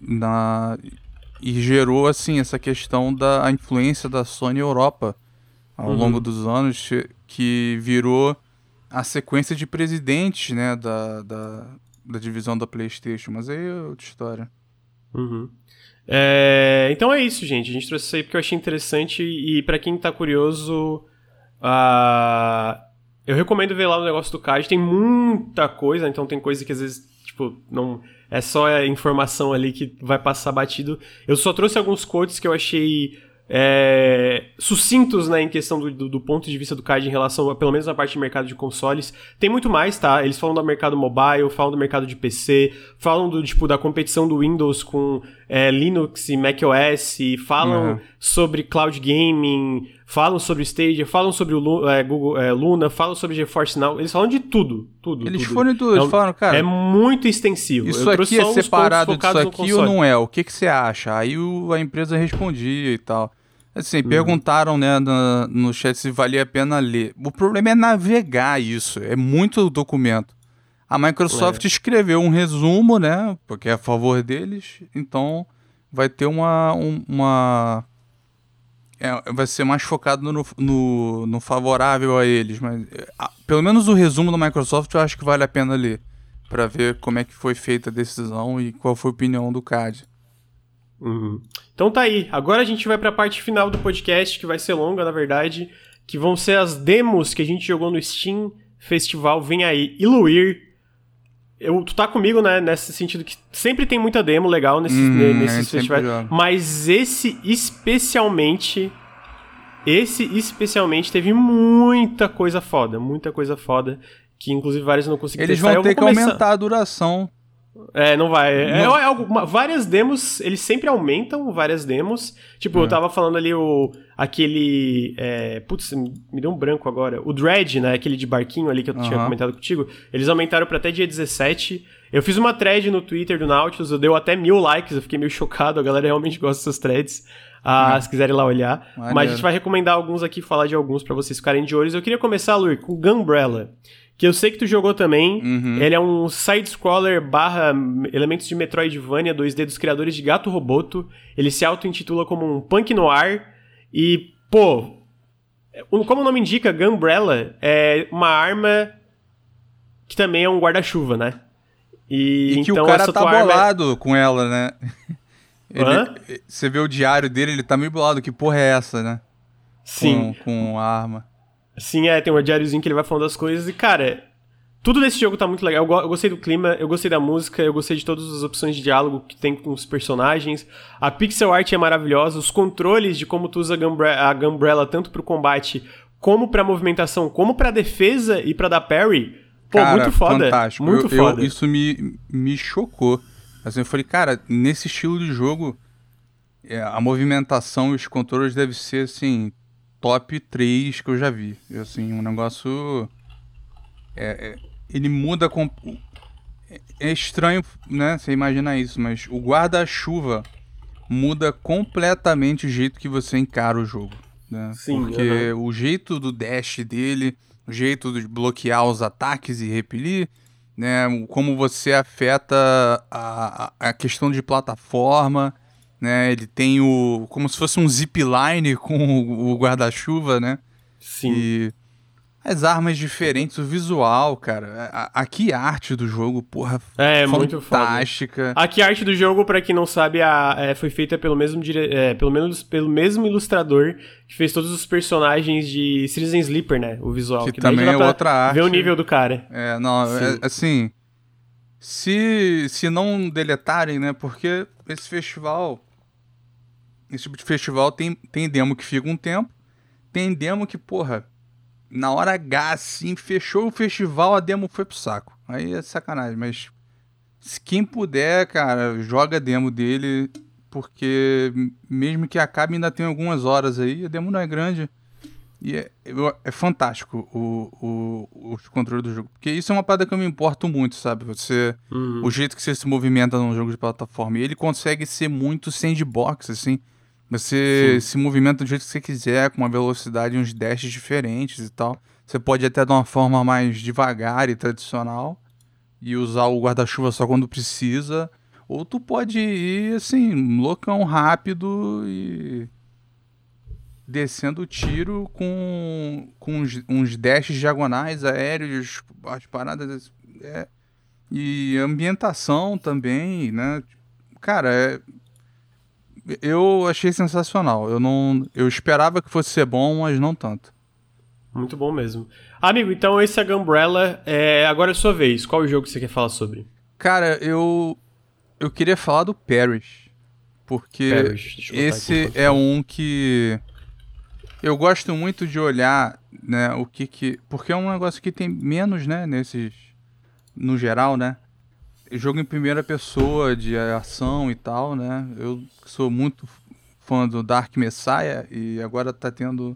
gerou, assim, essa questão da influência da Sony Europa ao longo dos anos, que virou a sequência de presidentes, né, da divisão da PlayStation. Mas aí é outra história.
Então é isso, gente. A gente trouxe isso aí porque eu achei interessante e pra quem tá curioso, eu recomendo ver lá o negócio do CAD. Tem muita coisa, então tem coisa que às vezes, tipo, não... É só a informação ali que vai passar batido. Eu só trouxe alguns quotes que eu achei sucintos, né, em questão do ponto de vista do CAD em relação, pelo menos na parte de mercado de consoles. Tem muito mais, tá? Eles falam do mercado mobile, falam do mercado de PC, falam da competição do Windows com Linux e macOS, falam sobre cloud gaming, falam sobre Stadia, falam sobre o Google Luna, falam sobre GeForce Now, eles falam de tudo.
Eles foram em tudo, eles falaram, cara...
É muito extensivo.
Isso aqui é separado disso aqui ou não é? O que você acha? Aí a empresa respondia e tal. Assim, perguntaram, né, no chat se valia a pena ler. O problema é navegar isso, é muito documento. A Microsoft escreveu um resumo, né, porque é a favor deles, então vai ter vai ser mais focado no favorável a eles, mas pelo menos o resumo da Microsoft eu acho que vale a pena ler, para ver como é que foi feita a decisão e qual foi a opinião do CAD.
Então tá aí, agora a gente vai pra parte final do podcast, que vai ser longa, na verdade, que vão ser as demos que a gente jogou no Steam Festival. Vem aí, Iluir. Tu tá comigo, né, nesse sentido que sempre tem muita demo legal nesses festivais, mas esse especialmente teve muita coisa foda, que inclusive vários não conseguiram
testar. Eles vão ter que aumentar a duração.
Não vai. Várias demos, eles sempre aumentam várias demos. Tipo, eu tava falando ali aquele... putz, me deu um branco agora. O Dread, né? Aquele de barquinho ali que eu tinha comentado contigo. Eles aumentaram pra até dia 17. Eu fiz uma thread no Twitter do Nautilus, eu deu até 1000 likes, eu fiquei meio chocado. A galera realmente gosta dessas threads. Se quiserem lá olhar. Mas a gente vai recomendar alguns aqui, falar de alguns pra vocês ficarem de olhos. Eu queria começar, Luir, com Gunbrella, que eu sei que tu jogou também. Ele é um side-scroller / elementos de Metroidvania 2D dos criadores de Gato Roboto. Ele se auto-intitula como um punk noir. E, pô, Como o nome indica, Gunbrella é uma arma que também é um guarda-chuva, né?
E que
então
o cara
essa
tá
tua arma
bolado com ela, né? Você vê o diário dele, ele tá meio bolado. Que porra é essa, né?
Sim.
Com a arma.
Sim, tem um diáriozinho que ele vai falando das coisas. E, cara, tudo desse jogo tá muito legal. Eu gostei do clima, eu gostei da música, eu gostei de todas as opções de diálogo que tem com os personagens. A pixel art é maravilhosa, os controles de como tu usa a Gunbrella tanto pro combate, como pra movimentação, como pra defesa e pra dar parry. Pô,
Cara,
muito foda.
Fantástico.
Muito foda.
Isso me chocou. Assim, eu falei, cara, nesse estilo de jogo, a movimentação e os controles devem ser, assim, top 3 que eu já vi. Assim, um negócio... ele muda... É estranho, né, você imaginar isso, mas o guarda-chuva muda completamente o jeito que você encara o jogo, né?
Sim,
porque o jeito do dash dele, o jeito de bloquear os ataques e repelir, né, como você afeta a questão de plataforma, né, ele tem como se fosse um zipline com o guarda-chuva, né,
Sim.
e as armas diferentes, o visual, cara, a que arte do jogo, porra,
muito foda.
fantástica.
A que arte do jogo, pra quem não sabe, foi feita pelo mesmo ilustrador que fez todos os personagens de Citizen Sleeper, né? O visual.
Que também é outra arte.
Ver o nível do cara.
Assim, se não deletarem, né? Porque esse tipo de festival tem demo que fica um tempo, tem demo que, porra, na hora H, assim, fechou o festival, a demo foi pro saco. Aí é sacanagem, mas se quem puder, cara, joga a demo dele, porque mesmo que acabe ainda tem algumas horas aí, a demo não é grande. E é fantástico os controles do jogo. Porque isso é uma parada que eu me importo muito, sabe? O jeito que você se movimenta num jogo de plataforma. E ele consegue ser muito sandbox, assim. Você se movimenta do jeito que você quiser, com uma velocidade e uns dashes diferentes e tal. Você pode até de uma forma mais devagar e tradicional e usar o guarda-chuva só quando precisa. Ou tu pode ir, assim, loucão rápido e descendo o tiro com uns dashes diagonais, aéreos, as paradas. E ambientação também, né? Cara, eu achei sensacional. Eu esperava que fosse ser bom, mas não tanto.
Muito bom mesmo. Amigo, então esse é a Gunbrella. Agora é a sua vez. Qual o jogo que você quer falar sobre?
Cara, eu queria falar do Perish. Porque esse é um que eu gosto muito de olhar, né, porque é um negócio que tem menos, né, no geral, né? Jogo em primeira pessoa, de ação e tal, né? Eu sou muito fã do Dark Messiah e agora tá tendo...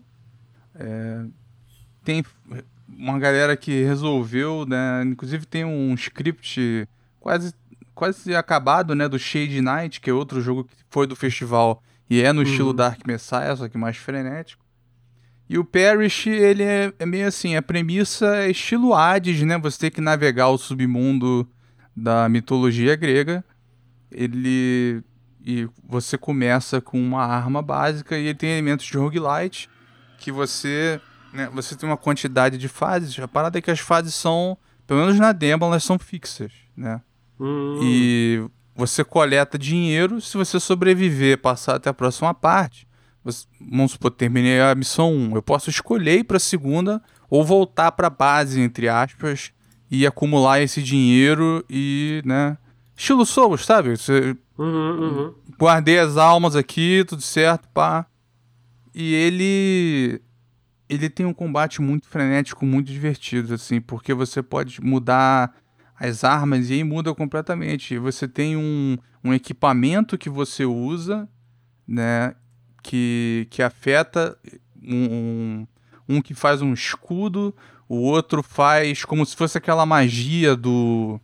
Tem uma galera que resolveu, né? Inclusive tem um script quase acabado, né? Do Shade Knight, que é outro jogo que foi do festival e é no estilo Dark Messiah, só que mais frenético. E o Perish, ele é meio assim, a premissa é estilo Hades, né? Você tem que navegar o submundo da mitologia grega. E você começa com uma arma básica e ele tem elementos de roguelite que você tem uma quantidade de fases. A parada é que as fases são, pelo menos na demo, elas são fixas, né? E você coleta dinheiro. Se você sobreviver, passar até a próxima parte, vamos supor, terminei a missão 1, eu posso escolher ir pra segunda ou voltar pra base, entre aspas, e acumular esse dinheiro e, né, estilo Souls, sabe? Você guardei as almas aqui, tudo certo, pá. E ele tem um combate muito frenético, muito divertido, assim, porque você pode mudar as armas e aí muda completamente. Você tem um equipamento que você usa, né, que afeta um que faz um escudo, o outro faz como se fosse aquela magia do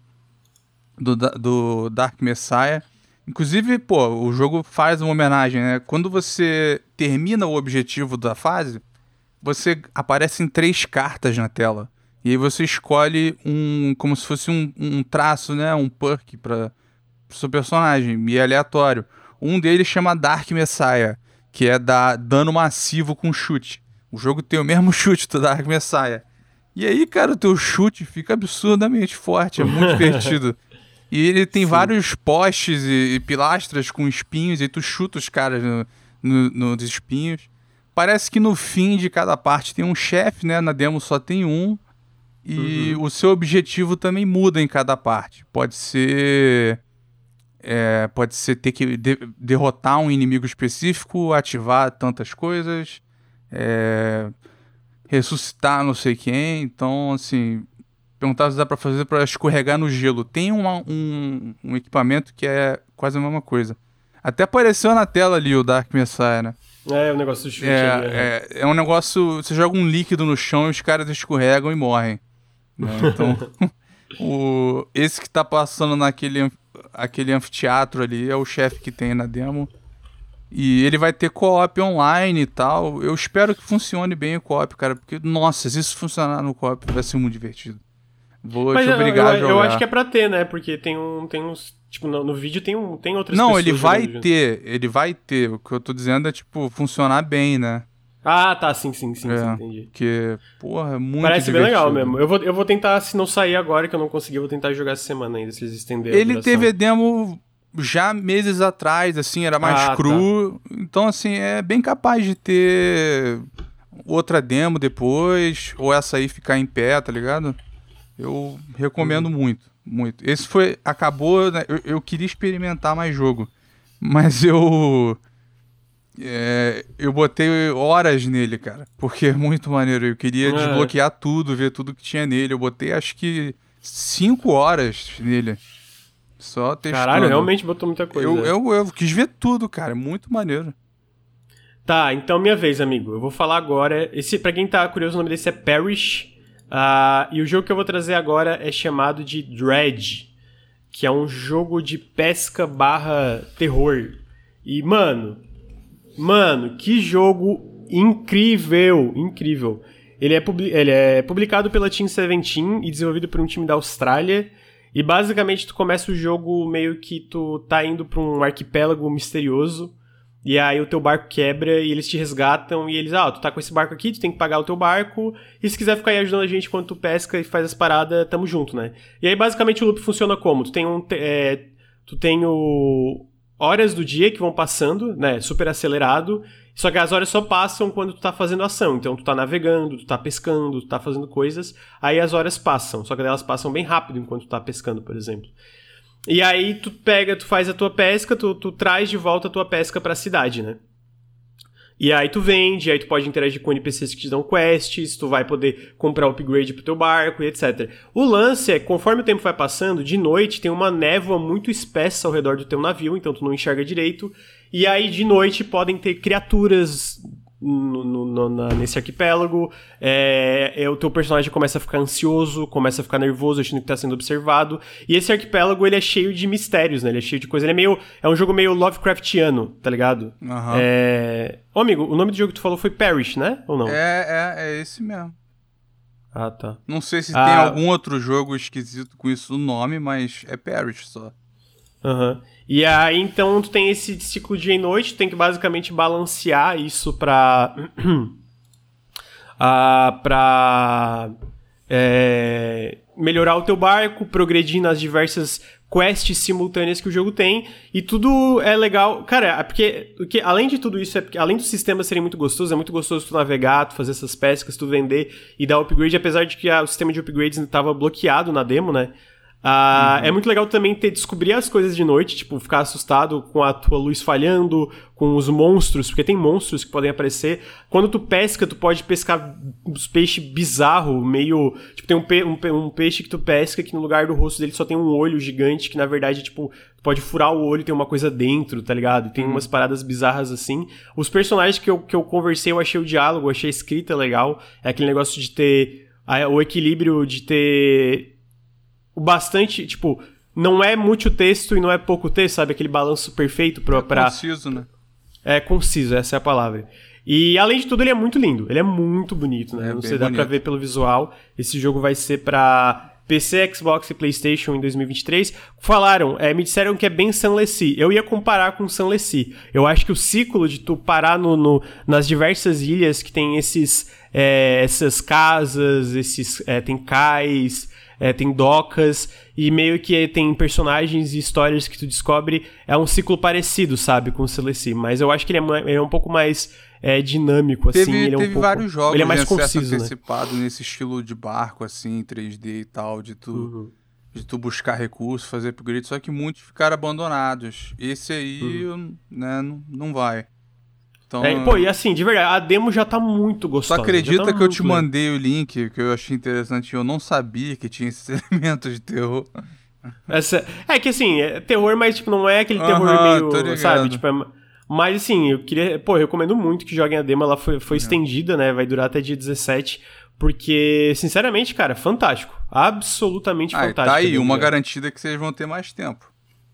Dark Messiah. Inclusive, pô, o jogo faz uma homenagem, né? Quando você termina o objetivo da fase, aparecem 3 cartas na tela. E aí você escolhe como se fosse um traço, né? Um perk para o seu personagem, e é aleatório. Um deles chama Dark Messiah, que é dar dano massivo com chute. O jogo tem o mesmo chute do Dark Messiah. E aí, cara, o teu chute fica absurdamente forte, é muito divertido. E ele tem vários postes e pilastras com espinhos, e tu chuta os caras nos espinhos. Parece que no fim de cada parte tem um chefe, né? Na demo só tem um. E o seu objetivo também muda em cada parte. Pode ser ter que derrotar um inimigo específico, ativar tantas coisas, ressuscitar não sei quem. Então, assim, perguntar se dá pra fazer pra escorregar no gelo. Tem um equipamento que é quase a mesma coisa. Até apareceu na tela ali o Dark Messiah, né?
É, o negócio do chute ali.
É um negócio... Você joga um líquido no chão e os caras escorregam e morrem. Né? Então, esse que tá passando aquele anfiteatro ali é o chefe que tem na demo. E ele vai ter co-op online e tal. Eu espero que funcione bem o co-op, cara. Porque, nossa, se isso funcionar no co-op vai ser muito divertido. Vou te obrigar a jogar.
Eu acho que é pra ter, né? Porque tem uns... Tipo, no vídeo tem outras pessoas.
Não, ele vai ter. O que eu tô dizendo é, tipo, funcionar bem, né?
Ah, tá, sim, entendi.
Porque, porra, é muito
Parece
divertido.
bem legal mesmo. Eu vou tentar, se não sair agora, que eu não consegui, eu vou tentar jogar essa semana ainda, se eles estenderem a
Ele
duração.
teve demo já meses atrás, assim, era mais cru. Tá. Então, assim, é bem capaz de ter outra demo depois, ou essa aí ficar em pé, tá ligado? Eu recomendo muito. Esse acabou, né? Eu queria experimentar mais jogo, mas eu botei horas nele, cara, porque é muito maneiro. Eu queria desbloquear tudo, ver tudo que tinha nele. Eu botei acho que 5 horas nele, só testando.
Caralho, realmente botou muita coisa.
Eu quis ver tudo, cara, muito maneiro.
Tá, então minha vez, amigo. Eu vou falar agora. Pra quem tá curioso, o nome desse é Perish. E o jogo que eu vou trazer agora é chamado de Dredge, que é um jogo de pesca / terror. E, mano, que jogo incrível. Ele é publicado pela Team 17 e desenvolvido por um time da Austrália. E basicamente tu começa o jogo meio que tu tá indo pra um arquipélago misterioso. E aí o teu barco quebra e eles te resgatam e eles, tu tá com esse barco aqui, tu tem que pagar o teu barco, e se quiser ficar aí ajudando a gente enquanto tu pesca e faz as paradas, tamo junto, né? E aí basicamente o loop funciona como? Tu tem horas do dia que vão passando, né, super acelerado, só que as horas só passam quando tu tá fazendo ação, então tu tá navegando, tu tá pescando, tu tá fazendo coisas, aí as horas passam, só que elas passam bem rápido enquanto tu tá pescando, por exemplo. E aí tu faz a tua pesca, tu traz de volta a tua pesca pra cidade, né? E aí tu vende, aí tu pode interagir com NPCs que te dão quests, tu vai poder comprar upgrade pro teu barco e etc. O lance é que conforme o tempo vai passando, de noite tem uma névoa muito espessa ao redor do teu navio, então tu não enxerga direito. E aí de noite podem ter criaturas nesse arquipélago, o teu personagem começa a ficar ansioso, começa a ficar nervoso, achando que tá sendo observado, e esse arquipélago ele é cheio de mistérios, né? Ele é cheio de coisa, é um jogo meio Lovecraftiano, tá ligado? Amigo, o nome do jogo que tu falou foi Perish, né? Ou não?
É esse mesmo.
Ah, tá.
Não sei se tem algum outro jogo esquisito com isso no nome, mas é Perish só.
E aí, então, tu tem esse ciclo dia e noite, tu tem que basicamente balancear isso pra melhorar o teu barco, progredir nas diversas quests simultâneas que o jogo tem, e tudo é legal. Cara, porque além de tudo isso, além dos sistemas serem muito gostosos, é muito gostoso tu navegar, tu fazer essas pescas, tu vender e dar upgrade, apesar de que o sistema de upgrades estava bloqueado na demo, né? É muito legal também descobrir as coisas de noite, tipo, ficar assustado com a tua luz falhando, com os monstros, porque tem monstros que podem aparecer. Quando tu pesca, tu pode pescar uns peixes bizarros, meio... Tipo, tem um peixe que tu pesca que no lugar do rosto dele só tem um olho gigante, que na verdade, tipo, tu pode furar o olho e tem uma coisa dentro, tá ligado? E tem umas paradas bizarras assim. Os personagens que eu conversei, eu achei o diálogo, eu achei a escrita legal. É aquele negócio de ter... o equilíbrio de ter... bastante, tipo, não é muito texto e não é pouco texto, sabe? Aquele balanço perfeito pra...
conciso, né?
É conciso, essa é a palavra. E, além de tudo, ele é muito lindo. Ele é muito bonito, né? Não sei, dá pra ver pelo visual. Esse jogo vai ser pra PC, Xbox e PlayStation em 2023, falaram, me disseram que é bem Sunless. Eu ia comparar com Sunless. Eu acho que o ciclo de tu parar nas diversas ilhas que tem essas casas, tem cais, tem docas, e meio que tem personagens e histórias que tu descobre, é um ciclo parecido, sabe, com o Sunless. Mas eu acho que ele é um pouco mais dinâmico, assim. Ele
teve vários jogos
ele é mais
de acesso
conciso,
antecipado, né? Nesse estilo de barco, assim, 3D e tal, de tu buscar recursos, fazer upgrade, só que muitos ficaram abandonados. Esse aí, né, não vai. Então,
e assim, de verdade, a demo já tá muito gostosa.
Tu acredita
tá
que eu te mandei o link, que eu achei interessante, eu não sabia que tinha esses elementos de terror.
Que assim, terror, mas tipo, não é aquele terror meio, sabe, tipo, mas assim, eu recomendo muito que joguem a demo, ela foi estendida, né, vai durar até dia 17, porque, sinceramente, cara, fantástico, absolutamente fantástico.
Tá aí, uma garantida que vocês vão ter mais tempo.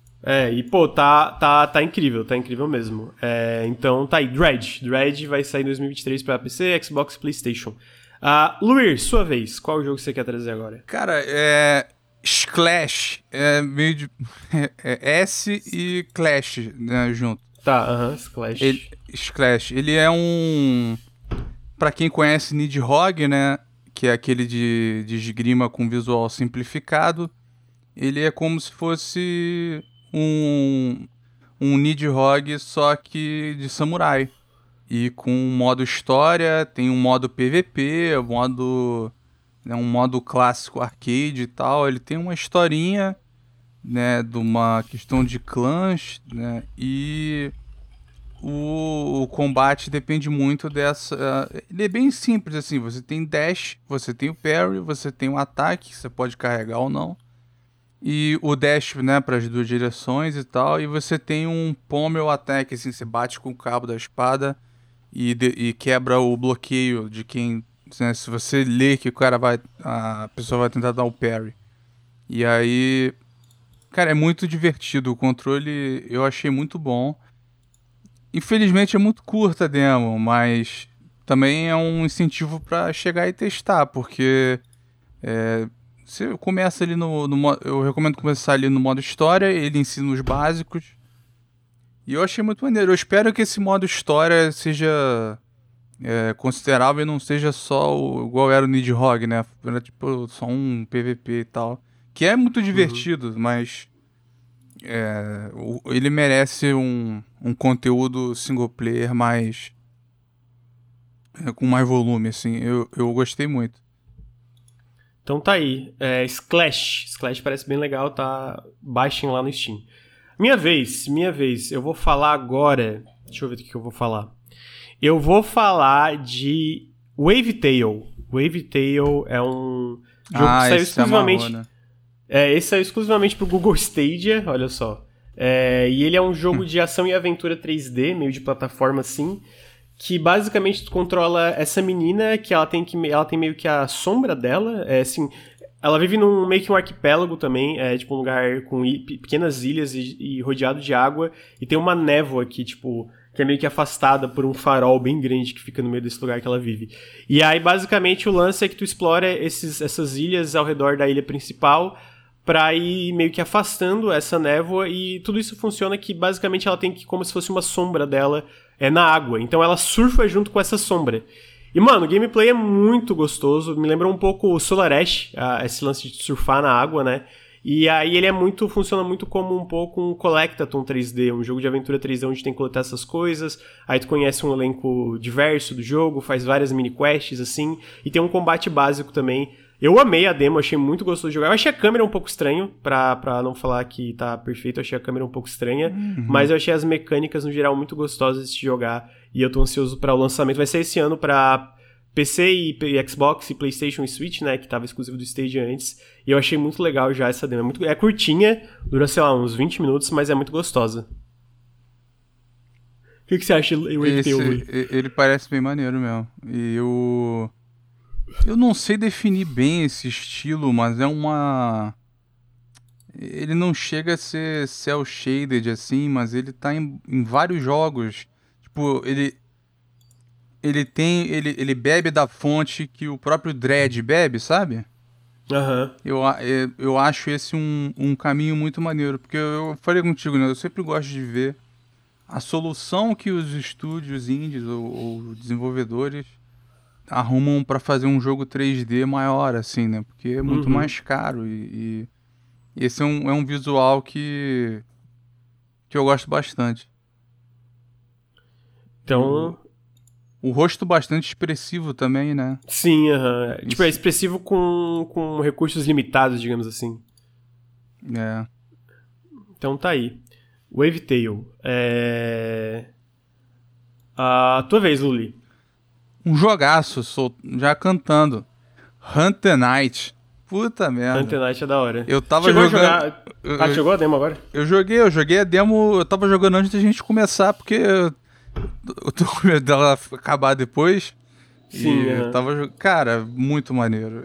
Tá incrível mesmo. Então tá aí, Dread vai sair em 2023 pra PC, Xbox e PlayStation. Luir, sua vez, qual jogo você quer trazer agora?
Cara, Clash, meio de... S e Clash, né, junto.
Tá,
Clash, ele é pra quem conhece Nidhogg, né, que é aquele de esgrima com visual simplificado, ele é como se fosse um Nidhogg, só que de samurai. E com um modo história, tem um modo PVP, um modo clássico arcade e tal. Ele tem uma historinha, né, de uma questão de clãs, né, e o combate depende muito dessa... ele é bem simples, assim, você tem dash, você tem o parry, você tem o ataque, que você pode carregar ou não. E o dash, né, para as duas direções e tal. E você tem um pommel attack, assim, você bate com o cabo da espada e quebra o bloqueio de quem... Né, se você lê que a pessoa vai tentar dar o parry. E aí... Cara, é muito divertido. O controle eu achei muito bom. Infelizmente é muito curta a demo, mas também é um incentivo para chegar e testar, porque... Você começa ali eu recomendo começar ali no modo história, ele ensina os básicos. E eu achei muito maneiro. Eu espero que esse modo história seja considerável e não seja só igual era o Nidhogg, né? Era tipo só um PVP e tal. Que é muito divertido, mas ele merece um conteúdo single player mais... com mais volume, assim. Eu gostei muito.
Então tá aí, Sklash parece bem legal, tá? Baixem lá no Steam. Minha vez, eu vou falar agora, deixa eu ver o que eu vou falar. Eu vou falar de Wavetale. Wavetale é um jogo que saiu exclusivamente... esse saiu exclusivamente pro Google Stadia, olha só. E ele é um jogo de ação e aventura 3D, meio de plataforma assim, que basicamente tu controla essa menina, que ela tem meio que a sombra dela, assim, ela vive meio que um arquipélago também, tipo um lugar com pequenas ilhas e rodeado de água, e tem uma névoa aqui, tipo, que é meio que afastada por um farol bem grande que fica no meio desse lugar que ela vive. E aí, basicamente, o lance é que tu explora essas ilhas ao redor da ilha principal, pra ir meio que afastando essa névoa, e tudo isso funciona que, basicamente, ela tem que, como se fosse uma sombra dela, na água. Então ela surfa junto com essa sombra. E, mano, o gameplay é muito gostoso. Me lembra um pouco o Solar Ash, esse lance de surfar na água, né? E aí ele funciona muito como um pouco um Collectathon 3D, um jogo de aventura 3D onde tem que coletar essas coisas. Aí tu conhece um elenco diverso do jogo, faz várias mini-quests, assim. E tem um combate básico também. Eu amei a demo, achei muito gostoso de jogar. Eu achei a câmera um pouco estranha, pra não falar que tá perfeito, eu achei a câmera um pouco estranha, mas eu achei as mecânicas no geral muito gostosas de jogar, e eu tô ansioso para o lançamento. Vai ser esse ano pra PC e Xbox e PlayStation e Switch, né, que tava exclusivo do Stadia antes, e eu achei muito legal já essa demo. É curtinha, dura, sei lá, uns 20 minutos, mas é muito gostosa. O que você acha,
ele parece bem maneiro mesmo, e eu não sei definir bem esse estilo, mas ele não chega a ser cel-shaded assim, mas ele tá em vários jogos. Tipo, ele bebe da fonte que o próprio Dread bebe, sabe?
Aham.
Eu acho esse um caminho muito maneiro, porque eu falei contigo, né? Eu sempre gosto de ver a solução que os estúdios indies ou desenvolvedores arrumam pra fazer um jogo 3D maior, assim, né? Porque é muito
Uhum.
mais caro e esse é um visual que eu gosto bastante. E
Então,
o rosto bastante expressivo também, né?
sim, aham. Tipo, é
Isso,
expressivo com recursos limitados, digamos assim.
é.
Então tá aí. Wavetail. A tua vez, Luli.
Um jogaço, já cantando. Hunter Knight. Puta merda.
Hunter Knight é da hora.
Eu tava
Chegou a
jogando.
jogar... Ah, chegou a demo agora?
Eu joguei a demo, eu tava jogando antes da gente começar, porque eu tô com medo dela acabar depois. E
Sim,
eu
aham.
tava jogando. Cara, muito maneiro.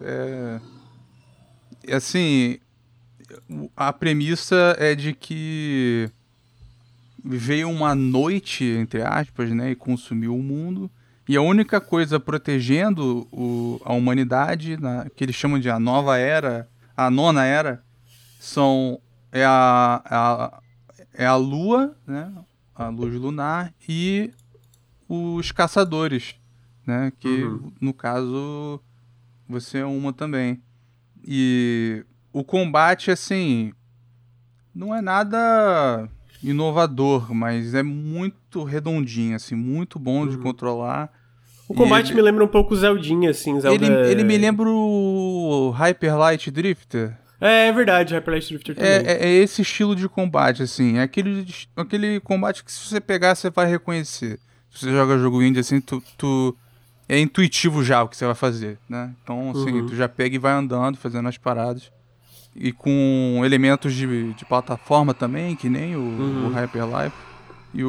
Assim, a premissa é de que veio uma noite, entre aspas, né, e consumiu o mundo. E a única coisa protegendo a humanidade, que eles chamam de a nova era, a nona era, são é é a lua, né, a luz lunar e os caçadores, né, que
Uhum.
no caso você é uma também. E o combate, assim, não é nada inovador, mas é muito redondinho, assim, muito bom de
Uhum.
controlar.
O
E
combate me lembra um pouco Zeldinha, assim, Zelda...
ele me lembra o Hyper Light Drifter.
É verdade, Hyper Light Drifter também.
É esse estilo de combate, assim. É aquele combate que se você pegar, você vai reconhecer. Se você joga jogo indie, assim, é intuitivo já o que você vai fazer, né? Então, assim, tu
Uhum.
já pega e vai andando, fazendo as paradas. E com elementos de plataforma também, que nem o
Uhum.
Hyper Life. E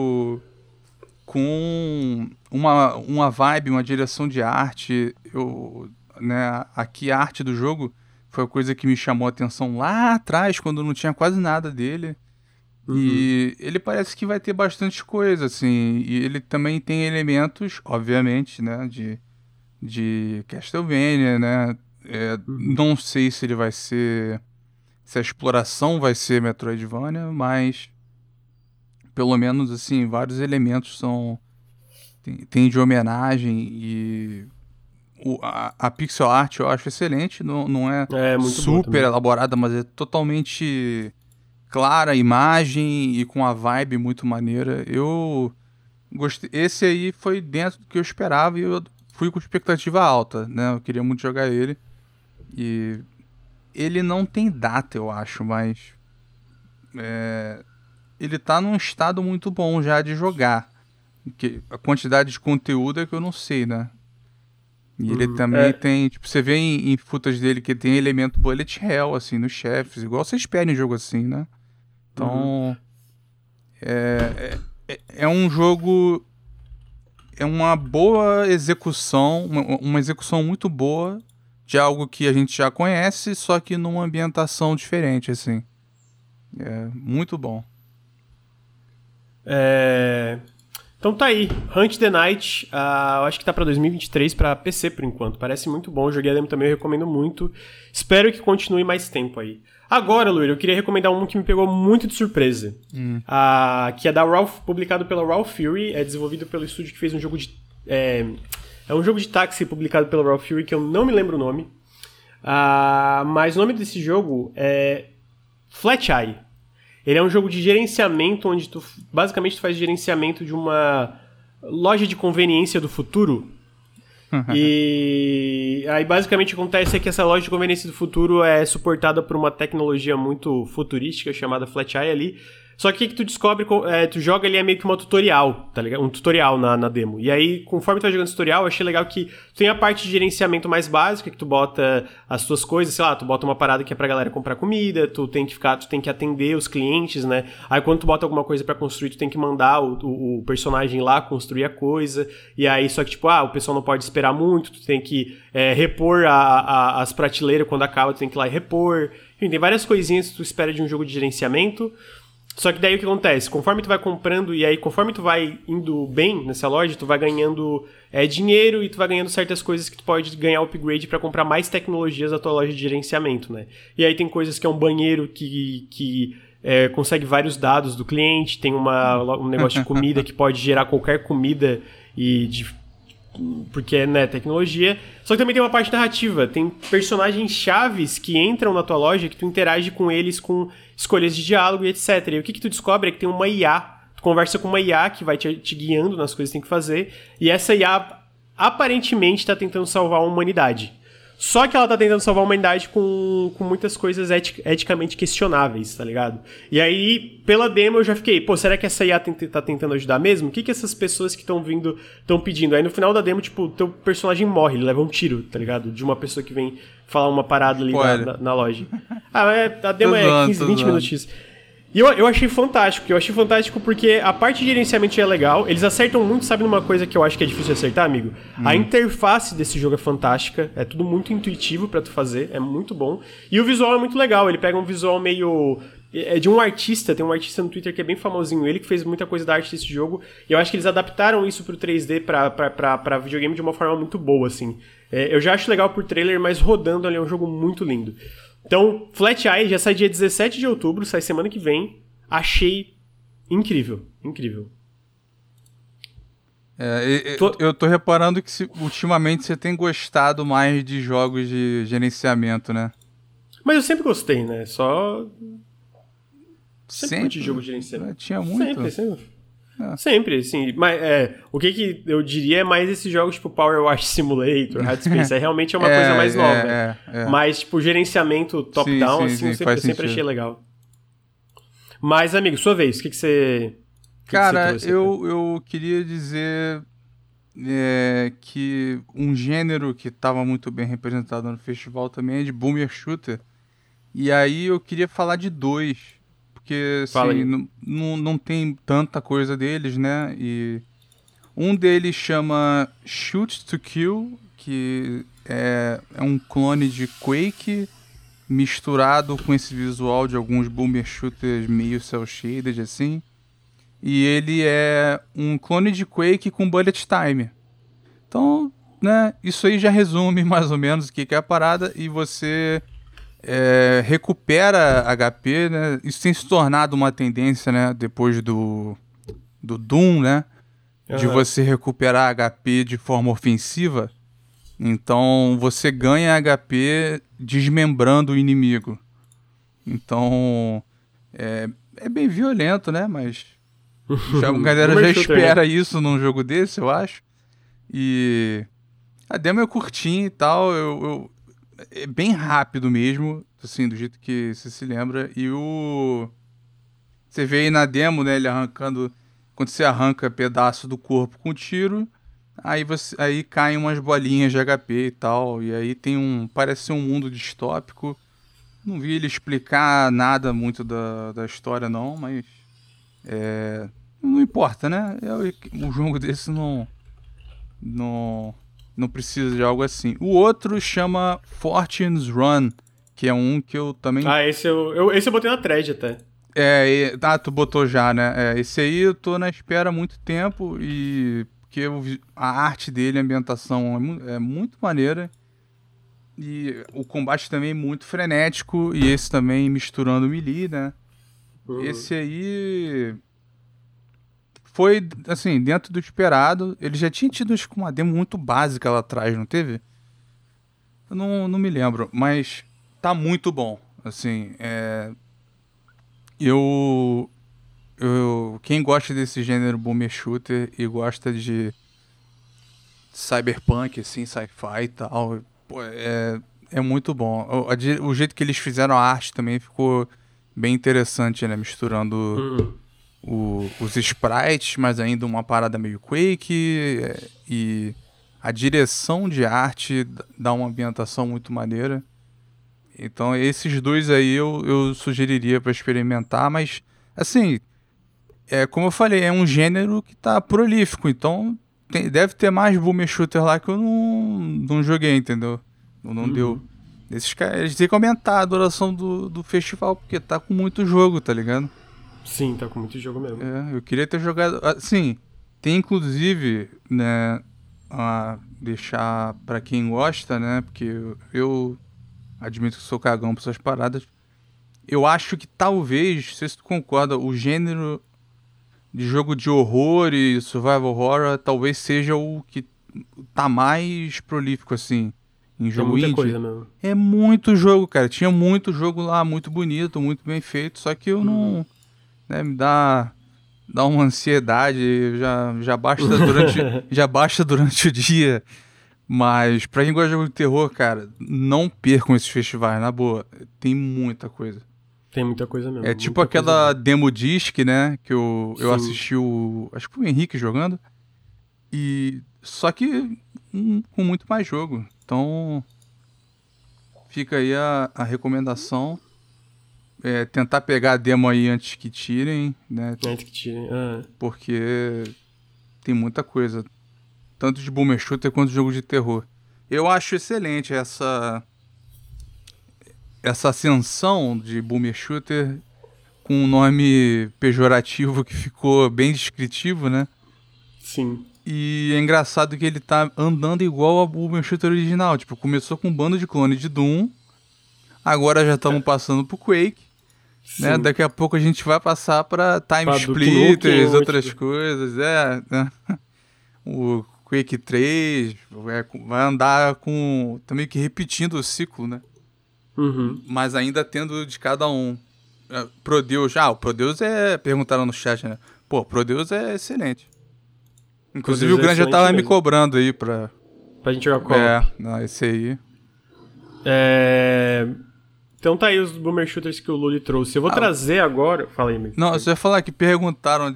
com uma vibe, uma direção de arte. Né, aqui a arte do jogo foi a coisa que me chamou a atenção lá atrás, quando não tinha quase nada dele.
Uhum.
E ele parece que vai ter bastante coisa, assim. E ele também tem elementos, obviamente, né, de Castlevania, né?
Uhum.
Não sei se ele vai ser. Se a exploração vai ser Metroidvania, mas pelo menos assim, vários elementos tem de homenagem e a pixel art eu acho excelente, não é
É, muito boa
super
também.
elaborada, mas é totalmente clara a imagem e com a vibe muito maneira. Eu gostei, esse aí foi dentro do que eu esperava e eu fui com expectativa alta, né? Eu queria muito jogar ele e ele não tem data, eu acho, mas ele tá num estado muito bom já de jogar. Que a quantidade de conteúdo é que eu não sei, né? E ele
Uhum.
também tem, tipo, você vê em footage dele que tem elemento bullet hell, assim, nos chefes, igual você espera em jogo assim, né?
Uhum.
Então, é um jogo, é uma boa execução, uma execução muito boa de algo que a gente já conhece, só que numa ambientação diferente, assim. É muito bom.
É... Então tá aí, Hunt the Night, eu acho que tá pra 2023 pra PC por enquanto, parece muito bom, joguei a demo também, eu recomendo muito, espero que continue mais tempo aí. Agora, Luir, eu queria recomendar um que me pegou muito de surpresa, que é da Ralph, publicado pela Ralph Fury, é desenvolvido pelo estúdio que fez um jogo de... É um jogo de táxi publicado pela Ralph Fury, que eu não me lembro o nome, mas o nome desse jogo é Flat Eye. Ele é um jogo de gerenciamento onde tu basicamente tu faz gerenciamento de uma loja de conveniência do futuro. E aí basicamente acontece é que essa loja de conveniência do futuro é suportada por uma tecnologia muito futurística chamada Flat Eye ali. Só que o que tu descobre, tu joga ali é meio que uma tutorial, tá ligado? Um tutorial na demo. E aí, conforme tu vai jogando tutorial, eu achei legal que tu tem a parte de gerenciamento mais básica, que tu bota as tuas coisas, sei lá, tu bota uma parada que é pra galera comprar comida, tu tem que atender os clientes, né? Aí quando tu bota alguma coisa pra construir, tu tem que mandar o personagem lá construir a coisa. E aí, só que tipo, o pessoal não pode esperar muito, tu tem que repor as prateleiras quando acaba, tu tem que ir lá e repor. Enfim, tem várias coisinhas que tu espera de um jogo de gerenciamento. Só que daí o que acontece? Conforme tu vai comprando, e aí conforme tu vai indo bem nessa loja, tu vai ganhando dinheiro e tu vai ganhando certas coisas que tu pode ganhar upgrade pra comprar mais tecnologias da tua loja de gerenciamento, né? E aí tem coisas que é um banheiro que consegue vários dados do cliente, tem um negócio de comida que pode gerar qualquer comida porque é tecnologia. Só que também tem uma parte narrativa. Tem personagens chaves que entram na tua loja que tu interage com eles com escolhas de diálogo e etc. E o que tu descobre é que tem uma IA. Tu conversa com uma IA que vai te guiando nas coisas que tem que fazer. E essa IA aparentemente tá tentando salvar a humanidade. Só que ela tá tentando salvar a humanidade com muitas coisas eticamente questionáveis, tá ligado? E aí, pela demo, eu já fiquei, será que essa IA tá tentando ajudar mesmo? O que essas pessoas que estão vindo estão pedindo? Aí no final da demo, tipo, teu personagem morre, ele leva um tiro, tá ligado? De uma pessoa que vem falar uma parada ali na loja. A demo é 15, 20 minutos. E eu achei fantástico porque a parte de gerenciamento é legal, eles acertam muito, sabe numa coisa que eu acho que é difícil de acertar, amigo? A interface desse jogo é fantástica, é tudo muito intuitivo pra tu fazer, é muito bom. E o visual é muito legal, ele pega um visual meio... É de um artista, tem um artista no Twitter que é bem famosinho, ele que fez muita coisa da arte desse jogo, e eu acho que eles adaptaram isso pro 3D pra videogame de uma forma muito boa, assim. Eu já acho legal por trailer, mas rodando ali é um jogo muito lindo. Então, Flat Eye já sai dia 17 de outubro, sai semana que vem. Achei incrível.
Eu tô reparando que ultimamente você tem gostado mais de jogos de gerenciamento, né?
Mas eu sempre gostei, né? Sempre de jogo de gerenciamento.
Tinha muito.
Sempre, assim. Mas o que eu diria é mais esses jogos tipo Power Wash Simulator, Hard Space. Realmente é uma coisa mais nova. Mas, tipo, gerenciamento top-down, assim, eu sempre achei legal. Mas, amigo, sua vez, o que você...
Cara, eu queria dizer que um gênero que estava muito bem representado no festival também é de Boomer Shooter. E aí eu queria falar de dois. Porque, assim, não tem tanta coisa deles, né? E um deles chama Shoot to Kill, que é um clone de Quake misturado com esse visual de alguns boomer shooters meio cel-shaded, assim. E ele é um clone de Quake com bullet time. Então, né, isso aí já resume mais ou menos o que é a parada. E você... recupera HP, né? Isso tem se tornado uma tendência, né? Depois do Doom, né? De você recuperar HP de forma ofensiva. Então, você ganha HP desmembrando o inimigo. Então, é bem violento, né? Mas a galera já espera isso num jogo desse, eu acho. E a demo é curtinha e tal, é bem rápido mesmo, assim, do jeito que você se lembra. E você vê aí na demo, né, ele arrancando... Quando você arranca pedaço do corpo com tiro, aí caem umas bolinhas de HP e tal. E aí parece ser um mundo distópico. Não vi ele explicar nada muito da história, não, mas... não importa, né? Um jogo desse não precisa de algo assim. O outro chama Fortune's Run, que é um que eu também...
esse eu botei na thread até.
Tu botou já, né? Esse aí eu tô na espera há muito tempo, e porque a arte dele, a ambientação é muito maneira, e o combate também é muito frenético, e esse também misturando melee, né? Esse aí... foi, assim, dentro do esperado. Ele já tinha tido, acho que, uma demo muito básica lá atrás, não teve? Eu não me lembro, mas tá muito bom. Assim, quem gosta desse gênero boomer shooter e gosta de cyberpunk, assim, sci-fi e tal, é muito bom. O jeito que eles fizeram a arte também ficou bem interessante, né? Misturando... os sprites, mas ainda uma parada meio Quake, e a direção de arte dá uma ambientação muito maneira. Então esses dois aí eu sugeriria para experimentar, mas assim, como eu falei, é um gênero que tá prolífico, então deve ter mais boomer shooter lá que eu não joguei, entendeu? Não deu. Esses caras, eles têm que aumentar a duração do festival, porque tá com muito jogo, tá ligado?
Sim, tá com muito jogo mesmo.
Eu queria ter jogado... Assim, tem inclusive, né, a deixar pra quem gosta, né, porque eu admito que sou cagão pra essas paradas. Eu acho que talvez, não sei se tu concorda, o gênero de jogo de horror e survival horror talvez seja o que tá mais prolífico, assim, em
Tem
jogo
muita
indie.
coisa mesmo.
É muito jogo, cara. Tinha muito jogo lá, muito bonito, muito bem feito, só que eu não... Né, me dá uma ansiedade, já basta durante o dia. Mas pra quem gosta de jogo de terror, cara, não percam esses festivais, na boa. Tem muita coisa.
Tem muita coisa mesmo.
É tipo aquela demo disc, né? Que eu
Sim.
assisti acho que foi o Henrique jogando. E só que com muito mais jogo. Então fica aí a recomendação. Tentar pegar a demo aí antes que tirem, né?
Antes que tirem.
Porque tem muita coisa. Tanto de boomer shooter quanto de jogo de terror. Eu acho excelente essa ascensão de boomer shooter com um nome pejorativo que ficou bem descritivo, né?
Sim.
E é engraçado que ele tá andando igual ao boomer shooter original. Tipo, começou com um bando de clone de Doom. Agora já estamos passando pro Quake. Né? Daqui a pouco a gente vai passar pra Time Splitters, outras coisas. Né? O Quake 3 vai andar com... Tá meio que repetindo o ciclo, né?
Uhum.
Mas ainda tendo de cada um. Prodeus. O Prodeus perguntaram no chat, né? Pô, Prodeus é excelente. Inclusive o Gran já tava me cobrando aí pra gente jogar qual. Esse aí.
Então tá aí os boomer shooters que o Luli trouxe. Eu vou trazer agora... Fala aí, amigo.
Não, você ia falar que perguntaram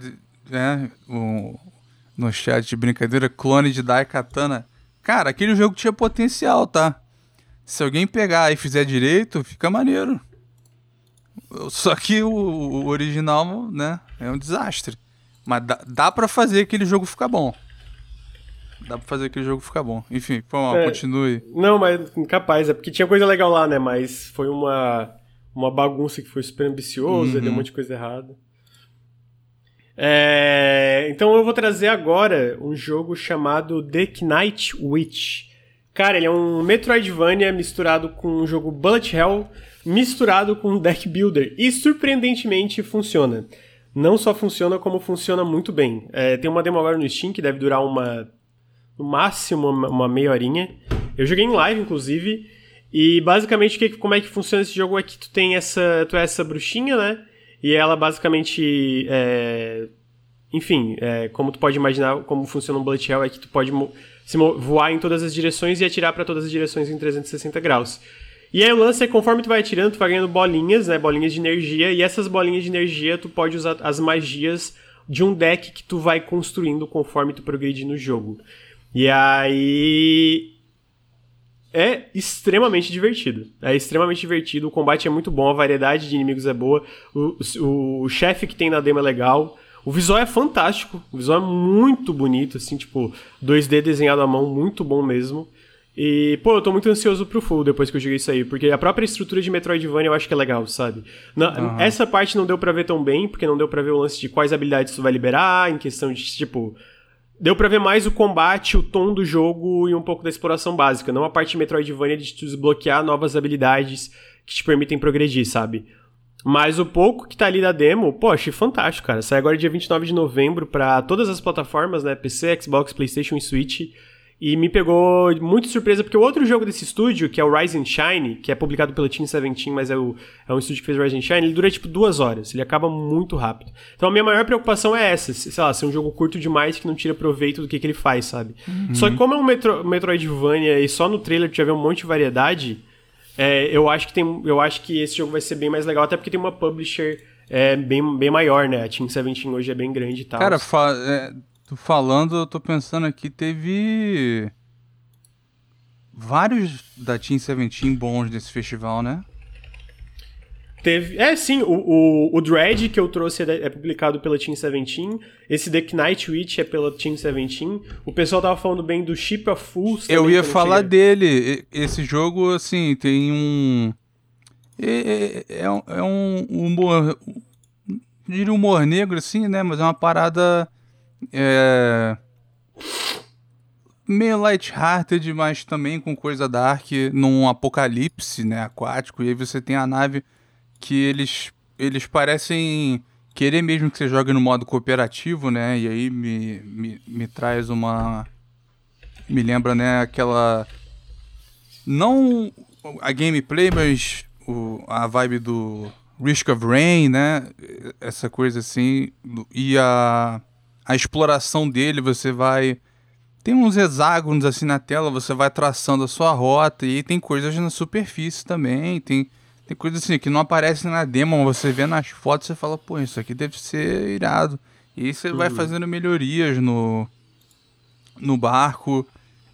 no chat de brincadeira, clone de Daikatana. Cara, aquele jogo tinha potencial, tá? Se alguém pegar e fizer direito, fica maneiro. Só que o original, né, é um desastre. Mas dá pra fazer aquele jogo ficar bom. Enfim, continue.
Não, mas capaz, é porque tinha coisa legal lá, né? Mas foi uma bagunça que foi super ambiciosa, deu um monte de coisa errada. Então eu vou trazer agora um jogo chamado The Knight Witch. Cara, ele é um Metroidvania misturado com um jogo Bullet Hell, misturado com um deck builder. E surpreendentemente funciona. Não só funciona, como funciona muito bem. Tem uma demo agora no Steam que deve durar no máximo uma meia horinha. Eu joguei em live, inclusive. E basicamente como é que funciona esse jogo é que tu é essa bruxinha, né? E ela basicamente... Enfim, como tu pode imaginar como funciona um Bullet Hell é que tu pode voar em todas as direções e atirar para todas as direções em 360 graus. E aí o lance é que conforme tu vai atirando, tu vai ganhando bolinhas, né? Bolinhas de energia. E essas bolinhas de energia tu pode usar as magias de um deck que tu vai construindo conforme tu progredir no jogo. E aí... é extremamente divertido. O combate é muito bom, a variedade de inimigos é boa. O chefe que tem na demo é legal. O visual é fantástico. O visual é muito bonito, assim, tipo, 2D desenhado à mão, muito bom mesmo. E, pô, eu tô muito ansioso pro full depois que eu joguei isso aí, porque a própria estrutura de Metroidvania eu acho que é legal, sabe? Essa parte não deu pra ver tão bem, porque não deu pra ver o lance de quais habilidades tu vai liberar, em questão de, tipo... Deu pra ver mais o combate, o tom do jogo e um pouco da exploração básica, não a parte de Metroidvania de tu desbloquear novas habilidades que te permitem progredir, sabe? Mas o pouco que tá ali da demo, pô, achei fantástico, cara. Sai agora dia 29 de novembro pra todas as plataformas, né? PC, Xbox, PlayStation e Switch. E me pegou muito surpresa, porque o outro jogo desse estúdio, que é o Rise and Shine, que é publicado pela Team 17, mas é um estúdio que fez Rise and Shine, ele dura tipo 2 horas, ele acaba muito rápido. Então a minha maior preocupação é essa, sei lá, ser um jogo curto demais que não tira proveito do que ele faz, sabe? Só que como é um Metroidvania e só no trailer tu já vê um monte de variedade, eu acho que esse jogo vai ser bem mais legal, até porque tem uma publisher bem maior, né? A Team 17 hoje é bem grande e tal.
Cara, tô falando, eu tô pensando aqui, teve vários da Team 17 bons nesse festival, né?
Teve, sim, o Dread que eu trouxe é publicado pela Team 17, esse The Knight Witch é pela Team 17, o pessoal tava falando bem do Ship of Fools também.
Eu ia falar dele, esse jogo, assim, tem um... É um humor... diria humor negro, assim, né? Mas é uma parada meio light-hearted, mas também com coisa dark, num apocalipse, né, aquático. E aí você tem a nave que eles parecem querer mesmo que você jogue no modo cooperativo, né? E aí me traz uma... Me lembra, né, aquela... Não a gameplay, mas a vibe do Risk of Rain, né? Essa coisa assim. E a exploração dele, você vai... Tem uns hexágonos assim na tela, você vai traçando a sua rota. E aí tem coisas na superfície também. Tem coisas assim que não aparecem na demo, mas você vê nas fotos e fala, pô, isso aqui deve ser irado. E aí você vai fazendo melhorias no barco.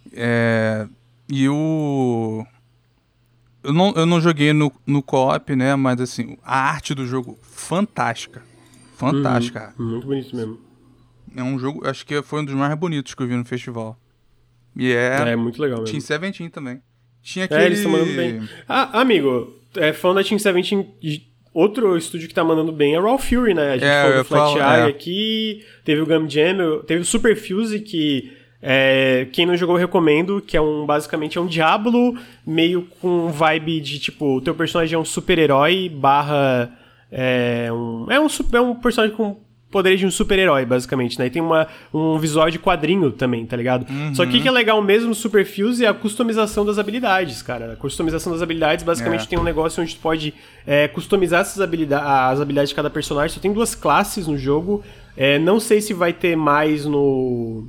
E eu não joguei no co-op, né? Mas assim, a arte do jogo, fantástica. Fantástica.
Muito bonito mesmo.
É um jogo, acho que foi um dos mais bonitos que eu vi no festival. E é
muito legal mesmo.
Team 17 também. Tinha aquele...
eles estão mandando bem. Amigo, falando da Team 17, outro estúdio que tá mandando bem é Raw Fury, né? A gente falou do Flat Eye aqui, teve o Gum Jam, teve o Super Fuse, que quem não jogou eu recomendo, que basicamente é um Diablo meio com vibe de tipo, o teu personagem é um super-herói barra... É um personagem com poderes de um super-herói, basicamente, né? E tem um visual de quadrinho também, tá ligado? Só que o que é legal mesmo no Super Fuse é a customização das habilidades, cara. A customização das habilidades, basicamente, tem um negócio onde tu pode customizar as habilidades de cada personagem. Só tem 2 classes no jogo. Não sei se vai ter mais no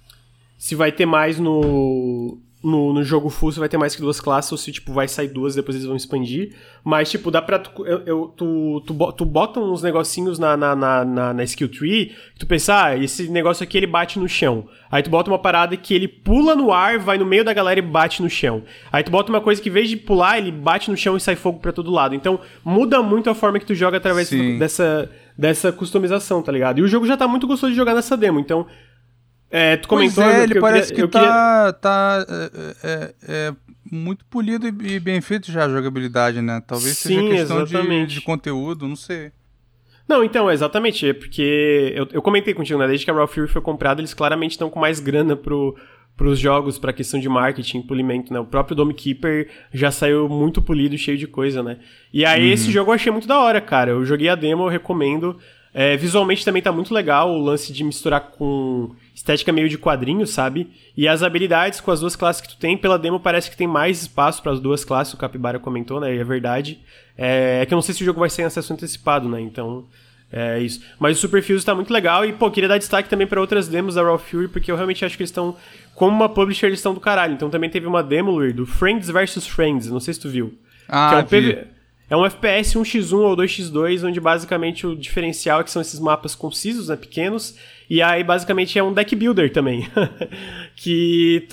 jogo full, se vai ter mais que 2 classes, ou se, tipo, vai sair 2 e depois eles vão expandir. Mas, tipo, dá pra... Tu bota uns negocinhos na skill tree, que tu pensa, esse negócio aqui, ele bate no chão. Aí tu bota uma parada que ele pula no ar, vai no meio da galera e bate no chão. Aí tu bota uma coisa que, em vez de pular, ele bate no chão e sai fogo pra todo lado. Então, muda muito a forma que tu joga através dessa customização, tá ligado? E o jogo já tá muito gostoso de jogar nessa demo, então... Tu comentou...
Pois ele parece que tá muito polido e bem feito já a jogabilidade, né? Talvez seja questão de conteúdo, não sei.
Não, então, exatamente, porque eu comentei contigo, né? Desde que a Raw Fury foi comprada, eles claramente estão com mais grana pros jogos, pra questão de marketing, polimento, né? O próprio Dome Keeper já saiu muito polido, cheio de coisa, né? E aí esse jogo eu achei muito da hora, cara. Eu joguei a demo, eu recomendo. Visualmente também tá muito legal o lance de misturar com estética meio de quadrinho, sabe? E as habilidades com as 2 classes que tu tem, pela demo parece que tem mais espaço para as 2 classes, o Capybara comentou, né? E é verdade. Que eu não sei se o jogo vai ser em acesso antecipado, né? Então, é isso. Mas o Super Fuse tá muito legal e, pô, queria dar destaque também para outras demos da Raw Fury, porque eu realmente acho que eles estão, como uma publisher, eles estão do caralho. Então também teve uma demo, Luir, do Friends vs Friends, não sei se tu viu. É um FPS 1x1 ou 2x2, onde basicamente o diferencial é que são esses mapas concisos, né, pequenos, e aí basicamente é um deck builder também, que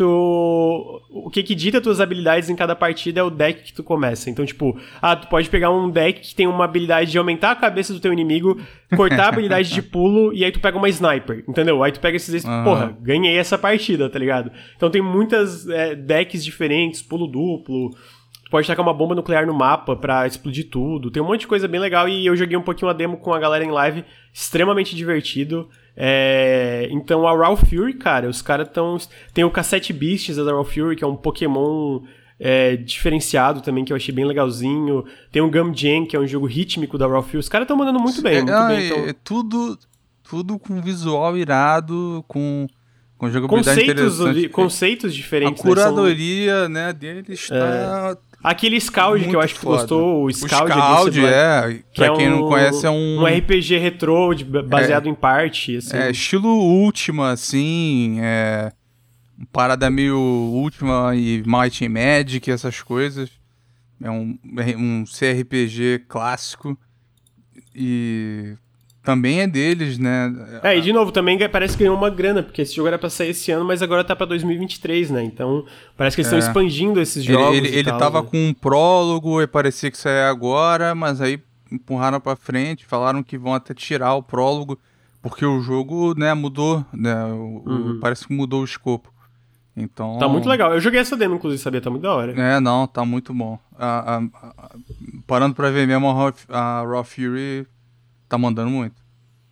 o que dita tuas habilidades em cada partida é o deck que tu começa. Então, tipo, tu pode pegar um deck que tem uma habilidade de aumentar a cabeça do teu inimigo, cortar a habilidade de pulo, e aí tu pega uma sniper, entendeu? Aí tu pega esses... Porra, ganhei essa partida, tá ligado? Então tem muitas decks diferentes, pulo duplo... Pode tacar uma bomba nuclear no mapa pra explodir tudo. Tem um monte de coisa bem legal e eu joguei um pouquinho a demo com a galera em live. Extremamente divertido. Então a Raw Fury, cara, os caras estão... Tem o Cassette Beasts da Raw Fury, que é um Pokémon diferenciado também, que eu achei bem legalzinho. Tem o Gum Jam, que é um jogo rítmico da Raw Fury. Os caras estão mandando muito bem, muito bem. Então...
tudo com visual irado, com jogabilidade interessante.
Conceitos diferentes.
A curadoria, né, deles está...
Aquele Scald que eu acho que tu gostou, o Scald
pra quem não conhece, é um
RPG retrô baseado em parte, assim.
Estilo Ultima, assim, parada meio Ultima e Might and Magic, essas coisas. É um CRPG clássico e também é deles, né?
E de novo, também parece que ganhou uma grana, porque esse jogo era pra sair esse ano, mas agora tá pra 2023, né? Então, parece que eles estão expandindo esses jogos.
Ele tava com um prólogo e parecia que saía agora, mas aí empurraram pra frente, falaram que vão até tirar o prólogo, porque o jogo, né, mudou, né? Parece que mudou o escopo. Então...
Tá muito legal. Eu joguei essa demo, inclusive, sabia? Tá muito da hora.
Não, tá muito bom. Parando pra ver mesmo, a Raw Fury... tá mandando muito.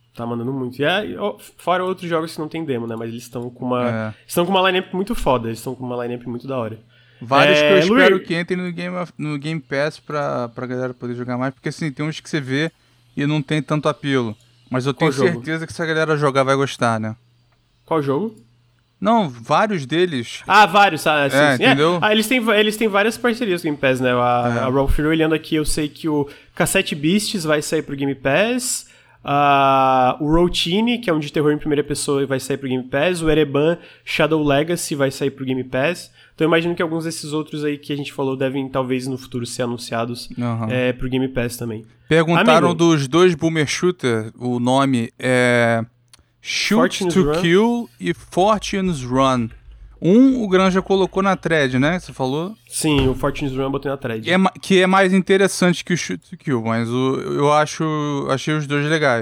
Tá mandando muito. Fora outros jogos que não tem demo, né? Mas eles estão com uma. Estão com uma lineup muito foda. Eles estão com uma lineup muito da hora.
Vários que eu espero que entrem no Game Pass pra galera poder jogar mais. Porque assim, tem uns que você vê e não tem tanto apelo. Mas eu tenho certeza que se a galera jogar vai gostar, né?
Qual jogo?
Não, vários deles.
Vários, sim.
Entendeu?
Eles têm várias parcerias com o Game Pass, né? A Raw Fury, olhando aqui, eu sei que o Cassette Beasts vai sair pro Game Pass. O Routine, que é um de terror em primeira pessoa, vai sair pro Game Pass. O Ereban Shadow Legacy vai sair pro Game Pass. Então eu imagino que alguns desses outros aí que a gente falou devem talvez no futuro ser anunciados pro Game Pass também.
Perguntaram dos dois Boomer Shooter, o nome é Shoot to Kill e Fortune's Run. O Granja colocou na thread, né? Você falou?
Sim, o Fortune's Run eu botei na thread.
Que é mais interessante que o Shoot to Kill, mas eu achei os dois legais.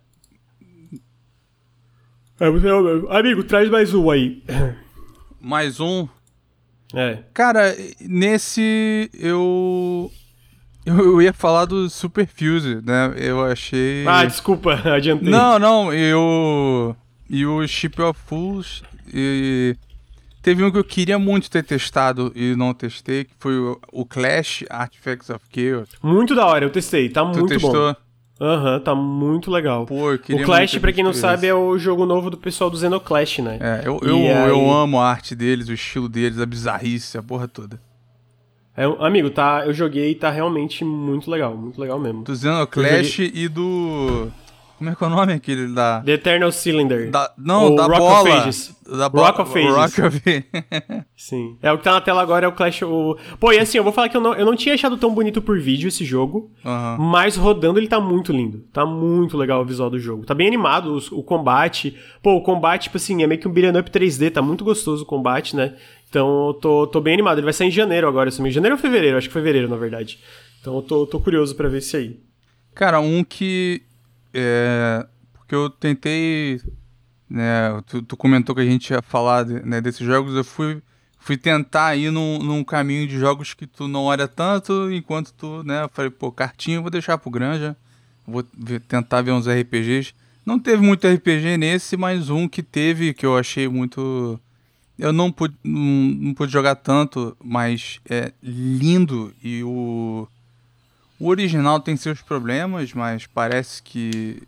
Amigo, traz mais um aí.
Mais um? Cara, nesse eu ia falar do Super Fuse, né? Eu achei...
desculpa, adiantei.
Não, e o Ship of Fools, teve um que eu queria muito ter testado e não testei, que foi o Clash Artifacts of Chaos.
Muito da hora, eu testei, tá muito bom. Tu
testou?
Tá muito legal.
Pô, eu queria
o Clash, pra quem não sabe, é o jogo novo do pessoal do Xenoclash, né?
Eu amo a arte deles, o estilo deles, a bizarrice, a porra toda.
Amigo, eu joguei e tá realmente muito legal mesmo.
Do Xenoclash e do... Como é que é o nome aquele da...
The Eternal Cylinder.
Da
Rock
bola.
Of Ages. Rock of Ages.
Rock of Ages.
Sim. O que tá na tela agora é o Clash... Pô, e assim, eu vou falar que eu não tinha achado tão bonito por vídeo esse jogo, mas rodando ele tá muito lindo. Tá muito legal o visual do jogo. Tá bem animado, o combate. Pô, o combate, tipo assim, é meio que um beat'em up 3D, tá muito gostoso o combate, né? Então eu tô bem animado. Ele vai sair em janeiro agora, se não me engano. Janeiro ou fevereiro? Acho que fevereiro, na verdade. Então eu tô curioso pra ver esse aí.
Cara, um que... porque eu tentei, né, tu comentou que a gente ia falar desses jogos, eu fui tentar ir num caminho de jogos que tu não olha tanto, enquanto tu, né, eu falei, pô, cartinha eu vou deixar pro Granja, vou tentar ver uns RPGs. Não teve muito RPG nesse, mas um que teve, que eu achei muito... Eu não pude jogar tanto, mas é lindo e o original tem seus problemas, mas parece que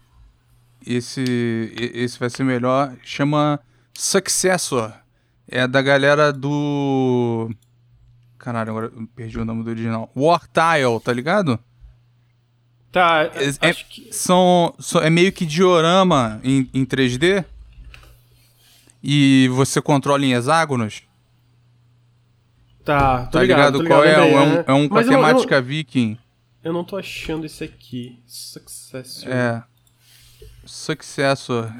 esse vai ser melhor. Chama Successor. É da galera do... Caralho, agora eu perdi o nome do original. Wartile, tá ligado?
Tá, acho que...
É meio que diorama em 3D. E você controla em hexágonos.
Tá,
tá ligado? Qual é? É um com a temática viking.
Eu não tô achando esse aqui. Successor.
Successor.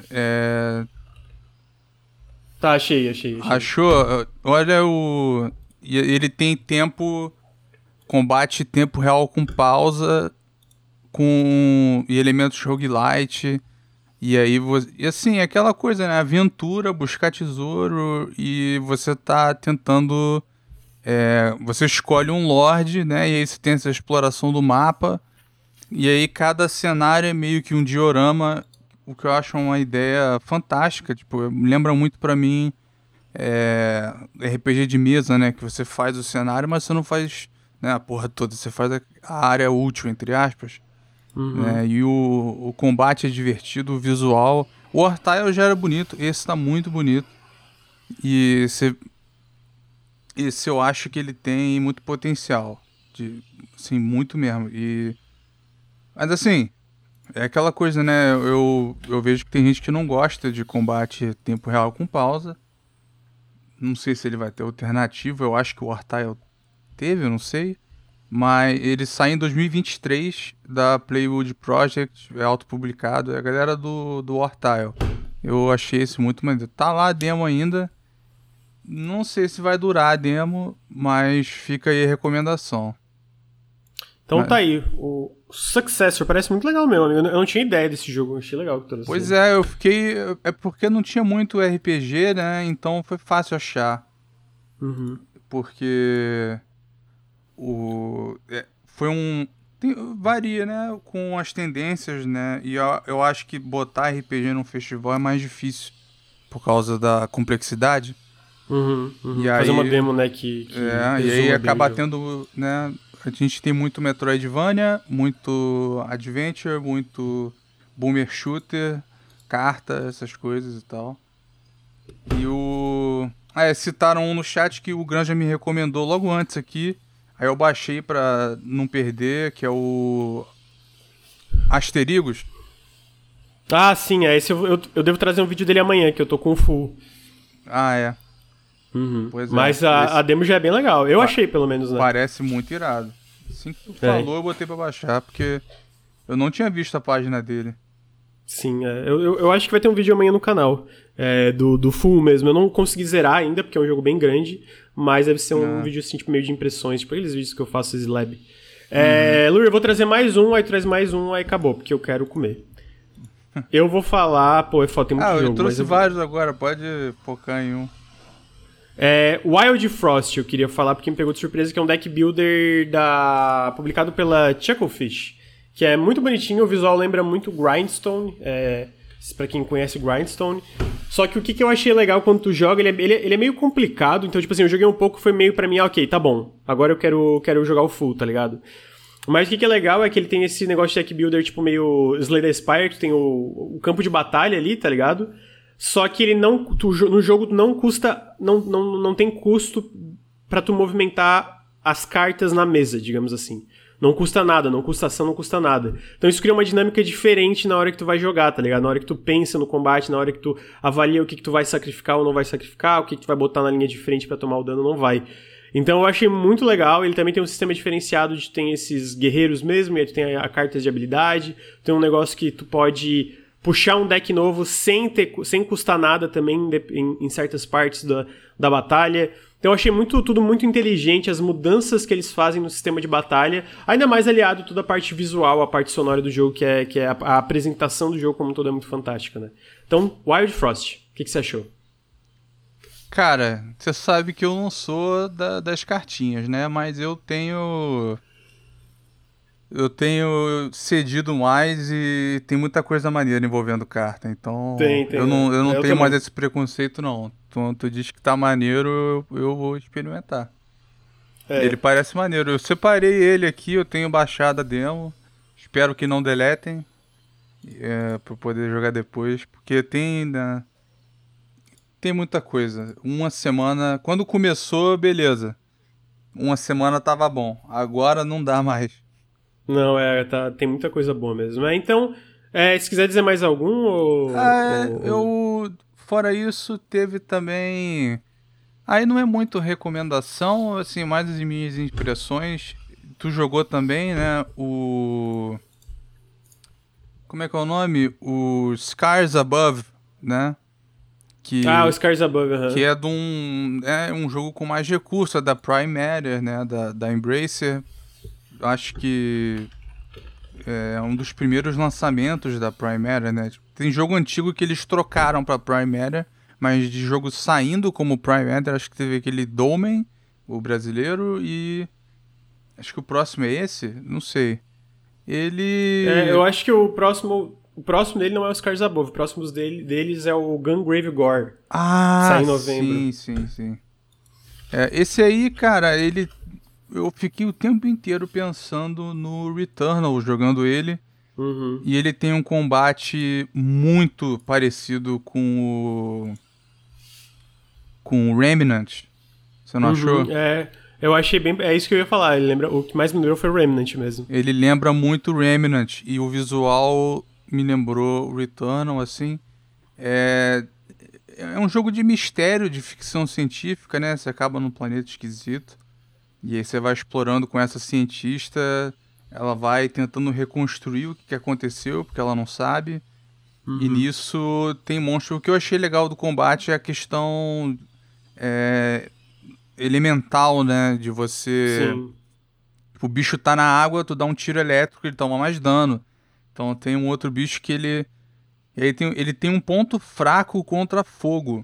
Tá, achei.
Achou? Olha ele tem tempo... Combate tempo real com pausa. E elementos roguelite. E aí, e assim, aquela coisa, né? Aventura, buscar tesouro. E você tá tentando... você escolhe um lord, né? E aí você tem essa exploração do mapa. E aí cada cenário é meio que um diorama, o que eu acho uma ideia fantástica. Tipo, lembra muito pra mim RPG de mesa, né? Que você faz o cenário, mas você não faz, né, a porra toda. Você faz a área útil, entre aspas. Né? E o combate é divertido, o visual. O Wartile já era bonito, esse tá muito bonito. E esse eu acho que ele tem muito potencial. Assim, muito mesmo. Mas assim, é aquela coisa, né? Eu vejo que tem gente que não gosta de combate tempo real com pausa. Não sei se ele vai ter alternativa. Eu acho que o Wartile teve, eu não sei. Mas ele sai em 2023 da Playwood Project, é autopublicado. É a galera do Wartile. Eu achei esse muito maneiro. Tá lá a demo ainda. Não sei se vai durar a demo, mas fica aí a recomendação.
Então tá aí, o Successor parece muito legal mesmo. Eu não tinha ideia desse jogo, eu achei legal.
Pois é, eu fiquei... É porque não tinha muito RPG, né? Então foi fácil achar. Porque... Foi Varia, né? Com as tendências, né? E eu acho que botar RPG num festival é mais difícil por causa da complexidade. E
Fazer uma
aí,
demo, né, que
e aí
resuma bem o
acaba
jogo.
tendo, né? A gente tem muito Metroidvania, muito Adventure, muito Boomer Shooter, carta, essas coisas e tal. E citaram um no chat que o Granja me recomendou logo antes aqui. Aí eu baixei pra não perder, que é o Asterigos.
Ah, sim, esse eu devo trazer um vídeo dele amanhã, que eu tô com o full.
Ah, é. Pois é.
Mas a demo já é bem legal. Eu achei, pelo menos, né?
Parece muito irado. Assim que tu falou, eu botei pra baixar, porque eu não tinha visto a página dele.
Sim, eu acho que vai ter um vídeo amanhã no canal. Do full mesmo. Eu não consegui zerar ainda, porque é um jogo bem grande. Mas deve ser um vídeo assim, tipo, meio de impressões. Tipo aqueles vídeos que eu faço esse lab. Lur, eu vou trazer mais um, aí traz mais um, aí acabou, porque eu quero comer. Eu vou falar, pô, tem muito jogo.
Eu trouxe vários agora, pode focar em um.
Wild Frost, eu queria falar, porque me pegou de surpresa, que é um deck builder publicado pela Chucklefish, que é muito bonitinho, o visual lembra muito Grindstone, pra quem conhece Grindstone. Só que o que eu achei legal quando tu joga, ele é meio complicado, então, tipo assim, eu joguei um pouco, foi meio pra mim, ok, tá bom, agora eu quero jogar o full, tá ligado? Mas o que é legal é que ele tem esse negócio de deck builder, tipo, meio Slay the Spire, que tu tem o campo de batalha ali, tá ligado? Só que ele no jogo não custa, não tem custo pra tu movimentar as cartas na mesa, digamos assim. Não custa nada, não custa ação, não custa nada. Então isso cria uma dinâmica diferente na hora que tu vai jogar, tá ligado? Na hora que tu pensa no combate, na hora que tu avalia o que tu vai sacrificar ou não vai sacrificar, o que tu vai botar na linha de frente pra tomar o dano ou não vai. Então eu achei muito legal, ele também tem um sistema diferenciado de tem esses guerreiros mesmo, e aí tu tem a cartas de habilidade, tem um negócio que tu pode puxar um deck novo sem custar nada também em certas partes da batalha. Então eu achei tudo muito inteligente, as mudanças que eles fazem no sistema de batalha, ainda mais aliado toda a parte visual, a parte sonora do jogo, que é a apresentação do jogo como um todo é muito fantástica, né? Então, Wild Frost, o que você achou?
Cara, você sabe que eu não sou das cartinhas, né? Mas eu tenho cedido mais e tem muita coisa maneira envolvendo carta. Então, eu não tenho mais esse preconceito, não. Então, tu diz que tá maneiro, eu vou experimentar. Ele parece maneiro. Eu separei ele aqui, eu tenho baixado a demo. Espero que não deletem. Pra eu poder jogar depois. Porque tem muita coisa. Uma semana... Quando começou, beleza. Uma semana tava bom. Agora não dá mais.
Não, tem muita coisa boa mesmo. Então, se quiser dizer mais algum,
fora isso, teve também... Aí não é muito recomendação, assim, mais as minhas impressões. Tu jogou também, né, como é que é o nome? O Scars Above, né?
O Scars Above,
Que é de um jogo com mais recursos, é da Prime Matter, né, da Embracer. Acho que é um dos primeiros lançamentos da Prime Matter, né? Tem jogo antigo que eles trocaram pra Prime Matter, mas de jogo saindo como Prime Matter, acho que teve aquele Domain, o brasileiro, e acho que o próximo é esse? Não sei.
Eu acho que o próximo dele não é o Scars Above, o próximo deles é o Gungrave Gore. Sai em novembro.
Sim. Esse aí, cara, eu fiquei o tempo inteiro pensando no Returnal, jogando ele. E ele tem um combate muito parecido com o Remnant. Você não achou?
Eu achei bem... É isso que eu ia falar. O que mais me lembrou foi o Remnant mesmo.
Ele lembra muito o Remnant. E o visual me lembrou o Returnal, assim. É um jogo de mistério, de ficção científica, né? Você acaba num planeta esquisito. E aí você vai explorando com essa cientista, ela vai tentando reconstruir o que aconteceu, porque ela não sabe. E nisso tem monstro. O que eu achei legal do combate é a questão elemental, né? De você...
Sim.
Tipo, o bicho tá na água, tu dá um tiro elétrico, ele toma mais dano. Então tem um outro bicho que ele tem um ponto fraco contra fogo.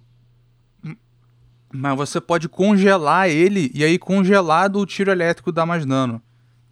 Mas você pode congelar ele, e aí congelado o tiro elétrico dá mais dano.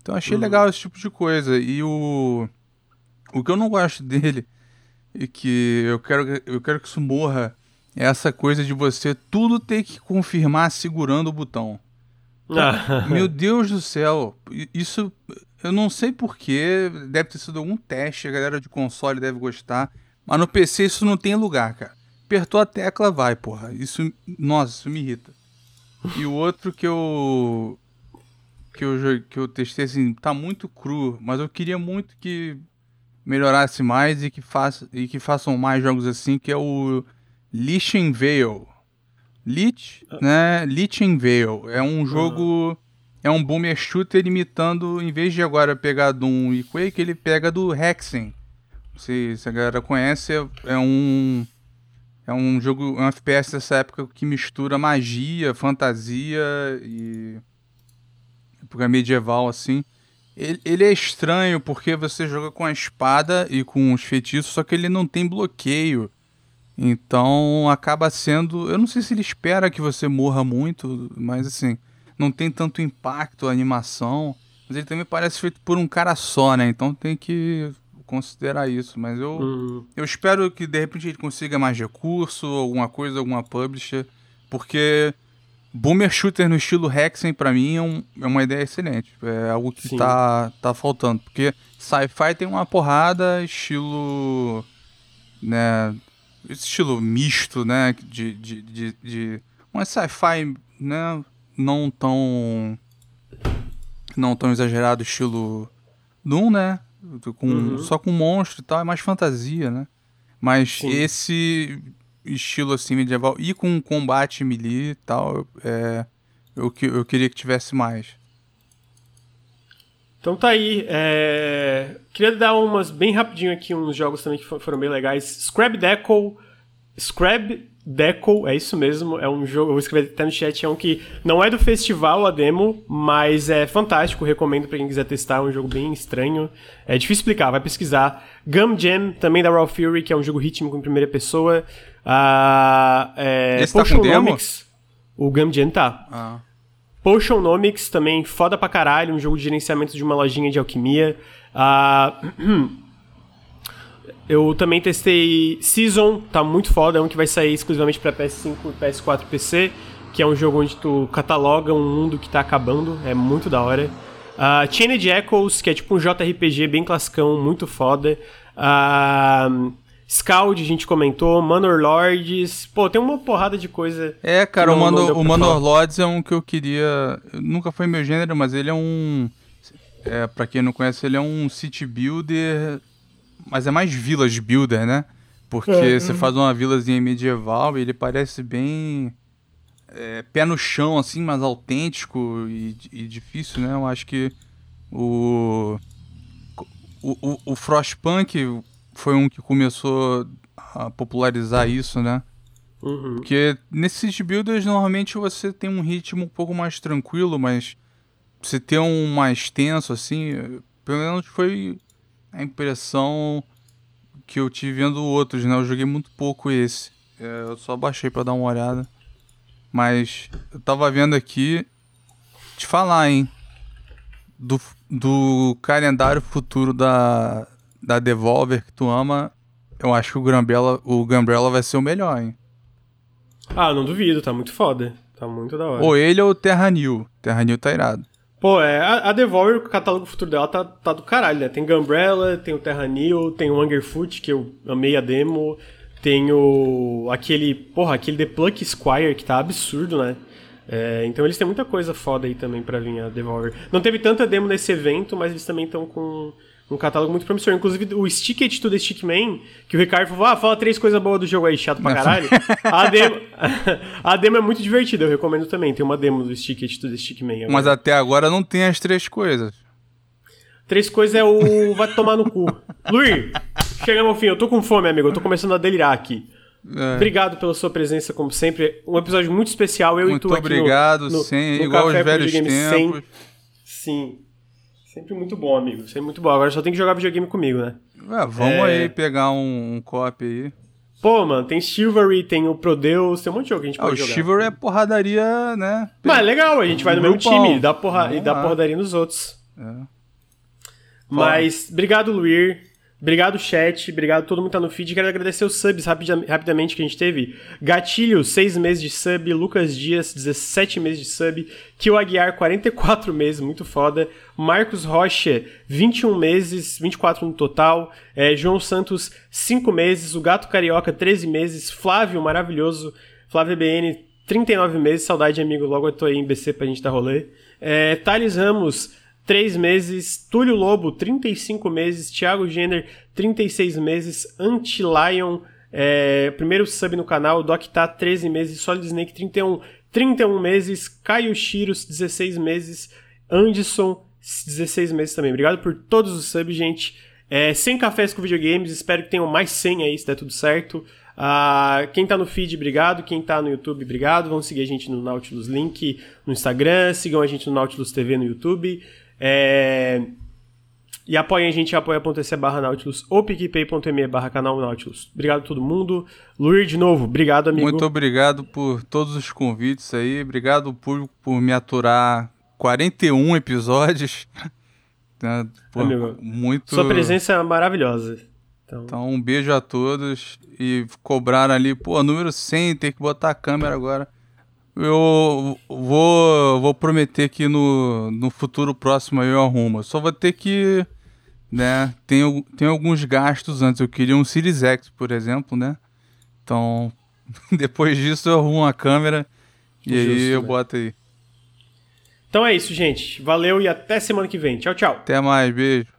Então achei legal esse tipo de coisa. E o que eu não gosto dele, e que eu quero que isso morra, é essa coisa de você tudo ter que confirmar segurando o botão. Meu Deus do céu, isso eu não sei porquê, deve ter sido algum teste, a galera de console deve gostar, mas no PC isso não tem lugar, cara. Apertou a tecla, vai, porra. Nossa, isso me irrita. E o outro que eu testei, assim, tá muito cru, mas eu queria muito que melhorasse mais e que façam mais jogos assim, que é o Lich and Veil. Lich and Veil. É um jogo... É um boomer shooter imitando, em vez de agora pegar Doom e Quake, ele pega do Hexen. Se a galera conhece, é um jogo, um FPS dessa época que mistura magia, fantasia e época medieval, assim. Ele é estranho porque você joga com a espada e com os feitiços, só que ele não tem bloqueio. Então acaba sendo... Eu não sei se ele espera que você morra muito, mas assim, não tem tanto impacto a animação. Mas ele também parece feito por um cara só, né? Então tem que considerar isso. Mas eu espero que de repente ele consiga mais recurso, alguma coisa, alguma publisher. Porque boomer shooter no estilo Hexen, pra mim, é uma ideia excelente. É algo que tá faltando. Porque sci-fi tem uma porrada, estilo... né... Esse estilo misto, né, de uma sci-fi, né, não tão exagerado, estilo Doom, né, só com monstro e tal, é mais fantasia, né, mas esse estilo assim medieval e com combate melee e tal, eu queria que tivesse mais.
Então tá aí, queria dar umas bem rapidinho aqui, uns jogos também que foram bem legais. Scrap Deco, é isso mesmo, é um jogo, eu vou escrever até no chat, é um que não é do festival a demo, mas é fantástico, recomendo pra quem quiser testar, é um jogo bem estranho, é difícil explicar, vai pesquisar. Gum Jam, também da Raw Fury, que é um jogo rítmico em primeira pessoa.
Esse tá com demo?
O Gum Jam tá. Potionomics, também foda pra caralho, um jogo de gerenciamento de uma lojinha de alquimia. Eu também testei Season, tá muito foda, é um que vai sair exclusivamente pra PS5, PS4 e PC, que é um jogo onde tu cataloga um mundo que tá acabando, é muito da hora. Chained Echoes, que é tipo um JRPG bem classicão, muito foda. Scald, a gente comentou, Manor Lords, pô, tem uma porrada de coisa.
Cara, o Manor Lords é um que eu queria, nunca foi meu gênero, mas ele é um, pra quem não conhece, ele é um city builder, mas é mais village builder, né? Porque você faz uma vilazinha medieval e ele parece bem pé no chão, assim, mas autêntico e difícil, né? Eu acho que o Frostpunk foi um que começou a popularizar isso, né? Porque nesses city builders, normalmente você tem um ritmo um pouco mais tranquilo, mas você ter um mais tenso, assim, pelo menos foi a impressão que eu tive vendo outros, né? Eu joguei muito pouco esse. Eu só baixei pra dar uma olhada. Mas eu tava vendo aqui, te falar, hein? Do calendário futuro da Devolver que tu ama, eu acho que o Gunbrella vai ser o melhor, hein?
Não duvido, tá muito foda. Tá muito da hora.
Ou ele ou o Terra New. Terra New tá irado.
Pô, a Devolver, o catálogo futuro dela tá do caralho, né? Tem Gunbrella, tem o Terra New, tem o Hungerfoot, que eu amei a demo, tem aquele The Pluck Squire, que tá absurdo, né? Então eles têm muita coisa foda aí também pra vir a Devolver. Não teve tanta demo nesse evento, mas eles também estão com um catálogo muito promissor. Inclusive, o Stick It to the Stickman, que o Ricardo falou, fala 3 coisas boas do jogo aí, chato pra caralho. A demo é muito divertida, eu recomendo também. Tem uma demo do Stick It to the Stickman. Agora.
Mas até agora não tem as 3 coisas.
3 coisas é o vai tomar no cu. Luiz, chegamos ao fim. Eu tô com fome, amigo. Eu tô começando a delirar aqui. Obrigado pela sua presença, como sempre. Um episódio muito especial. Eu
muito
e tu aqui
obrigado,
no
igual aos velhos tempos.
Sim. Sempre muito bom, amigo. Sempre muito bom. Agora só tem que jogar videogame comigo, né?
Vamos aí pegar um copy aí.
Pô, mano, tem Chivalry, tem o Prodeus, tem um monte de jogo que a gente pode jogar.
O Chivalry é porradaria, né?
Mas é legal, a gente vai no mesmo time e dá porradaria nos outros. Mas, obrigado, Luir. Obrigado, chat. Obrigado a todo mundo que tá no feed. Quero agradecer os subs rapidamente que a gente teve. Gatilho, 6 meses de sub. Lucas Dias, 17 meses de sub. Kio Aguiar, 44 meses, muito foda. Marcos Rocha, 21 meses, 24 no total. João Santos, 5 meses. O Gato Carioca, 13 meses. Flávio, maravilhoso. Flávio BN, 39 meses. Saudade, amigo. Logo eu tô aí em BC pra gente dar rolê. Thales Ramos, 3 meses, Túlio Lobo, 35 meses, Thiago Jenner, 36 meses, Anti-Lion, primeiro sub no canal, Doctá, 13 meses, Solid Snake, 31 meses, Caio Chiros, 16 meses, Anderson, 16 meses também. Obrigado por todos os subs, gente. 100 cafés com videogames, espero que tenham mais 100 aí, se der tudo certo. Quem tá no feed, obrigado. Quem tá no YouTube, obrigado. Vão seguir a gente no Nautilus Link no Instagram, sigam a gente no Nautilus TV no YouTube. E apoiem a gente em apoia.se/Nautilus ou picpay.me/canal Nautilus. Obrigado a todo mundo. Luir, de novo, obrigado, amigo.
Muito obrigado por todos os convites aí. Obrigado por me aturar 41 episódios.
Amigo,
muito...
Sua presença é maravilhosa.
Então, um beijo a todos. E cobraram ali, número 100, tem que botar a câmera agora. Eu vou prometer que no futuro próximo aí eu arrumo. Só vou ter que, né, tem alguns gastos antes. Eu queria um Series X, por exemplo, né? Então, depois disso eu arrumo a câmera e justo, aí eu boto aí.
Então é isso, gente. Valeu e até semana que vem. Tchau, tchau.
Até mais, beijo.